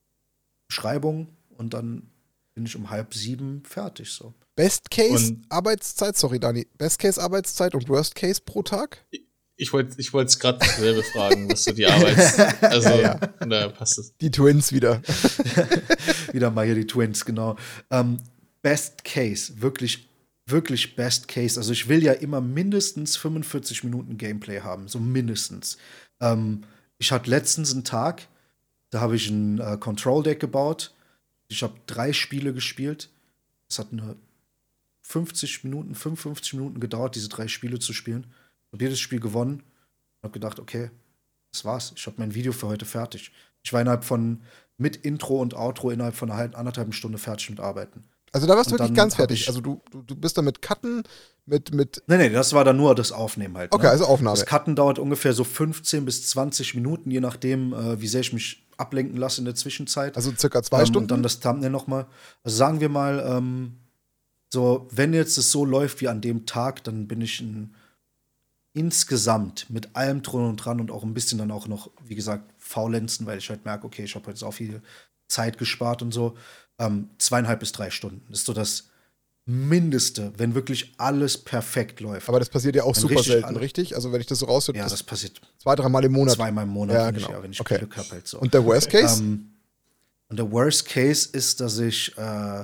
Beschreibung und dann bin ich um halb sieben fertig so. Best Case Und- Arbeitszeit, sorry Dani, Best Case Arbeitszeit und Worst Case pro Tag? Ich wollte ich wollte es gerade selber fragen, was so die Arbeits... Also, Ja, ja. da passt es. Die Twins wieder. Wieder mal hier die Twins, genau. Ähm, Best Case, wirklich, wirklich Best Case. Also ich will ja immer mindestens fünfundvierzig Minuten Gameplay haben, so mindestens. Ähm, ich hatte letztens einen Tag, da habe ich ein äh, Control-Deck gebaut. Ich habe drei Spiele gespielt. Es hat eine fünfzig Minuten, fünfundfünfzig Minuten gedauert, diese drei Spiele zu spielen. Ich habe jedes Spiel gewonnen. Ich habe gedacht, okay, das war's. Ich habe mein Video für heute fertig. Ich war innerhalb von, mit Intro und Outro, innerhalb von einer halb, anderthalb Stunde fertig mit Arbeiten. Also da warst du Und wirklich dann ganz hab fertig. ich- Also du, du, du bist da mit Cutten, mit, mit Nee, nee, das war dann nur das Aufnehmen halt. Okay, ne? also Aufnahme. Das Cutten dauert ungefähr so fünfzehn bis zwanzig Minuten, je nachdem, äh, wie sehr ich mich ablenken lasse in der Zwischenzeit. Also circa zwei ähm, Stunden. Und dann das Thumbnail noch mal. Also sagen wir mal, ähm, so, wenn jetzt es so läuft wie an dem Tag, dann bin ich ein, insgesamt mit allem drum und dran und auch ein bisschen dann auch noch, wie gesagt, faulenzen, weil ich halt merke, okay, ich habe jetzt auch viel Zeit gespart und so. Ähm, zweieinhalb bis drei Stunden. Das ist so das Mindeste, wenn wirklich alles perfekt läuft. Aber das passiert ja auch Wenn super richtig selten, alle- richtig? Also wenn ich das so raushöre, ja, das das passiert zwei, dreimal im Monat. zweimal im Monat, Ja, wenn, genau. ich, ja, wenn ich Okay. Glück habe halt so. Und der Worst Case? Ähm, und der Worst Case ist, dass ich äh,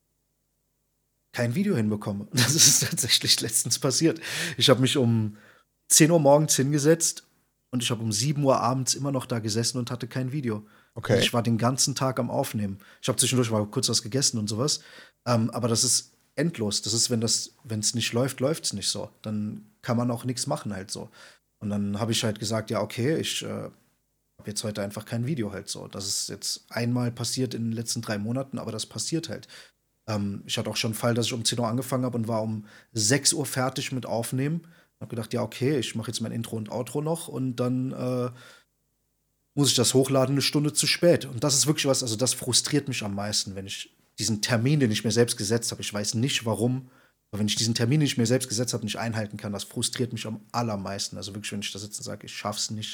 kein Video hinbekomme. Das ist tatsächlich letztens passiert. Ich habe mich um zehn Uhr morgens hingesetzt und ich habe um sieben Uhr abends immer noch da gesessen und hatte kein Video. Okay. Und ich war den ganzen Tag am Aufnehmen. Ich habe zwischendurch mal kurz was gegessen und sowas. Ähm, aber das ist endlos. Das ist, wenn das, wenn es nicht läuft, läuft es nicht so. Dann kann man auch nichts machen halt so. Und dann habe ich halt gesagt, ja, okay, ich äh, habe jetzt heute einfach kein Video halt so. Das ist jetzt einmal passiert in den letzten drei Monaten, aber das passiert halt. Ähm, ich hatte auch schon einen Fall, dass ich um zehn Uhr angefangen habe und war um sechs Uhr fertig mit Aufnehmen. Ich habe gedacht, ja, okay, ich mache jetzt mein Intro und Outro noch und dann äh, muss ich das hochladen eine Stunde zu spät. Und das ist wirklich was, also das frustriert mich am meisten, wenn ich diesen Termin, den ich mir selbst gesetzt habe, ich weiß nicht warum, aber wenn ich diesen Termin, den ich mir selbst gesetzt habe, nicht einhalten kann, das frustriert mich am allermeisten. Also wirklich, wenn ich da sitze und sage, ich schaff's nicht,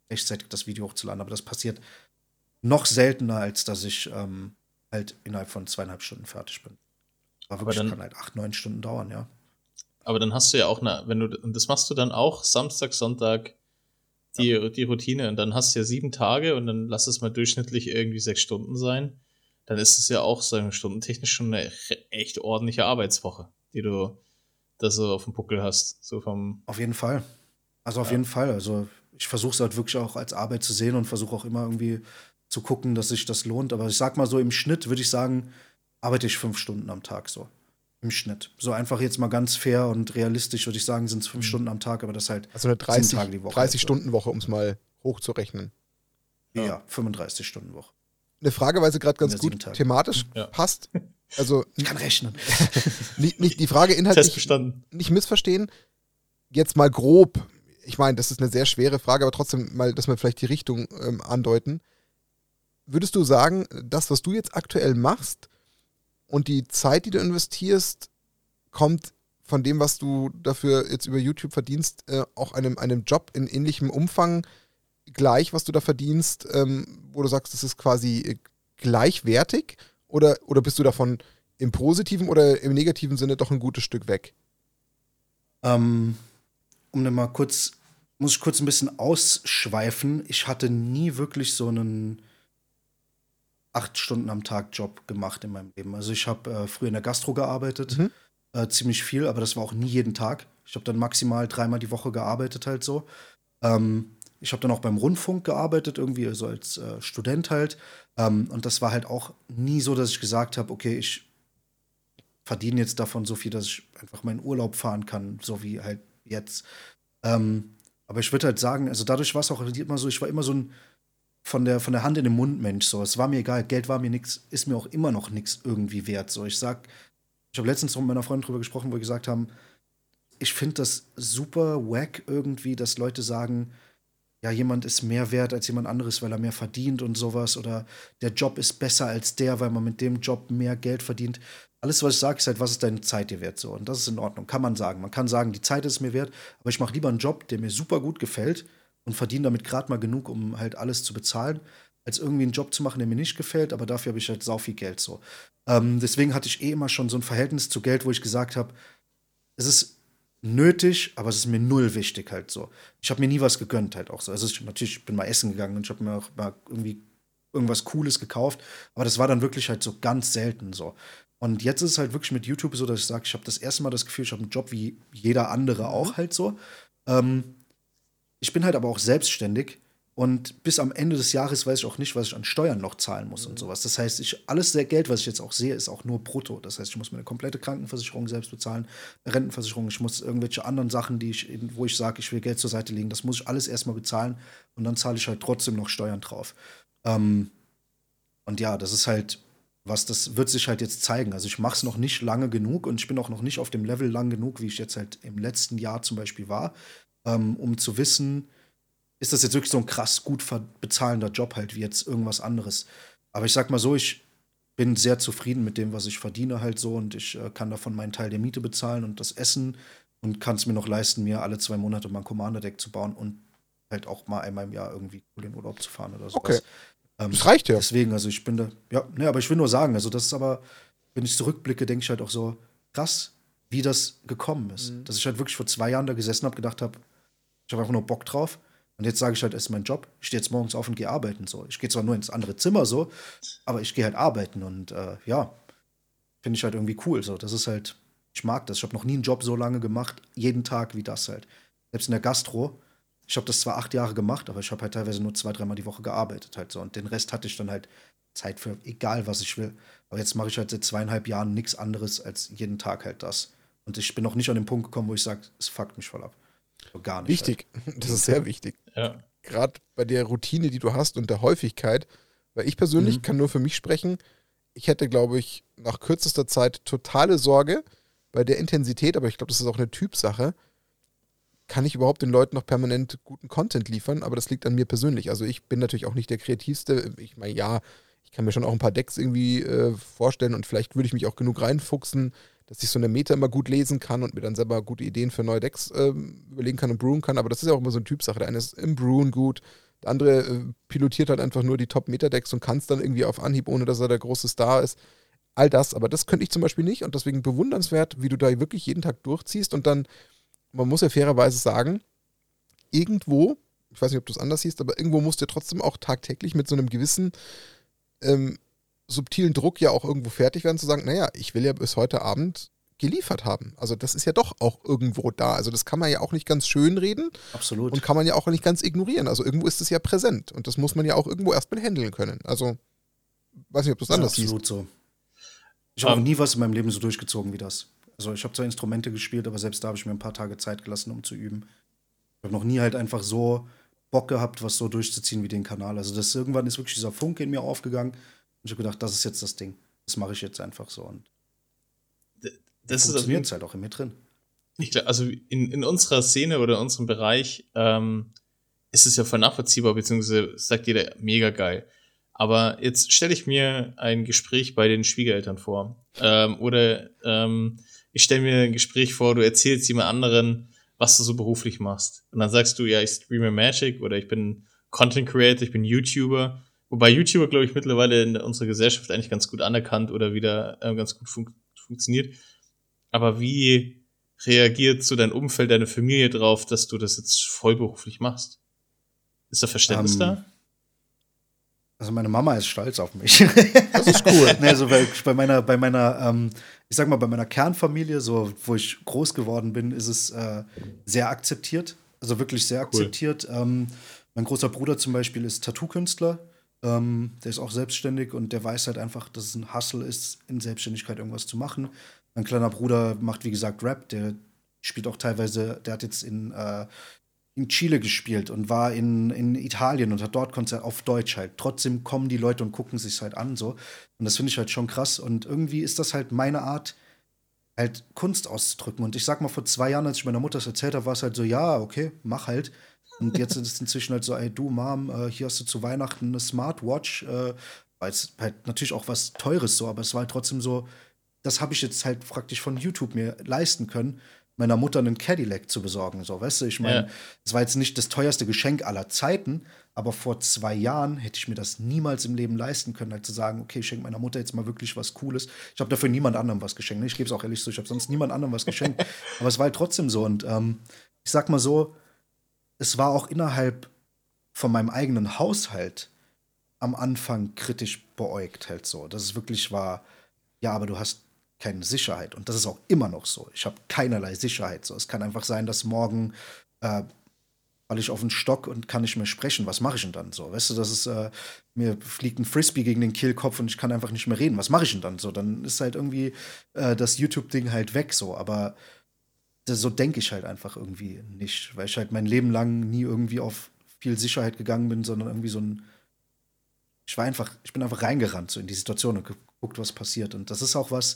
rechtzeitig das Video hochzuladen. Aber das passiert noch seltener, als dass ich ähm, halt innerhalb von zweieinhalb Stunden fertig bin. Aber wirklich, dann, kann halt acht, neun Stunden dauern, ja. Aber dann hast du ja auch eine, wenn du, und das machst du dann auch Samstag, Sonntag die, ja. die Routine und dann hast du ja sieben Tage und dann lass es mal durchschnittlich irgendwie sechs Stunden sein. Dann ist es ja auch, sagen wir, stundentechnisch schon eine echt ordentliche Arbeitswoche, die du da so auf dem Buckel hast. So vom auf jeden Fall. Also auf ja. jeden Fall. Also ich versuche es halt wirklich auch als Arbeit zu sehen und versuche auch immer irgendwie zu gucken, dass sich das lohnt. Aber ich sag mal so, im Schnitt würde ich sagen, arbeite ich fünf Stunden am Tag so. Im Schnitt. So einfach jetzt mal ganz fair und realistisch würde ich sagen, sind es fünf mhm. Stunden am Tag, aber das halt also eine dreißig, Tage die Woche. dreißig-Stunden-Woche, um es mal hochzurechnen. Ja, ja fünfunddreißig-Stunden-Woche. Eine Frage, weil sie gerade ganz gut thematisch ja. passt. Also, ich kann rechnen. nicht, nicht die Frage inhaltlich nicht missverstehen. Jetzt mal grob, ich meine, das ist eine sehr schwere Frage, aber trotzdem mal, dass wir vielleicht die Richtung ähm, andeuten. Würdest du sagen, das, was du jetzt aktuell machst und die Zeit, die du investierst, kommt von dem, was du dafür jetzt über YouTube verdienst, äh, auch einem, einem Job in ähnlichem Umfang gleich, was du da verdienst, ähm, wo du sagst, das ist quasi äh, gleichwertig? Oder, oder bist du davon im positiven oder im negativen Sinne doch ein gutes Stück weg? Ähm, um dann mal kurz, muss ich kurz ein bisschen ausschweifen. Ich hatte nie wirklich so einen acht Stunden am Tag Job gemacht in meinem Leben. Also ich habe äh, früher in der Gastro gearbeitet, mhm. äh, ziemlich viel, aber das war auch nie jeden Tag. Ich habe dann maximal dreimal die Woche gearbeitet halt so. Ähm, ich habe dann auch beim Rundfunk gearbeitet, irgendwie so also als äh, Student halt. Ähm, und das war halt auch nie so, dass ich gesagt habe, okay, ich verdiene jetzt davon so viel, dass ich einfach meinen Urlaub fahren kann, so wie halt jetzt. Ähm, aber ich würde halt sagen, also dadurch war es auch immer so, ich war immer so ein von der, von der Hand in den Mund Mensch. So. Es war mir egal, Geld war mir nichts, ist mir auch immer noch nichts irgendwie wert. So. Ich sag, ich habe letztens mit meiner Freundin drüber gesprochen, wo wir gesagt haben, ich finde das super wack irgendwie, dass Leute sagen, ja, jemand ist mehr wert als jemand anderes, weil er mehr verdient und sowas. Oder der Job ist besser als der, weil man mit dem Job mehr Geld verdient. Alles, was ich sage, ist halt, was ist deine Zeit dir wert? So. Und das ist in Ordnung, kann man sagen. Man kann sagen, die Zeit ist mir wert, aber ich mache lieber einen Job, der mir super gut gefällt und verdiene damit gerade mal genug, um halt alles zu bezahlen, als irgendwie einen Job zu machen, der mir nicht gefällt, aber dafür habe ich halt sau viel Geld. So. Ähm, deswegen hatte ich eh immer schon so ein Verhältnis zu Geld, wo ich gesagt habe, es ist nötig, aber es ist mir null wichtig halt so. Ich habe mir nie was gegönnt halt auch so. Also ich, natürlich, ich bin mal essen gegangen und ich habe mir auch mal irgendwie irgendwas Cooles gekauft, aber das war dann wirklich halt so ganz selten so. Und jetzt ist es halt wirklich mit YouTube so, dass ich sage, ich habe das erste Mal das Gefühl, ich habe einen Job wie jeder andere auch halt so. Ähm, ich bin halt aber auch selbstständig und bis am Ende des Jahres weiß ich auch nicht, was ich an Steuern noch zahlen muss mhm. und sowas. Das heißt, ich, alles der Geld, was ich jetzt auch sehe, ist auch nur brutto. Das heißt, ich muss mir eine komplette Krankenversicherung selbst bezahlen, eine Rentenversicherung, ich muss irgendwelche anderen Sachen, die ich, wo ich sage, ich will Geld zur Seite legen, das muss ich alles erstmal bezahlen und dann zahle ich halt trotzdem noch Steuern drauf. Ähm, und ja, das ist halt was, das wird sich halt jetzt zeigen. Also ich mache es noch nicht lange genug und ich bin auch noch nicht auf dem Level lang genug, wie ich jetzt halt im letzten Jahr zum Beispiel war, ähm, um zu wissen, ist das jetzt wirklich so ein krass gut bezahlender Job halt wie jetzt irgendwas anderes. Aber ich sag mal so, ich bin sehr zufrieden mit dem, was ich verdiene halt so und ich äh, kann davon meinen Teil der Miete bezahlen und das Essen und kann es mir noch leisten, mir alle zwei Monate mal ein Commander-Deck zu bauen und halt auch mal einmal im Jahr irgendwie in den Urlaub zu fahren oder sowas. Okay. Ähm, das reicht ja. Deswegen, also ich bin da, ja, ne, aber ich will nur sagen, also das ist aber, wenn ich zurückblicke, denke ich halt auch so, krass, wie das gekommen ist. Mhm. Dass ich halt wirklich vor zwei Jahren da gesessen habe, gedacht habe, ich habe einfach nur Bock drauf. Und jetzt sage ich halt, es ist mein Job. Ich stehe jetzt morgens auf und gehe arbeiten. So. Ich gehe zwar nur ins andere Zimmer so, aber ich gehe halt arbeiten. Und äh, ja, finde ich halt irgendwie cool. So. Das ist halt, ich mag das. Ich habe noch nie einen Job so lange gemacht, jeden Tag wie das halt. Selbst in der Gastro. Ich habe das zwar acht Jahre gemacht, aber ich habe halt teilweise nur zwei, dreimal die Woche gearbeitet halt so. Und den Rest hatte ich dann halt Zeit für egal, was ich will. Aber jetzt mache ich halt seit zweieinhalb Jahren nichts anderes als jeden Tag halt das. Und ich bin noch nicht an den Punkt gekommen, wo ich sage, es fuckt mich voll ab. So gar nicht. Wichtig. Halt. Das ist sehr wichtig. Ja. Gerade bei der Routine, die du hast und der Häufigkeit. Weil ich persönlich mhm. kann nur für mich sprechen. Ich hätte, glaube ich, nach kürzester Zeit totale Sorge bei der Intensität, aber ich glaube, das ist auch eine Typsache. Kann ich überhaupt den Leuten noch permanent guten Content liefern? Aber das liegt an mir persönlich. Also ich bin natürlich auch nicht der Kreativste. Ich meine, ja, ich kann mir schon auch ein paar Decks irgendwie äh, vorstellen und vielleicht würde ich mich auch genug reinfuchsen, dass ich so eine Meta immer gut lesen kann und mir dann selber gute Ideen für neue Decks ähm, überlegen kann und brewen kann. Aber das ist ja auch immer so eine Typsache. Der eine ist im Brewen gut, der andere äh, pilotiert halt einfach nur die Top-Meta-Decks und kann es dann irgendwie auf Anhieb, ohne dass er der große Star ist. All das, aber das könnte ich zum Beispiel nicht und deswegen bewundernswert, wie du da wirklich jeden Tag durchziehst und dann, man muss ja fairerweise sagen, irgendwo, ich weiß nicht, ob du es anders siehst, aber irgendwo musst du trotzdem auch tagtäglich mit so einem gewissen ähm, subtilen Druck ja auch irgendwo fertig werden, zu sagen, naja, ich will ja bis heute Abend geliefert haben. Also das ist ja doch auch irgendwo da. Also das kann man ja auch nicht ganz schön reden. Absolut. Und kann man ja auch nicht ganz ignorieren. Also irgendwo ist es ja präsent und das muss man ja auch irgendwo erstmal handeln können. Also, weiß nicht, ob du es anders siehst. Absolut so. Ich habe um, nie was in meinem Leben so durchgezogen wie das. Also ich habe zwar Instrumente gespielt, aber selbst da habe ich mir ein paar Tage Zeit gelassen, um zu üben. Ich habe noch nie halt einfach so Bock gehabt, was so durchzuziehen wie den Kanal. Also das irgendwann ist wirklich dieser Funke in mir aufgegangen und ich habe gedacht, das ist jetzt das Ding. Das mache ich jetzt einfach so. Und das funktioniert es halt auch in mir drin. Ich glaube, also in, in unserer Szene oder in unserem Bereich ähm, ist es ja voll nachvollziehbar, beziehungsweise sagt jeder, mega geil. Aber jetzt stelle ich mir ein Gespräch bei den Schwiegereltern vor. Ähm, oder ähm, ich stelle mir ein Gespräch vor, du erzählst jemand anderen, was du so beruflich machst. Und dann sagst du, ja, ich streame Magic oder ich bin Content Creator, ich bin YouTuber. Wobei YouTuber, glaube ich, mittlerweile in unserer Gesellschaft eigentlich ganz gut anerkannt oder wieder äh, ganz gut fun- funktioniert. Aber wie reagiert so dein Umfeld, deine Familie drauf, dass du das jetzt vollberuflich machst? Ist da Verständnis um, da? Also meine Mama ist stolz auf mich. Das ist cool. Nee, also bei, bei meiner, bei meiner, ähm, ich sag mal, bei meiner Kernfamilie, so wo ich groß geworden bin, ist es äh, sehr akzeptiert. Also wirklich sehr akzeptiert. Cool. Ähm, mein großer Bruder zum Beispiel ist Tattoo-Künstler. Ähm, der ist auch selbstständig und der weiß halt einfach, dass es ein Hustle ist, in Selbstständigkeit irgendwas zu machen. Mein kleiner Bruder macht, wie gesagt, Rap. Der spielt auch teilweise, der hat jetzt in äh, in Chile gespielt und war in, in Italien und hat dort Konzert auf Deutsch halt. Trotzdem kommen die Leute und gucken sich halt an so. Und das finde ich halt schon krass. Und irgendwie ist das halt meine Art, halt Kunst auszudrücken. Und ich sag mal, vor zwei Jahren, als ich meiner Mutter das erzählt habe, war es halt so, ja, okay, mach halt. Und jetzt ist es inzwischen halt so, ey, du, Mom, äh, hier hast du zu Weihnachten eine Smartwatch. Äh, war jetzt halt natürlich auch was Teures so, aber es war halt trotzdem so, das habe ich jetzt halt praktisch von YouTube mir leisten können, meiner Mutter einen Cadillac zu besorgen. So, weißt du, ich meine, Ja. es war jetzt nicht das teuerste Geschenk aller Zeiten, aber vor zwei Jahren hätte ich mir das niemals im Leben leisten können, halt zu sagen, okay, ich schenke meiner Mutter jetzt mal wirklich was Cooles. Ich habe dafür niemand anderem was geschenkt. Ne? Ich gebe es auch ehrlich so, ich habe sonst niemand anderem was geschenkt. Aber es war halt trotzdem so. Und ähm, ich sag mal so, es war auch innerhalb von meinem eigenen Haushalt am Anfang kritisch beäugt halt so. Dass es wirklich war, ja, aber du hast keine Sicherheit. Und das ist auch immer noch so. Ich habe keinerlei Sicherheit. So, es kann einfach sein, dass morgen äh, falle ich auf den Stock und kann nicht mehr sprechen. Was mache ich denn dann so? Weißt du, das ist, äh, mir fliegt ein Frisbee gegen den Kehlkopf und ich kann einfach nicht mehr reden. Was mache ich denn dann so? Dann ist halt irgendwie äh, das YouTube-Ding halt weg so. Aber das, so denke ich halt einfach irgendwie nicht. Weil ich halt mein Leben lang nie irgendwie auf viel Sicherheit gegangen bin, sondern irgendwie so ein ich war einfach, ich bin einfach reingerannt so in die Situation und geguckt, was passiert. Und das ist auch was,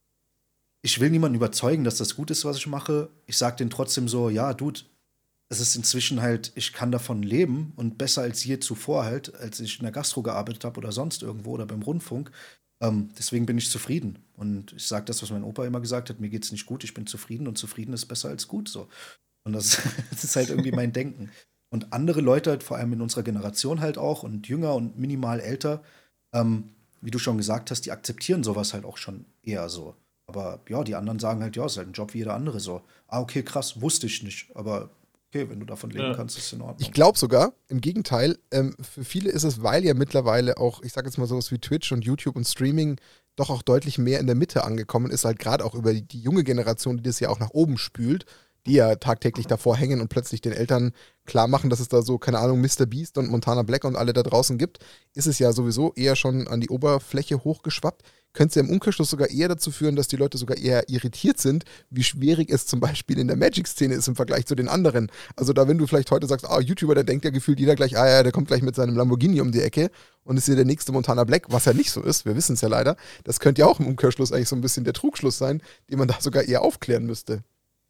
ich will niemanden überzeugen, dass das gut ist, was ich mache. Ich sag denen trotzdem so, ja, Dude, es ist inzwischen halt, ich kann davon leben und besser als je zuvor halt, als ich in der Gastro gearbeitet habe oder sonst irgendwo oder beim Rundfunk. Ähm, deswegen bin ich zufrieden. Und ich sage das, was mein Opa immer gesagt hat, mir geht's nicht gut, ich bin zufrieden und zufrieden ist besser als gut so. Und das, das ist halt irgendwie mein Denken. Und andere Leute halt, vor allem in unserer Generation halt auch und jünger und minimal älter, ähm, wie du schon gesagt hast, die akzeptieren sowas halt auch schon eher so. Aber ja, die anderen sagen halt, ja, ist halt ein Job wie jeder andere so. Ah, okay, krass, wusste ich nicht. Aber okay, wenn du davon leben Ja. kannst, ist es in Ordnung. Ich glaube sogar, im Gegenteil, ähm, für viele ist es, weil ja mittlerweile auch, ich sage jetzt mal sowas wie Twitch und YouTube und Streaming doch auch deutlich mehr in der Mitte angekommen ist, halt gerade auch über die, die junge Generation, die das ja auch nach oben spült, die ja tagtäglich davor hängen und plötzlich den Eltern klar machen, dass es da so, keine Ahnung, Mister Beast und Montana Black und alle da draußen gibt, ist es ja sowieso eher schon an die Oberfläche hochgeschwappt. Könnte es ja im Umkehrschluss sogar eher dazu führen, dass die Leute sogar eher irritiert sind, wie schwierig es zum Beispiel in der Magic-Szene ist im Vergleich zu den anderen. Also da, wenn du vielleicht heute sagst, ah, YouTuber, der denkt ja gefühlt jeder gleich, ah ja, der kommt gleich mit seinem Lamborghini um die Ecke und ist hier der nächste Montana Black, was ja nicht so ist, wir wissen es ja leider. Das könnte ja auch im Umkehrschluss eigentlich so ein bisschen der Trugschluss sein, den man da sogar eher aufklären müsste.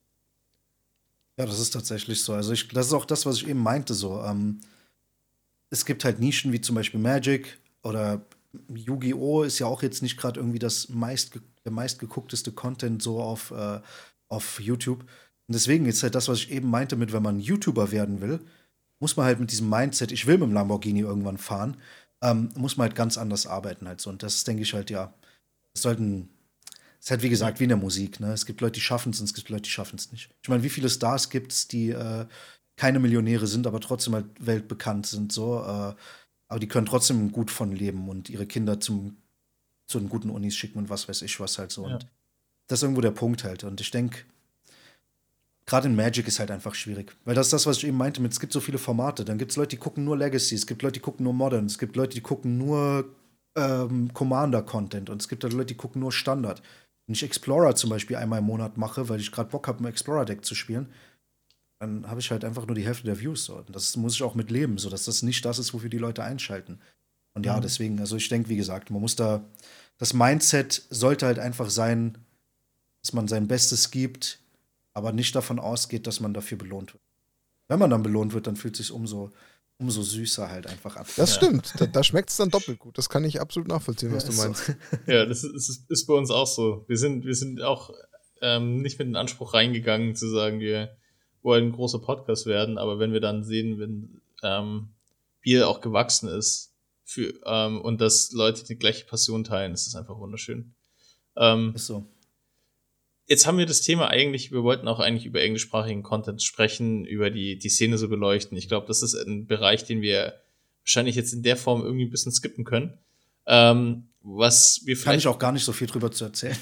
Ja, das ist tatsächlich so. Also ich, das ist auch das, was ich eben meinte. So, ähm, es gibt halt Nischen wie zum Beispiel Magic oder Yu-Gi-Oh! Ist ja auch jetzt nicht gerade irgendwie das meist der meistgeguckteste Content so auf, äh, auf YouTube. Und deswegen ist halt das, was ich eben meinte, mit wenn man YouTuber werden will, muss man halt mit diesem Mindset, ich will mit dem Lamborghini irgendwann fahren, ähm, muss man halt ganz anders arbeiten halt so. Und das denke ich halt, ja, es sollten, es ist halt wie gesagt wie in der Musik, ne? Es gibt Leute, die schaffen es und es gibt Leute, die schaffen es nicht. Ich meine, wie viele Stars gibt es, die äh, keine Millionäre sind, aber trotzdem halt weltbekannt sind, so, äh, aber die können trotzdem gut von leben und ihre Kinder zum, zu den guten Unis schicken und was weiß ich was halt so. Ja. Und das ist irgendwo der Punkt halt. Und ich denke, gerade in Magic ist halt einfach schwierig. Weil das ist das, was ich eben meinte, mit, es gibt so viele Formate. Dann gibt es Leute, die gucken nur Legacy, es gibt Leute, die gucken nur Modern, es gibt Leute, die gucken nur ähm, Commander-Content und es gibt halt Leute, die gucken nur Standard. Wenn ich Explorer zum Beispiel einmal im Monat mache, weil ich gerade Bock habe, ein Explorer-Deck zu spielen, dann habe ich halt einfach nur die Hälfte der Views. So. Und das muss ich auch mit leben, sodass das nicht das ist, wofür die Leute einschalten. Und ja, Mhm. deswegen, also ich denke, wie gesagt, man muss da, das Mindset sollte halt einfach sein, dass man sein Bestes gibt, aber nicht davon ausgeht, dass man dafür belohnt wird. Wenn man dann belohnt wird, dann fühlt es sich umso, umso süßer halt einfach an. Das Ja. stimmt. Da, da schmeckt es dann doppelt gut. Das kann ich absolut nachvollziehen, was Ja, du ist so. meinst. Ja, das ist, ist, ist bei uns auch so. Wir sind, wir sind auch ähm, nicht mit dem Anspruch reingegangen, zu sagen, wir wollen ein großer Podcast werden, aber wenn wir dann sehen, wenn ähm, Bier auch gewachsen ist für, ähm, und dass Leute die gleiche Passion teilen, ist das einfach wunderschön. Ähm, Ist so. Jetzt haben wir das Thema eigentlich, wir wollten auch eigentlich über englischsprachigen Content sprechen, über die, die Szene so beleuchten. Ich glaube, das ist ein Bereich, den wir wahrscheinlich jetzt in der Form irgendwie ein bisschen skippen können. Ähm, was wir Kann vielleicht ich auch gar nicht so viel drüber zu erzählen.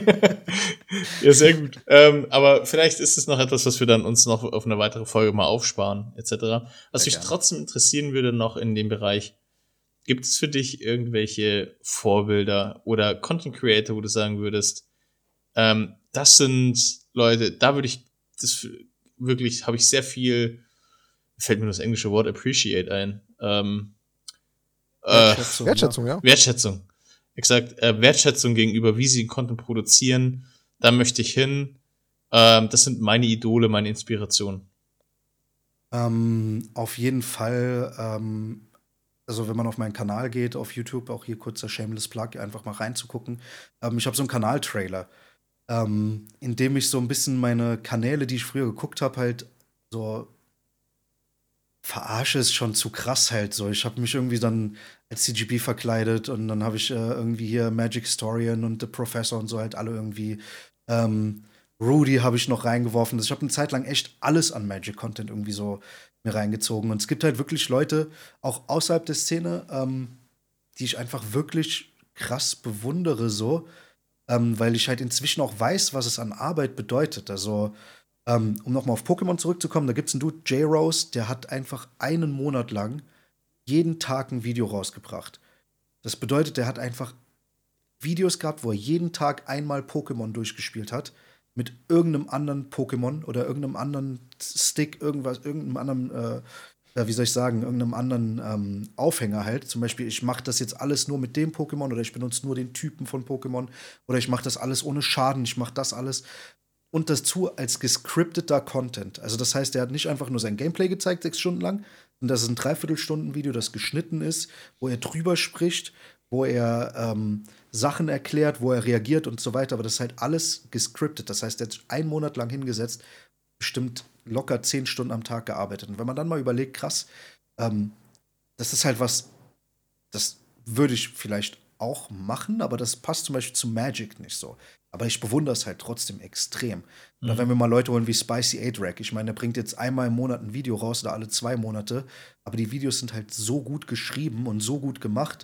Ja, sehr gut. ähm, aber vielleicht ist es noch etwas, was wir dann uns noch auf eine weitere Folge mal aufsparen, et cetera. Was Sehr mich gerne. trotzdem interessieren würde noch in dem Bereich, gibt es für dich irgendwelche Vorbilder oder Content Creator, wo du sagen würdest, ähm, das sind Leute, da würde ich, das f- wirklich, habe ich sehr viel, fällt mir das englische Wort appreciate ein, ähm, äh, Wertschätzung, Wertschätzung, ja. Wertschätzung. Exakt, äh, Wertschätzung gegenüber, wie sie Content produzieren. Da möchte ich hin. Ähm, das sind meine Idole, meine Inspirationen. Ähm, auf jeden Fall, ähm, also wenn man auf meinen Kanal geht, auf YouTube, auch hier kurzer Shameless Plug, einfach mal reinzugucken. Ähm, ich habe so einen Kanaltrailer, ähm, in dem ich so ein bisschen meine Kanäle, die ich früher geguckt habe, halt so verarsche, ist schon zu krass halt so. Ich habe mich irgendwie dann als C G B verkleidet und dann habe ich äh, irgendwie hier Magic Historian und The Professor und so halt alle irgendwie. Ähm, Rudy habe ich noch reingeworfen. Also ich habe eine Zeit lang echt alles an Magic-Content irgendwie so mir reingezogen. Und es gibt halt wirklich Leute, auch außerhalb der Szene, ähm, die ich einfach wirklich krass bewundere, so, ähm, weil ich halt inzwischen auch weiß, was es an Arbeit bedeutet. Also, ähm, um nochmal auf Pokémon zurückzukommen, da gibt es einen Dude, J-Rose, der hat einfach einen Monat lang jeden Tag ein Video rausgebracht. Das bedeutet, der hat einfach Videos gehabt, wo er jeden Tag einmal Pokémon durchgespielt hat. Mit irgendeinem anderen Pokémon oder irgendeinem anderen Stick, irgendwas, irgendeinem anderen, äh, ja, wie soll ich sagen, irgendeinem anderen ähm, Aufhänger halt. Zum Beispiel, ich mache das jetzt alles nur mit dem Pokémon oder ich benutze nur den Typen von Pokémon oder ich mache das alles ohne Schaden, ich mache das alles. Und dazu als gescripteter Content. Also das heißt, er hat nicht einfach nur sein Gameplay gezeigt, sechs Stunden lang, und das ist ein Dreiviertelstunden-Video, das geschnitten ist, wo er drüber spricht, wo er ähm, Sachen erklärt, wo er reagiert und so weiter. Aber das ist halt alles gescriptet. Das heißt, er hat sich einen Monat lang hingesetzt, bestimmt locker zehn Stunden am Tag gearbeitet. Und wenn man dann mal überlegt, krass, ähm, das ist halt was, das würde ich vielleicht auch machen, aber das passt zum Beispiel zu Magic nicht so. Aber ich bewundere es halt trotzdem extrem. Oder Mhm. wenn wir mal Leute holen wie Spicy A-Drac. Ich meine, der bringt jetzt einmal im Monat ein Video raus oder alle zwei Monate. Aber die Videos sind halt so gut geschrieben und so gut gemacht,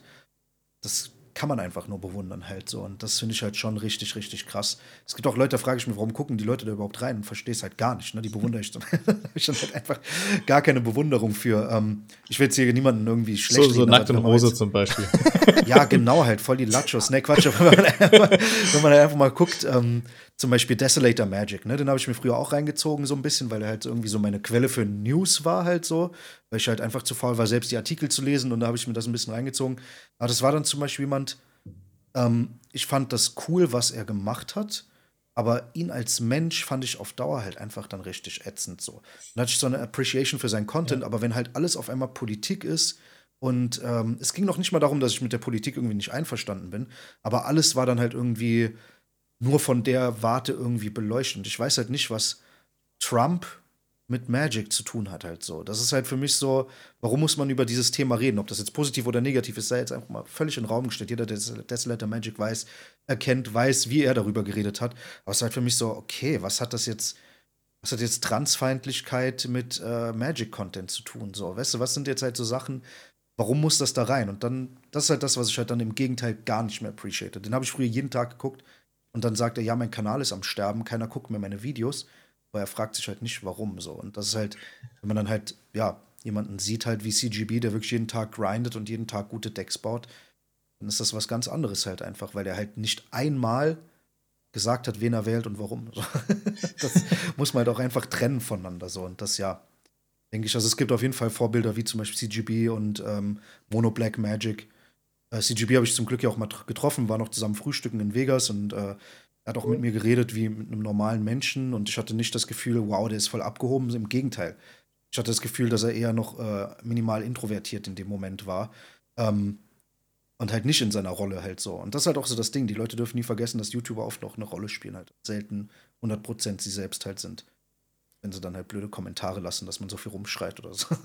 das kann man einfach nur bewundern halt so. Und das finde ich halt schon richtig, richtig krass. Es gibt auch Leute, da frage ich mich, warum gucken die Leute da überhaupt rein und verstehe es halt gar nicht. Ne? Die bewundere ich dann. Da habe ich dann halt einfach gar keine Bewunderung für. Ähm, ich will jetzt hier niemanden irgendwie schlecht So, so reden, nackt aber und wenn man Rose jetzt- zum Beispiel. Ja, genau, halt voll die Lachos. Ne, Quatsch, wenn man, wenn man einfach mal guckt, ähm, zum Beispiel Desolator Magic, ne, den habe ich mir früher auch reingezogen, so ein bisschen, weil er halt irgendwie so meine Quelle für News war, halt so. Weil ich halt einfach zu faul war, selbst die Artikel zu lesen und da habe ich mir das ein bisschen reingezogen. Aber das war dann zum Beispiel jemand, ähm, ich fand das cool, was er gemacht hat, aber ihn als Mensch fand ich auf Dauer halt einfach dann richtig ätzend so. Dann hatte ich so eine Appreciation für seinen Content, aber wenn halt alles auf einmal Politik ist und ähm, es ging noch nicht mal darum, dass ich mit der Politik irgendwie nicht einverstanden bin, aber alles war dann halt irgendwie nur von der Warte irgendwie beleuchten. Und ich weiß halt nicht, was Trump mit Magic zu tun hat halt so. Das ist halt für mich so, warum muss man über dieses Thema reden? Ob das jetzt positiv oder negativ ist, sei jetzt einfach mal völlig in den Raum gestellt. Jeder, der Desolator Magic weiß, erkennt, weiß, wie er darüber geredet hat. Aber es ist halt für mich so, okay, was hat das jetzt, was hat jetzt Transfeindlichkeit mit äh, Magic-Content zu tun? So, weißt du, was sind jetzt halt so Sachen, warum muss das da rein? Und dann, das ist halt das, was ich halt dann im Gegenteil gar nicht mehr appreciate. Den habe ich früher jeden Tag geguckt und dann sagt er, ja, mein Kanal ist am Sterben, keiner guckt mehr meine Videos. Aber er fragt sich halt nicht, warum so. Und das ist halt, wenn man dann halt, ja, jemanden sieht halt wie C G B, der wirklich jeden Tag grindet und jeden Tag gute Decks baut, dann ist das was ganz anderes halt einfach, weil der halt nicht einmal gesagt hat, wen er wählt und warum. Das muss man halt auch einfach trennen voneinander so. Und das, ja, denke ich, also es gibt auf jeden Fall Vorbilder wie zum Beispiel C G B und ähm, Mono Black Magic. Äh, C G B habe ich zum Glück ja auch mal getroffen, war noch zusammen frühstücken in Vegas und äh, er hat auch mit mir geredet wie mit einem normalen Menschen und ich hatte nicht das Gefühl, wow, der ist voll abgehoben. Im Gegenteil. Ich hatte das Gefühl, dass er eher noch äh, minimal introvertiert in dem Moment war. Ähm, und halt nicht in seiner Rolle halt so. Und das ist halt auch so das Ding. Die Leute dürfen nie vergessen, dass YouTuber oft noch eine Rolle spielen halt. Selten hundert Prozent sie selbst halt sind. Wenn sie dann halt blöde Kommentare lassen, dass man so viel rumschreit oder so.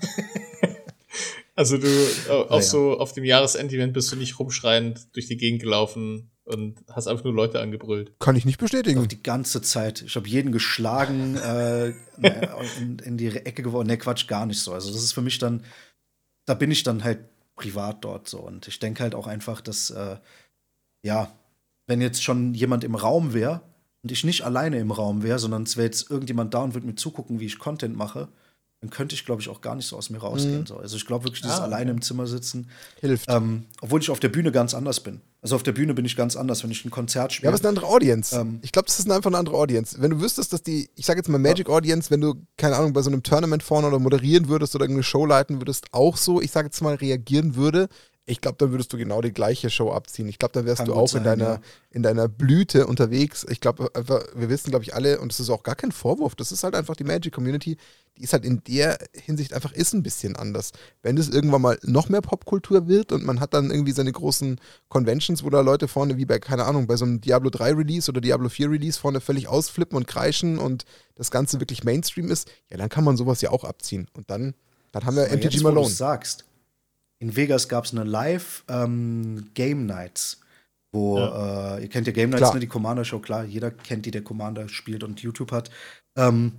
Also du, auch ja, so auf dem Jahresendevent bist du nicht rumschreiend durch die Gegend gelaufen und hast einfach nur Leute angebrüllt. Kann ich nicht bestätigen. Auch die ganze Zeit. Ich habe jeden geschlagen, äh, in, in die Ecke geworfen. Ne, Quatsch, gar nicht so. Also das ist für mich dann, da bin ich dann halt privat dort so. Und ich denke halt auch einfach, dass, äh, ja, wenn jetzt schon jemand im Raum wäre und ich nicht alleine im Raum wäre, sondern es wäre jetzt irgendjemand da und würde mir zugucken, wie ich Content mache, dann könnte ich, glaube ich, auch gar nicht so aus mir rausgehen. Mhm. So. Also ich glaube wirklich, dieses ah, alleine ja. im Zimmer sitzen hilft. Ähm, obwohl ich auf der Bühne ganz anders bin. Also auf der Bühne bin ich ganz anders, wenn ich ein Konzert spiele. Ja, aber es ist eine andere Audience. Ähm, ich glaube, das ist einfach eine andere Audience. Wenn du wüsstest, dass die, ich sage jetzt mal Magic ja. Audience, wenn du, keine Ahnung, bei so einem Tournament vorne oder moderieren würdest oder irgendeine Show leiten würdest, auch so, ich sage jetzt mal, reagieren würde, ich glaube, dann würdest du genau die gleiche Show abziehen. Ich glaube, dann wärst Kann du auch sein, in, deiner, ja. in deiner Blüte unterwegs. Ich glaube, einfach, wir wissen, glaube ich, alle, und das ist auch gar kein Vorwurf, das ist halt einfach die Magic-Community, die ist halt in der Hinsicht einfach ist ein bisschen anders. Wenn es irgendwann mal noch mehr Popkultur wird und man hat dann irgendwie seine großen Conventions, wo da Leute vorne, wie bei, keine Ahnung, bei so einem Diablo drei Release oder Diablo vier Release vorne völlig ausflippen und kreischen und das Ganze wirklich Mainstream ist, ja, dann kann man sowas ja auch abziehen. Und dann, dann haben wir Aber M T G jetzt, Malone. Wo du sagst. In Vegas gab es eine Live-Game ähm, Nights, wo, ja. äh, ihr kennt ja Game Nights, ne, die Commander-Show, klar, jeder kennt die, der Commander spielt und YouTube hat. Ähm,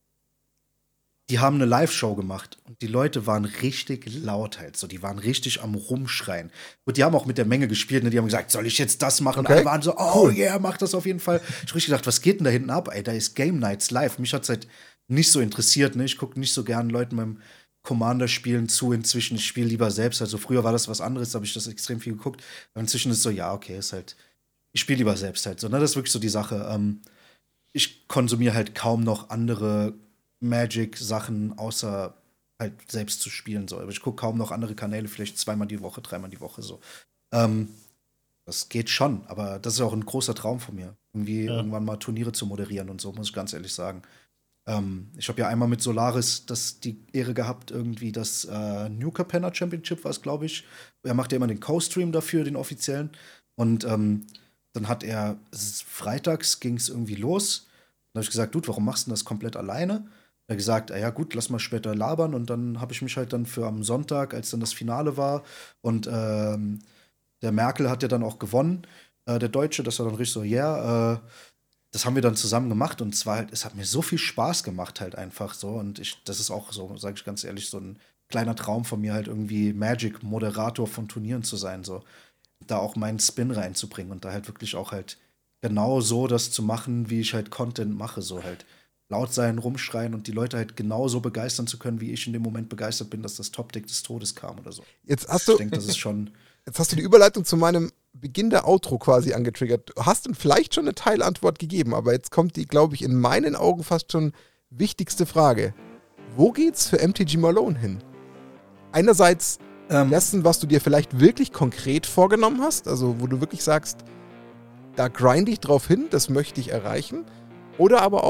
die haben eine Live-Show gemacht und die Leute waren richtig laut halt so, die waren richtig am Rumschreien. Und die haben auch mit der Menge gespielt, ne, die haben gesagt, soll ich jetzt das machen? Okay. Und alle waren so, oh cool. yeah, mach das auf jeden Fall. Ich hab richtig gedacht, was geht denn da hinten ab? Ey, da ist Game Nights live. Mich hat's halt nicht so interessiert, ne, ich gucke nicht so gern Leuten beim Commander-Spielen zu inzwischen. Ich spiele lieber selbst. Also früher war das was anderes, da habe ich das extrem viel geguckt. Aber inzwischen ist es so, ja, okay, ist halt, ich spiele lieber selbst halt so. Ne? Das ist wirklich so die Sache. Ähm, ich konsumiere halt kaum noch andere Magic-Sachen, außer halt selbst zu spielen. So. Aber ich gucke kaum noch andere Kanäle, vielleicht zweimal die Woche, dreimal die Woche so. Ähm, das geht schon, aber das ist auch ein großer Traum von mir. Irgendwie ja. irgendwann mal Turniere zu moderieren und so, muss ich ganz ehrlich sagen. Ähm, ich habe ja einmal mit Solaris das die Ehre gehabt, irgendwie das äh, New Capenna Championship war es, glaube ich. Er macht ja immer den Co-Stream dafür, den offiziellen. Und ähm, dann hat er, freitags ging es irgendwie los. Dann habe ich gesagt, Dude, warum machst du das komplett alleine? Er hat gesagt, ah, ja gut, lass mal später labern. Und dann habe ich mich halt dann für am Sonntag, als dann das Finale war, und ähm, der Merkel hat ja dann auch gewonnen, äh, der Deutsche, das war dann richtig so, ja, yeah, äh, das haben wir dann zusammen gemacht und zwar halt, es hat mir so viel Spaß gemacht halt einfach so und ich, das ist auch so, sage ich ganz ehrlich, so ein kleiner Traum von mir halt irgendwie Magic-Moderator von Turnieren zu sein, so da auch meinen Spin reinzubringen und da halt wirklich auch halt genau so das zu machen, wie ich halt Content mache, so halt laut sein, rumschreien und die Leute halt genauso begeistern zu können, wie ich in dem Moment begeistert bin, dass das Top-Deck des Todes kam oder so. Jetzt hast du, ich denke, das ist schon jetzt hast du die Überleitung zu meinem Beginn der Outro quasi angetriggert. Du hast ihm vielleicht schon eine Teilantwort gegeben, aber jetzt kommt die, glaube ich, in meinen Augen fast schon wichtigste Frage. Wo geht's für M T G Malone hin? Einerseits ähm. dessen, was du dir vielleicht wirklich konkret vorgenommen hast, also wo du wirklich sagst, da grind ich drauf hin, das möchte ich erreichen. Oder aber auch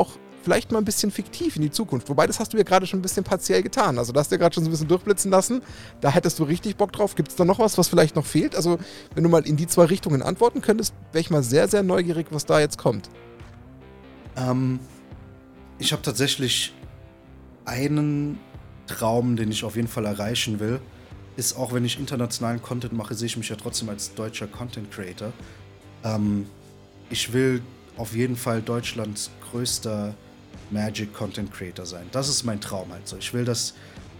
vielleicht mal ein bisschen fiktiv in die Zukunft. Wobei, das hast du ja gerade schon ein bisschen partiell getan. Also, da hast du ja gerade schon so ein bisschen durchblitzen lassen. Da hättest du richtig Bock drauf. Gibt es da noch was, was vielleicht noch fehlt? Also, wenn du mal in die zwei Richtungen antworten könntest, wäre ich mal sehr, sehr neugierig, was da jetzt kommt. Ähm, ich habe tatsächlich einen Traum, den ich auf jeden Fall erreichen will. Ist, auch wenn ich internationalen Content mache, sehe ich mich ja trotzdem als deutscher Content Creator. Ähm, ich will auf jeden Fall Deutschlands größter Magic Content Creator sein. Das ist mein Traum halt so. Ich will, dass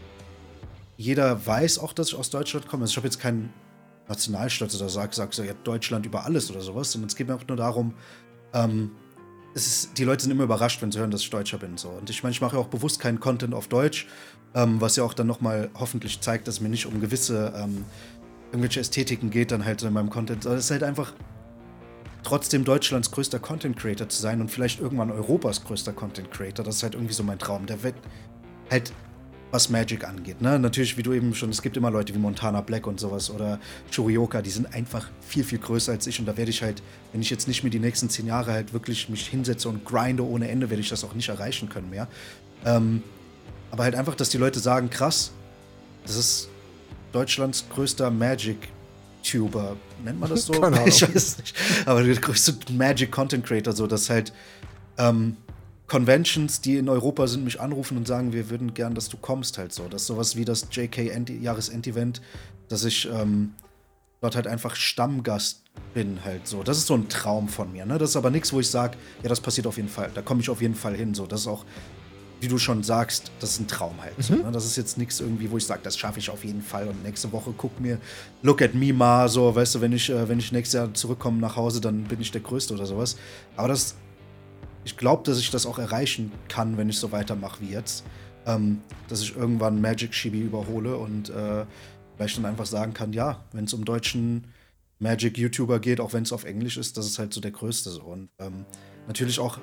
jeder weiß auch, dass ich aus Deutschland komme. Also ich habe jetzt keinen Nationalstolz oder sage sag, sag, ja, Deutschland über alles oder sowas, sondern es geht mir auch nur darum, ähm, es ist, die Leute sind immer überrascht, wenn sie hören, dass ich Deutscher bin. So. Und ich meine, ich mache ja auch bewusst keinen Content auf Deutsch, ähm, was ja auch dann nochmal hoffentlich zeigt, dass es mir nicht um gewisse ähm, irgendwelche Ästhetiken geht, dann halt so in meinem Content. Sondern es ist halt einfach trotzdem Deutschlands größter Content Creator zu sein und vielleicht irgendwann Europas größter Content Creator. Das ist halt irgendwie so mein Traum. Der wird halt, was Magic angeht, ne? Natürlich, wie du eben schon, es gibt immer Leute wie Montana Black und sowas oder Shurioka, die sind einfach viel, viel größer als ich und da werde ich halt, wenn ich jetzt nicht mehr die nächsten zehn Jahre halt wirklich mich hinsetze und grinde ohne Ende, werde ich das auch nicht erreichen können mehr. Ähm, aber halt einfach, dass die Leute sagen, krass, das ist Deutschlands größter Magic-Tuber. Nennt man das so? Keine Ahnung. Ich weiß nicht. Aber der größte Magic-Content-Creator, so, dass halt ähm, Conventions, die in Europa sind, mich anrufen und sagen, wir würden gern, dass du kommst halt so. Das ist sowas wie das J K-Jahresendevent, dass ich ähm, dort halt einfach Stammgast bin halt so. Das ist so ein Traum von mir, ne? Das ist aber nichts, wo ich sage, ja, das passiert auf jeden Fall. Da komme ich auf jeden Fall hin, so. Das ist auch, wie du schon sagst, das ist ein Traum halt. Mhm. So, ne? Das ist jetzt nichts irgendwie, wo ich sage, das schaffe ich auf jeden Fall und nächste Woche guck mir, look at me ma, so, weißt du, wenn ich, äh, wenn ich nächstes Jahr zurückkomme nach Hause, dann bin ich der Größte oder sowas. Aber das Ich glaube, dass ich das auch erreichen kann, wenn ich so weitermache wie jetzt. Ähm, dass ich irgendwann Magic Shibi überhole und äh, vielleicht dann einfach sagen kann, ja, wenn es um deutschen Magic-YouTuber geht, auch wenn es auf Englisch ist, das ist halt so der Größte so. Und ähm, natürlich auch,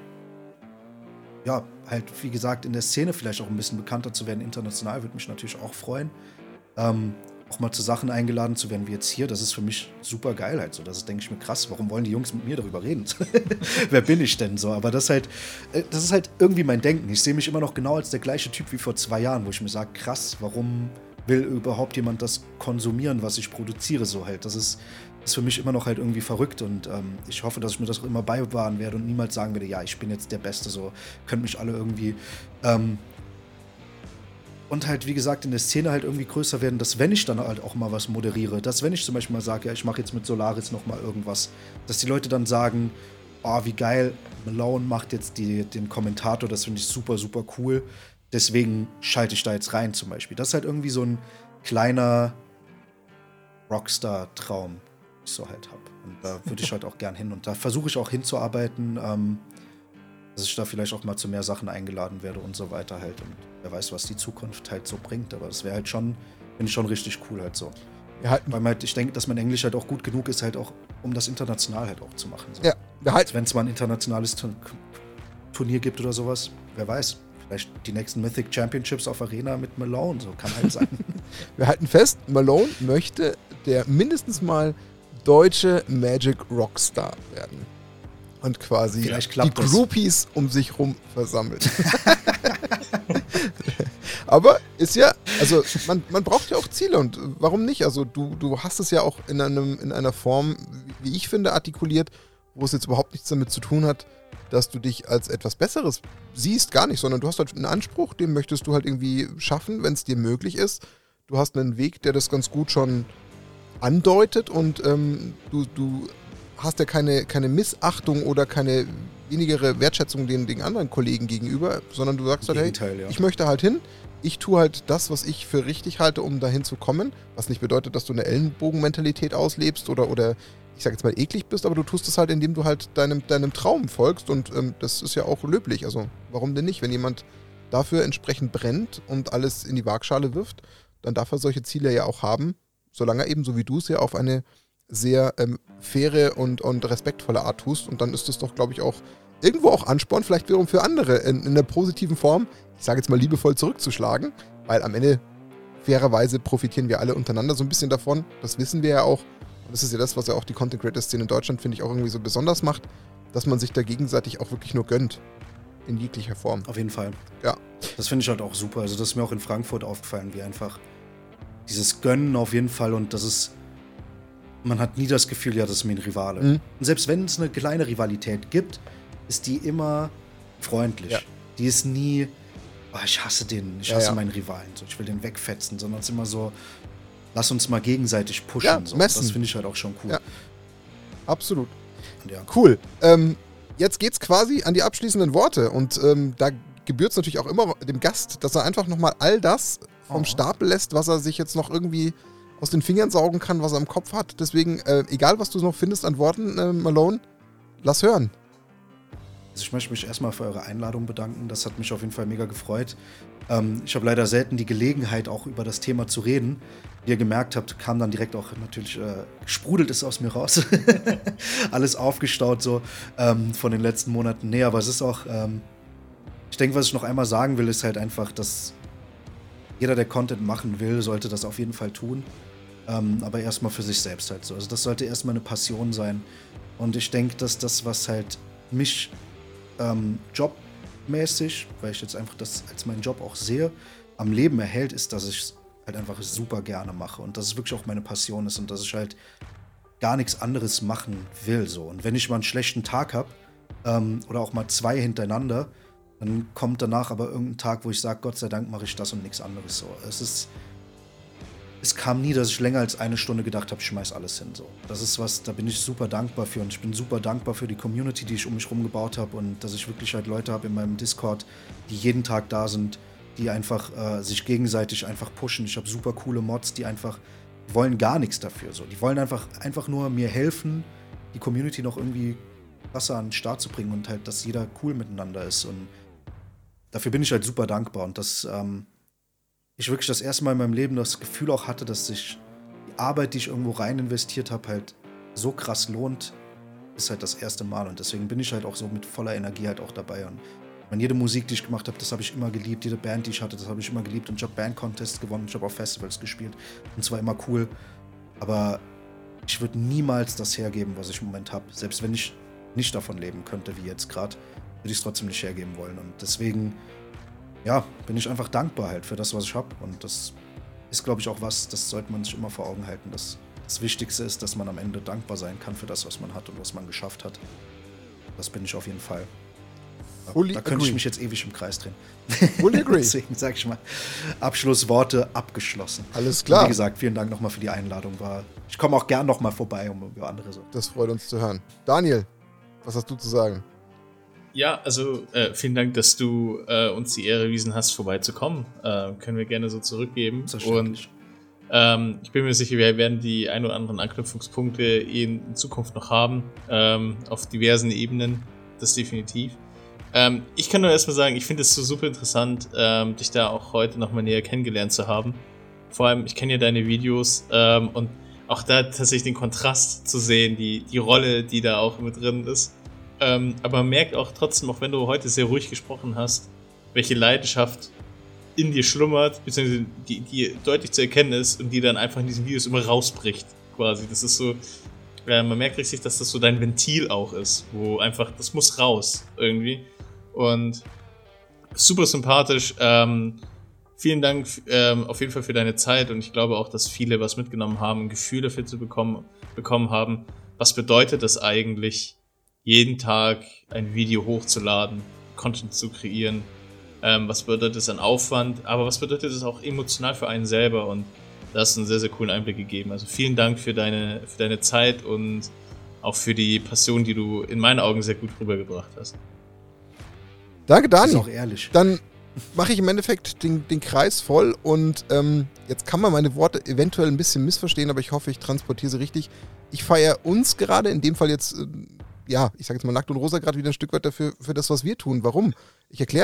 ja, halt, wie gesagt, in der Szene vielleicht auch ein bisschen bekannter zu werden, international, würde mich natürlich auch freuen. Ähm, auch mal zu Sachen eingeladen zu werden wie jetzt hier, das ist für mich super geil halt so. Das denke ich mir krass, warum wollen die Jungs mit mir darüber reden? Wer bin ich denn so? Aber das ist halt, das ist halt irgendwie mein Denken. Ich sehe mich immer noch genau als der gleiche Typ wie vor zwei Jahren, wo ich mir sage, krass, warum will überhaupt jemand das konsumieren, was ich produziere so halt? Das ist, ist für mich immer noch halt irgendwie verrückt und ähm, ich hoffe, dass ich mir das auch immer beibewahren werde und niemals sagen werde, ja, ich bin jetzt der Beste, so, könnt mich alle irgendwie ähm, und halt, wie gesagt, in der Szene halt irgendwie größer werden, dass wenn ich dann halt auch mal was moderiere, dass wenn ich zum Beispiel mal sage, ja, ich mache jetzt mit Solaris noch mal irgendwas, dass die Leute dann sagen, oh, wie geil, Malone macht jetzt die, den Kommentator, das finde ich super, super cool, deswegen schalte ich da jetzt rein zum Beispiel. Das ist halt irgendwie so ein kleiner Rockstar-Traum, den ich so halt habe. Und da würde ich halt auch gern hin und da versuche ich auch hinzuarbeiten, ähm, dass ich da vielleicht auch mal zu mehr Sachen eingeladen werde und so weiter halt. Und wer weiß, was die Zukunft halt so bringt. Aber das wäre halt schon, finde ich schon richtig cool halt so. Wir halten, Weil man halt, ich denke, dass mein Englisch halt auch gut genug ist, halt auch, um das international halt auch zu machen. So. ja, wir halten, Wenn es mal ein internationales Turn- Turnier gibt oder sowas, wer weiß. Vielleicht die nächsten Mythic Championships auf Arena mit Malone, so kann halt sein. wir halten fest, Malone möchte der mindestens mal deutsche Magic Rockstar werden. Und quasi die Groupies um sich rum versammelt. Aber ist ja, also man, man braucht ja auch Ziele und warum nicht? Also du, du hast es ja auch in, einem, in einer Form, wie ich finde, artikuliert, wo es jetzt überhaupt nichts damit zu tun hat, dass du dich als etwas Besseres siehst, gar nicht, sondern du hast halt einen Anspruch, den möchtest du halt irgendwie schaffen, wenn es dir möglich ist. Du hast einen Weg, der das ganz gut schon andeutet und ähm, du, du hast ja keine, keine Missachtung oder keine wenigere Wertschätzung den, den anderen Kollegen gegenüber, sondern du sagst halt, hey, ja. ich möchte halt hin, ich tue halt das, was ich für richtig halte, um dahin zu kommen, was nicht bedeutet, dass du eine Ellenbogenmentalität auslebst oder, oder ich sag jetzt mal eklig bist, aber du tust es halt, indem du halt deinem, deinem Traum folgst und ähm, das ist ja auch löblich, also warum denn nicht, wenn jemand dafür entsprechend brennt und alles in die Waagschale wirft, dann darf er solche Ziele ja auch haben, solange er eben, so wie du es ja auf eine sehr ähm, faire und, und respektvolle Art tust und dann ist das doch, glaube ich, auch irgendwo auch Ansporn, vielleicht wiederum für andere in, in der positiven Form, ich sage jetzt mal liebevoll zurückzuschlagen, weil am Ende fairerweise profitieren wir alle untereinander so ein bisschen davon, das wissen wir ja auch und das ist ja das, was ja auch die Content-Creator-Szene in Deutschland, finde ich, auch irgendwie so besonders macht, dass man sich da gegenseitig auch wirklich nur gönnt in jeglicher Form. Auf jeden Fall. Ja. Das finde ich halt auch super. Also das ist mir auch in Frankfurt aufgefallen, wie einfach dieses Gönnen auf jeden Fall und das ist, man hat nie das Gefühl, ja, das ist mir ein Rivale. Mhm. Und selbst wenn es eine kleine Rivalität gibt, ist die immer freundlich. Ja. Die ist nie, oh, ich hasse den, ich hasse ja, ja. meinen Rivalen, so, ich will den wegfetzen, sondern es ist immer so, lass uns mal gegenseitig pushen. Ja, so. messen. Das finde ich halt auch schon cool. Ja. Absolut. Ja. Cool. Ähm, jetzt geht's quasi an die abschließenden Worte und ähm, da gebührt es natürlich auch immer dem Gast, dass er einfach nochmal all das vom oh. Stapel lässt, was er sich jetzt noch irgendwie aus den Fingern saugen kann, was er im Kopf hat. Deswegen, äh, egal was du noch findest an Worten, äh, Malone, lass hören. Also ich möchte mich erstmal für eure Einladung bedanken. Das hat mich auf jeden Fall mega gefreut. Ähm, ich habe leider selten die Gelegenheit, auch über das Thema zu reden. Wie ihr gemerkt habt, kam dann direkt auch natürlich, äh, sprudelt es aus mir raus. Alles aufgestaut so ähm, von den letzten Monaten. Nee, aber es ist auch, ähm, ich denke, was ich noch einmal sagen will, ist halt einfach, dass jeder, der Content machen will, sollte das auf jeden Fall tun. Ähm, aber erstmal für sich selbst halt so. Also das sollte erstmal eine Passion sein. Und ich denke, dass das, was halt mich ähm, jobmäßig, weil ich jetzt einfach das als meinen Job auch sehe, am Leben erhält, ist, dass ich es halt einfach super gerne mache und dass es wirklich auch meine Passion ist und dass ich halt gar nichts anderes machen will. So. Und wenn ich mal einen schlechten Tag habe ähm, oder auch mal zwei hintereinander, dann kommt danach aber irgendein Tag, wo ich sage, Gott sei Dank mache ich das und nichts anderes. So. Es ist, es kam nie, dass ich länger als eine Stunde gedacht habe, ich schmeiß alles hin. So. Das ist was, da bin ich super dankbar für und ich bin super dankbar für die Community, die ich um mich rum gebaut habe und dass ich wirklich halt Leute habe in meinem Discord, die jeden Tag da sind, die einfach äh, sich gegenseitig einfach pushen. Ich habe super coole Mods, die einfach, die wollen gar nichts dafür. So. Die wollen einfach, einfach nur mir helfen, die Community noch irgendwie besser an den Start zu bringen und halt, dass jeder cool miteinander ist. Und dafür bin ich halt super dankbar und dass ähm, ich wirklich das erste Mal in meinem Leben das Gefühl auch hatte, dass sich die Arbeit, die ich irgendwo rein investiert habe, halt so krass lohnt, ist halt das erste Mal. Und deswegen bin ich halt auch so mit voller Energie halt auch dabei. Und ich meine, jede Musik, die ich gemacht habe, das habe ich immer geliebt. Jede Band, die ich hatte, das habe ich immer geliebt. Und ich habe Band-Contests gewonnen, ich habe auf Festivals gespielt. Und zwar immer cool. Aber ich würde niemals das hergeben, was ich im Moment habe. Selbst wenn ich nicht davon leben könnte, wie jetzt gerade, würde ich es trotzdem nicht hergeben wollen. Und deswegen, ja, bin ich einfach dankbar halt für das, was ich habe. Und das ist, glaube ich, auch was, das sollte man sich immer vor Augen halten. Dass das Wichtigste ist, dass man am Ende dankbar sein kann für das, was man hat und was man geschafft hat. Das bin ich auf jeden Fall. Fully da könnte agree. ich mich jetzt ewig im Kreis drehen. Fully agree. Deswegen sage ich mal, Abschlussworte abgeschlossen. Alles klar. Und wie gesagt, vielen Dank nochmal für die Einladung. War, ich komme auch gern nochmal vorbei, um über andere so. Das freut uns zu hören. Daniel, was hast du zu sagen? Ja, also äh, vielen Dank, dass du äh, uns die Ehre erwiesen hast, vorbeizukommen. Äh, können wir gerne so zurückgeben. Und ähm, ich bin mir sicher, wir werden die ein oder anderen Anknüpfungspunkte in, in Zukunft noch haben, ähm, auf diversen Ebenen, das definitiv. Ähm, ich kann nur erstmal sagen, ich finde es so super interessant, ähm, dich da auch heute nochmal näher kennengelernt zu haben. Vor allem, ich kenne ja deine Videos ähm, und auch da tatsächlich den Kontrast zu sehen, die, die Rolle, die da auch mit drin ist. Ähm, aber man merkt auch trotzdem, auch wenn du heute sehr ruhig gesprochen hast, welche Leidenschaft in dir schlummert, beziehungsweise die, die deutlich zu erkennen ist und die dann einfach in diesen Videos immer rausbricht, quasi. Das ist so, äh, man merkt richtig, dass das so dein Ventil auch ist, wo einfach, das muss raus, irgendwie. Und super sympathisch. Ähm, vielen Dank ähm, auf jeden Fall für deine Zeit und ich glaube auch, dass viele was mitgenommen haben, ein Gefühl dafür zu bekommen, bekommen haben, was bedeutet das eigentlich, jeden Tag ein Video hochzuladen, Content zu kreieren, ähm, was bedeutet es an Aufwand, aber was bedeutet es auch emotional für einen selber und da hast du einen sehr, sehr coolen Einblick gegeben. Also vielen Dank für deine, für deine Zeit und auch für die Passion, die du in meinen Augen sehr gut rübergebracht hast. Danke, Dani. Das ist auch ehrlich. Dann mache ich im Endeffekt den, den Kreis voll und ähm, jetzt kann man meine Worte eventuell ein bisschen missverstehen, aber ich hoffe, ich transportiere sie richtig. Ich feiere uns gerade, in dem Fall jetzt, äh, ja, ich sage jetzt mal Nackt und Rosa gerade wieder ein Stück weit dafür, für das, was wir tun. Warum? Ich erkläre es.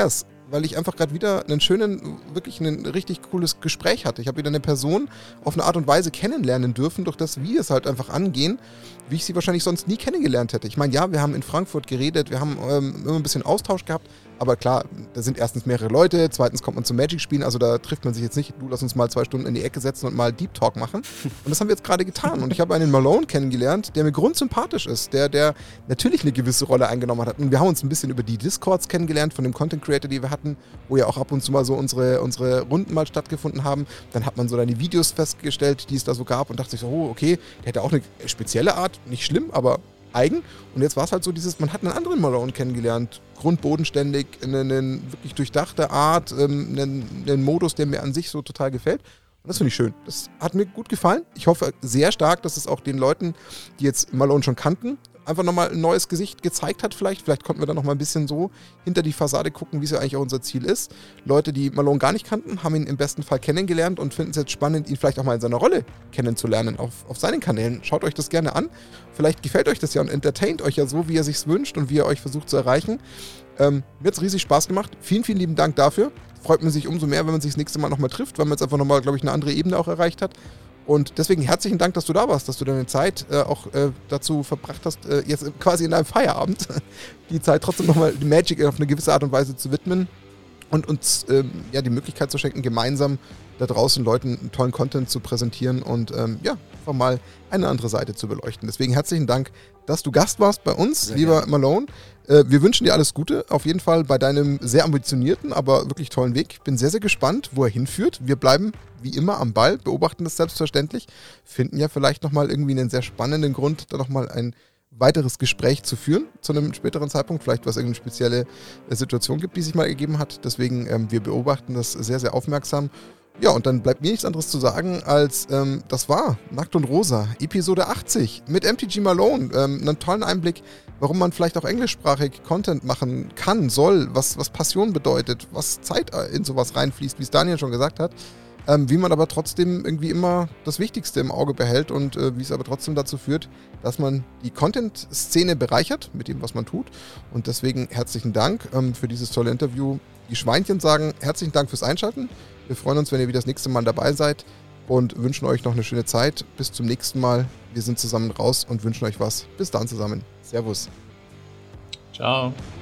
weil ich einfach gerade wieder einen schönen, wirklich ein richtig cooles Gespräch hatte. Ich habe wieder eine Person auf eine Art und Weise kennenlernen dürfen, durch das wir es halt einfach angehen, wie ich sie wahrscheinlich sonst nie kennengelernt hätte. Ich meine, ja, wir haben in Frankfurt geredet, wir haben ähm, immer ein bisschen Austausch gehabt, aber klar, da sind erstens mehrere Leute, zweitens kommt man zum Magic-Spielen, also da trifft man sich jetzt nicht, du lass uns mal zwei Stunden in die Ecke setzen und mal Deep Talk machen. Und das haben wir jetzt gerade getan. Und ich habe einen Malone kennengelernt, der mir grundsympathisch ist, der, der natürlich eine gewisse Rolle eingenommen hat. Und wir haben uns ein bisschen über die Discords kennengelernt von dem Content Creator, die wir hatten, wo ja auch ab und zu mal so unsere, unsere Runden mal stattgefunden haben. Dann hat man so deine Videos festgestellt, die es da so gab und dachte sich so, oh, okay, der hätte auch eine spezielle Art, nicht schlimm, aber eigen. Und jetzt war es halt so dieses, man hat einen anderen Malone kennengelernt, grundbodenständig, eine, eine wirklich durchdachte Art, ähm, einen, einen Modus, der mir an sich so total gefällt. Und das finde ich schön. Das hat mir gut gefallen. Ich hoffe sehr stark, dass es auch den Leuten, die jetzt Malone schon kannten, einfach nochmal ein neues Gesicht gezeigt hat vielleicht. Vielleicht konnten wir dann nochmal ein bisschen so hinter die Fassade gucken, wie es ja eigentlich auch unser Ziel ist. Leute, die Malone gar nicht kannten, haben ihn im besten Fall kennengelernt und finden es jetzt spannend, ihn vielleicht auch mal in seiner Rolle kennenzulernen auf, auf seinen Kanälen. Schaut euch das gerne an. Vielleicht gefällt euch das ja und entertaint euch ja so, wie er sich's wünscht und wie er euch versucht zu erreichen. Ähm, mir hat es riesig Spaß gemacht. Vielen, vielen lieben Dank dafür. Freut man sich umso mehr, wenn man sich das nächste Mal nochmal trifft, weil man jetzt einfach nochmal, glaube ich, eine andere Ebene auch erreicht hat. Und deswegen herzlichen Dank, dass du da warst, dass du deine Zeit äh, auch äh, dazu verbracht hast, äh, jetzt quasi in deinem Feierabend die Zeit trotzdem nochmal die Magic auf eine gewisse Art und Weise zu widmen und uns ähm, ja, die Möglichkeit zu schenken, gemeinsam da draußen Leuten tollen Content zu präsentieren und ähm, ja, einfach mal eine andere Seite zu beleuchten. Deswegen herzlichen Dank, dass du Gast warst bei uns, sehr lieber gerne. Malone. Äh, wir wünschen dir alles Gute, auf jeden Fall bei deinem sehr ambitionierten, aber wirklich tollen Weg. Ich bin sehr, sehr gespannt, wo er hinführt. Wir bleiben wie immer am Ball, beobachten das selbstverständlich, finden ja vielleicht nochmal irgendwie einen sehr spannenden Grund, da nochmal ein weiteres Gespräch zu führen zu einem späteren Zeitpunkt, vielleicht was irgendeine spezielle äh, Situation gibt, die sich mal ergeben hat. Deswegen, ähm, wir beobachten das sehr, sehr aufmerksam. Ja, und dann bleibt mir nichts anderes zu sagen, als ähm, das war Nackt und Rosa, Episode achtzig mit M T G Malone. Ähm, einen tollen Einblick, warum man vielleicht auch englischsprachig Content machen kann, soll, was, was Passion bedeutet, was Zeit in sowas reinfließt, wie es Daniel schon gesagt hat. Ähm, wie man aber trotzdem irgendwie immer das Wichtigste im Auge behält und äh, wie es aber trotzdem dazu führt, dass man die Content-Szene bereichert mit dem, was man tut. Und deswegen herzlichen Dank ähm, für dieses tolle Interview. Die Schweinchen sagen herzlichen Dank fürs Einschalten. Wir freuen uns, wenn ihr wieder das nächste Mal dabei seid und wünschen euch noch eine schöne Zeit. Bis zum nächsten Mal. Wir sind zusammen raus und wünschen euch was. Bis dann zusammen. Servus. Ciao.